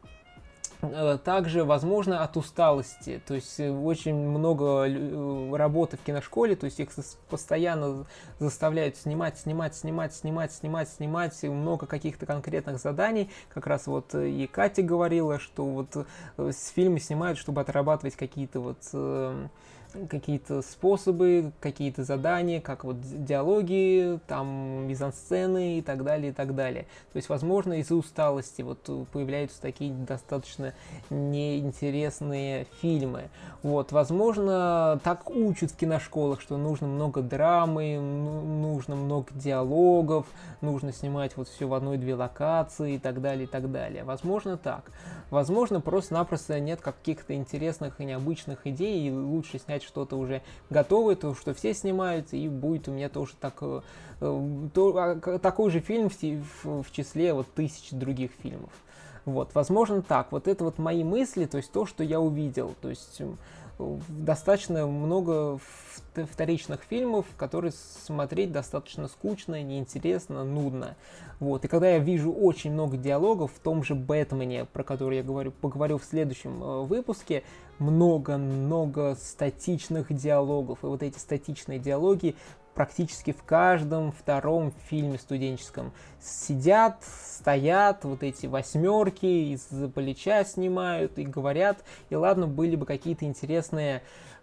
также, возможно, от усталости, то есть очень много работы в киношколе, то есть их постоянно заставляют снимать, снимать, снимать, снимать, снимать, снимать, много каких-то конкретных заданий. Как раз вот и Катя говорила, что вот фильмы снимают, чтобы отрабатывать какие-то вот какие-то способы, какие-то задания, как вот диалоги, там мизансцены и так далее, и так далее. То есть, возможно, из-за усталости вот появляются такие достаточно неинтересные фильмы. Вот, возможно, так учат в киношколах, что нужно много драмы, нужно много диалогов, нужно снимать вот все в одной-две локации и так далее, и так далее. Возможно, так. Возможно, просто-напросто нет каких-то интересных и необычных идей, и лучше снять что-то уже готовое, то, что все снимают, и будет у меня тоже так, то, такой же фильм в, в, в числе вот тысяч других фильмов. Вот, возможно, так. Вот это вот мои мысли, то есть то, что я увидел. То есть достаточно много вторичных фильмов, которые смотреть достаточно скучно, неинтересно, нудно. Вот. И когда я вижу очень много диалогов в том же «Бэтмене», про который я говорю, поговорю в следующем э, выпуске, много-много статичных диалогов. И вот эти статичные диалоги практически в каждом втором фильме студенческом сидят, стоят, вот эти восьмерки из-за плеча снимают и говорят. И ладно, были бы какие-то интересные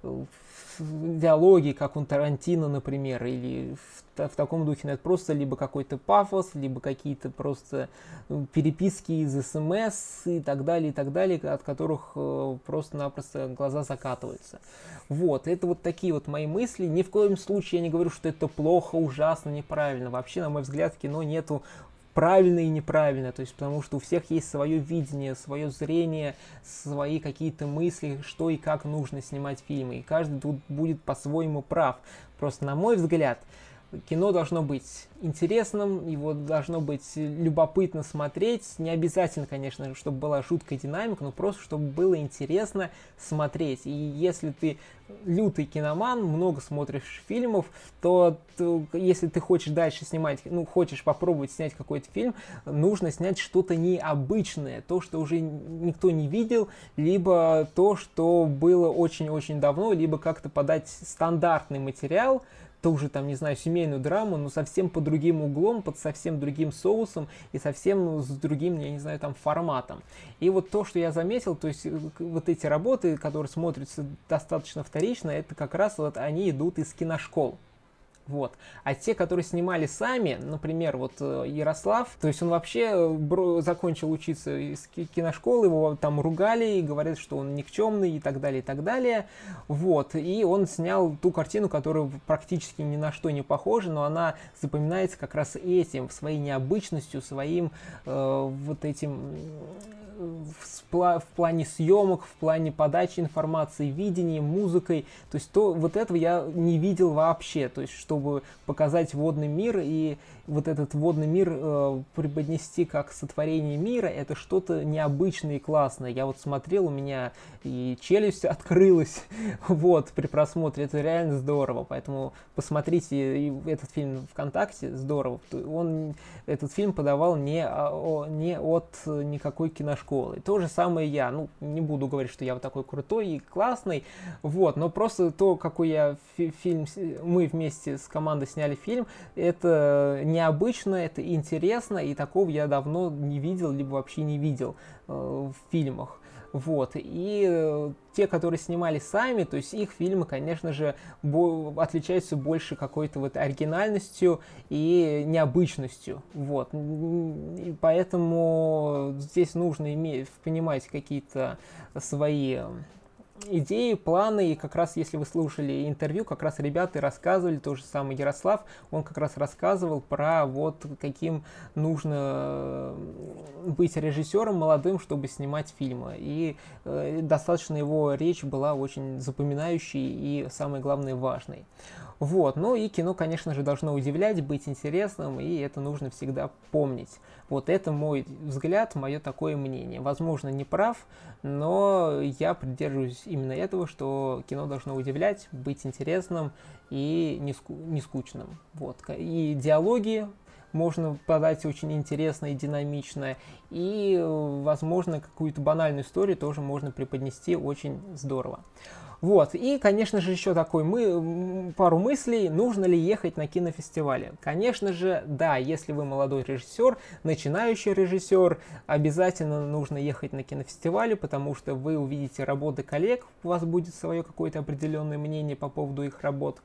диалоги, как у Тарантино, например, или в, в таком духе, но это просто либо какой-то пафос, либо какие-то просто переписки из СМС и так далее, и так далее, от которых э, просто-напросто глаза закатываются. Вот, это вот такие вот мои мысли. Ни в коем случае я не говорю, что это плохо, ужасно, неправильно. Вообще, на мой взгляд, в кино нету правильно и неправильно, то есть потому что у всех есть свое видение, свое зрение, свои какие-то мысли, что и как нужно снимать фильмы, и каждый тут будет по-своему прав. Просто на мой взгляд, кино должно быть интересным, его должно быть любопытно смотреть, не обязательно, конечно, чтобы была жуткая динамика, но просто чтобы было интересно смотреть. И если ты лютый киноман, много смотришь фильмов, то, то если ты хочешь дальше снимать, ну, хочешь попробовать снять какой-то фильм, нужно снять что-то необычное, то, что уже никто не видел, либо то, что было очень-очень давно, либо как-то подать стандартный материал, тоже там, не знаю, семейную драму, но совсем под другим углом, под совсем другим соусом и совсем с другим, я не знаю, там форматом. И вот то, что я заметил, то есть вот эти работы, которые смотрятся достаточно вторично, это как раз вот они идут из киношкол. Вот. А те, которые снимали сами, например, вот Ярослав, то есть он вообще бро- закончил учиться из киношколы, его там ругали и говорят, что он никчемный и так далее, и так далее. Вот. И он снял ту картину, которая практически ни на что не похожа, но она запоминается как раз этим, своей необычностью, своим э, вот этим... В, в плане съемок, в плане подачи информации, видения, музыкой. То есть то, вот этого я не видел вообще. То есть чтобы показать водный мир и вот этот водный мир э, преподнести как сотворение мира, это что-то необычное и классное. Я вот смотрел, у меня и челюсть открылась вот, при просмотре. Это реально здорово. Поэтому посмотрите этот фильм ВКонтакте, здорово. Он, этот фильм подавал не, не от никакой киношколы. То же самое я. Ну, не буду говорить, что я вот такой крутой и классный, вот, но просто то, какой я фи- фильм, мы вместе с командой сняли фильм, это необычно, это интересно, и такого я давно не видел, либо вообще не видел э, в фильмах. Вот. И э, те, которые снимали сами, то есть их фильмы, конечно же, бо- отличаются больше какой-то вот оригинальностью и необычностью. Вот. И поэтому здесь нужно иметь, понимать какие-то свои идеи, планы, и как раз, если вы слушали интервью, как раз ребята рассказывали, тот же самый Ярослав, он как раз рассказывал про вот каким нужно быть режиссером молодым, чтобы снимать фильмы, и э, достаточно его речь была очень запоминающей и, самое главное, важной. Вот, ну и кино, конечно же, должно удивлять, быть интересным, и это нужно всегда помнить. Вот это мой взгляд, мое такое мнение. Возможно, не прав, но я придерживаюсь именно этого, что кино должно удивлять, быть интересным и не, ску- не скучным. Вот. И диалоги можно подать очень интересно и динамично, и, возможно, какую-то банальную историю тоже можно преподнести очень здорово. Вот, и, конечно же, еще такой мы, пару мыслей, нужно ли ехать на кинофестивали. Конечно же, да, если вы молодой режиссер, начинающий режиссер, обязательно нужно ехать на кинофестивали, потому что вы увидите работы коллег, у вас будет свое какое-то определенное мнение по поводу их работ,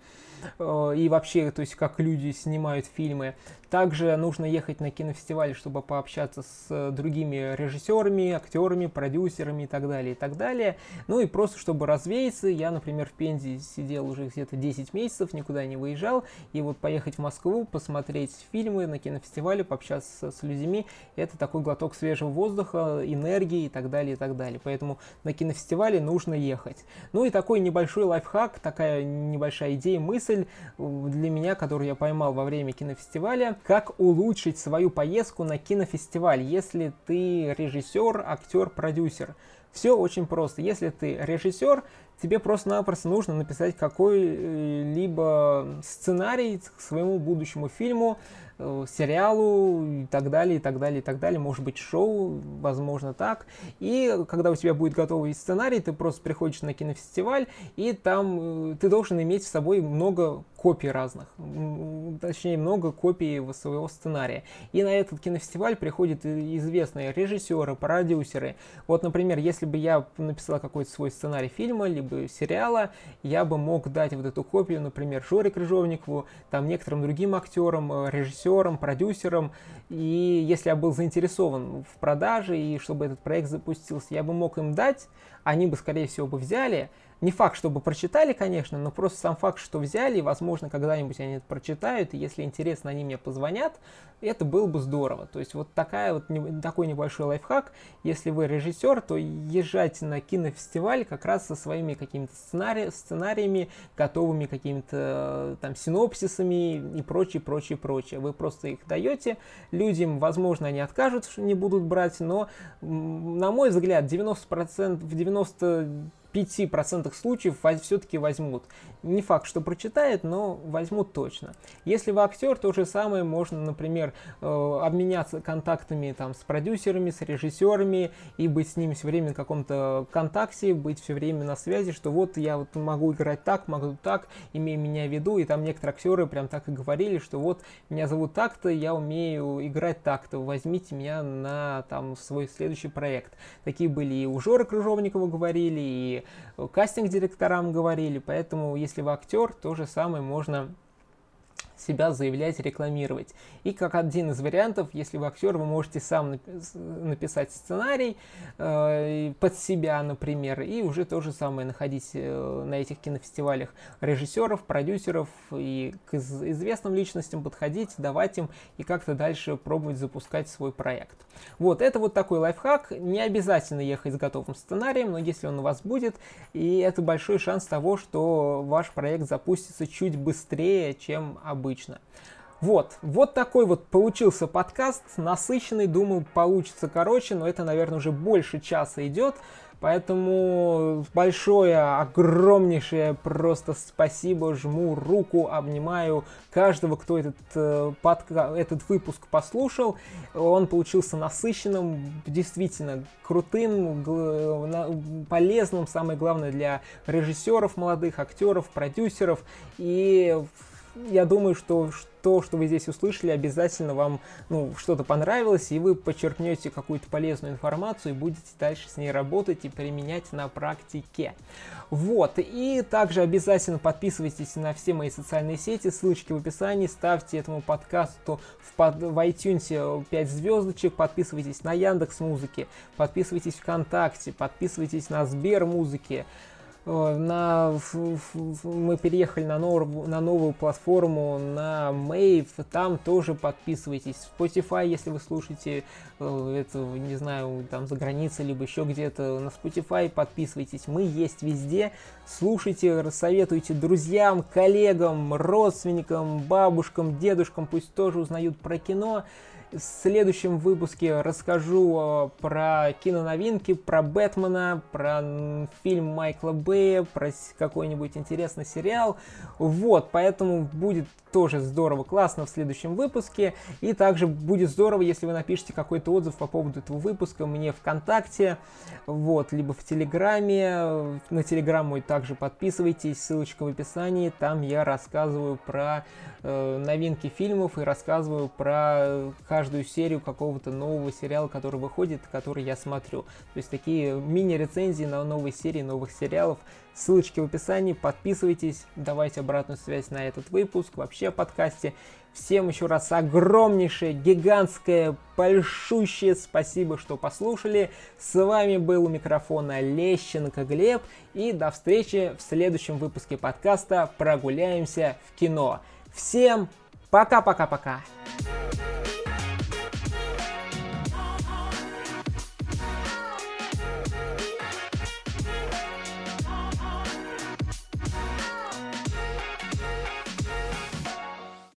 и вообще, то есть, как люди снимают фильмы. Также нужно ехать на кинофестиваль, чтобы пообщаться с другими режиссерами, актерами, продюсерами и так далее, и так далее. Ну и просто, чтобы развеяться. Я, например, в Пензе сидел уже где-то десять месяцев, никуда не выезжал. И вот поехать в Москву, посмотреть фильмы на кинофестивале, пообщаться с людьми, это такой глоток свежего воздуха, энергии и так далее, и так далее. Поэтому на кинофестивале нужно ехать. Ну и такой небольшой лайфхак, такая небольшая идея, мысль для меня, которую я поймал во время кинофестиваля. Как улучшить свою поездку на кинофестиваль, если ты режиссер, актер, продюсер? Все очень просто. Если ты режиссер, тебе просто-напросто нужно написать какой-либо сценарий к своему будущему фильму, сериалу и так далее, и так далее, и так далее. Может быть, шоу, возможно, так. И когда у тебя будет готовый сценарий, ты просто приходишь на кинофестиваль, и там ты должен иметь с собой много копий разных. Точнее, много копий своего сценария. И на этот кинофестиваль приходят известные режиссеры, продюсеры. Вот, например, если бы я написал какой-то свой сценарий фильма, либо сериала, я бы мог дать вот эту копию, например, Жоре Крыжовникову, там некоторым другим актерам, режиссерам, продюсерам. И если я был заинтересован в продаже и чтобы этот проект запустился, я бы мог им дать, они бы, скорее всего, бы взяли. Не факт, чтобы прочитали, конечно, но просто сам факт, что взяли, и, возможно, когда-нибудь они это прочитают, и если интересно, они мне позвонят, это было бы здорово. То есть вот, такая вот такой небольшой лайфхак. Если вы режиссер, то езжайте на кинофестиваль как раз со своими какими-то сценари- сценариями, готовыми какими-то там синопсисами и прочее, прочее, прочее. Вы просто их даете людям, возможно, они откажут, не будут брать, но, на мой взгляд, девяносто процентов, в девяноста пяти процентах случаев все-таки возьмут. Не факт, что прочитают, но возьмут точно. Если вы актер, то же самое можно, например, э, обменяться контактами там, с продюсерами, с режиссерами и быть с ними все время в каком-то контакте, быть все время на связи, что вот я вот могу играть так, могу так, имея меня в виду. И там некоторые актеры прям так и говорили, что вот меня зовут так-то, я умею играть так-то, возьмите меня на там, свой следующий проект. Такие были и у Жоры Крыжовникова говорили, и кастинг-директорам говорили, поэтому если вы актер, то же самое можно себя заявлять, рекламировать. И как один из вариантов, если вы актер, вы можете сам написать сценарий э, под себя, например, и уже то же самое находить э, на этих кинофестивалях режиссеров, продюсеров и к из- известным личностям подходить, давать им и как-то дальше пробовать запускать свой проект. Вот, это вот такой лайфхак. Не обязательно ехать с готовым сценарием, но если он у вас будет, и это большой шанс того, что ваш проект запустится чуть быстрее, чем обычно. Вот, вот такой вот получился подкаст, насыщенный, думал, получится короче, но это, наверное, уже больше часа идет, поэтому большое, огромнейшее просто спасибо, жму руку, обнимаю каждого, кто этот, э, подка- этот выпуск послушал, он получился насыщенным, действительно крутым, г- полезным, самое главное для режиссеров молодых, актеров, продюсеров, и я думаю, что то, что вы здесь услышали, обязательно вам ну, что-то понравилось, и вы подчеркнете какую-то полезную информацию и будете дальше с ней работать и применять на практике. Вот, и также обязательно подписывайтесь на все мои социальные сети, ссылочки в описании, ставьте этому подкасту в, под, в iTunes пять звездочек, подписывайтесь на Яндекс.Музыке, подписывайтесь ВКонтакте, подписывайтесь на Сбермузыке. на, мы переехали на, нов, на новую платформу, на Mave, там тоже подписывайтесь. Spotify, если вы слушаете это, не знаю, там за границей, либо еще где-то, на Spotify подписывайтесь. Мы есть везде. Слушайте, советуйте друзьям, коллегам, родственникам, бабушкам, дедушкам, пусть тоже узнают про кино. В следующем выпуске расскажу про киноновинки, про Бэтмена, про фильм Майкла Бэя, про какой-нибудь интересный сериал. Вот, поэтому будет тоже здорово, классно в следующем выпуске. И также будет здорово, если вы напишите какой-то отзыв по поводу этого выпуска мне ВКонтакте, вот, либо в Телеграме. На Телеграм мой также подписывайтесь, ссылочка в описании. Там я рассказываю про э, новинки фильмов и рассказываю про каждую серию какого-то нового сериала, который выходит, который я смотрю. То есть такие мини-рецензии на новые серии, новых сериалов. Ссылочки в описании, подписывайтесь, давайте обратную связь на этот выпуск, вообще о подкасте. Всем еще раз огромнейшее, гигантское, большущее спасибо, что послушали. С вами был у микрофона Лещенко Глеб, и до встречи в следующем выпуске подкаста «Прогуляемся в кино». Всем пока-пока-пока!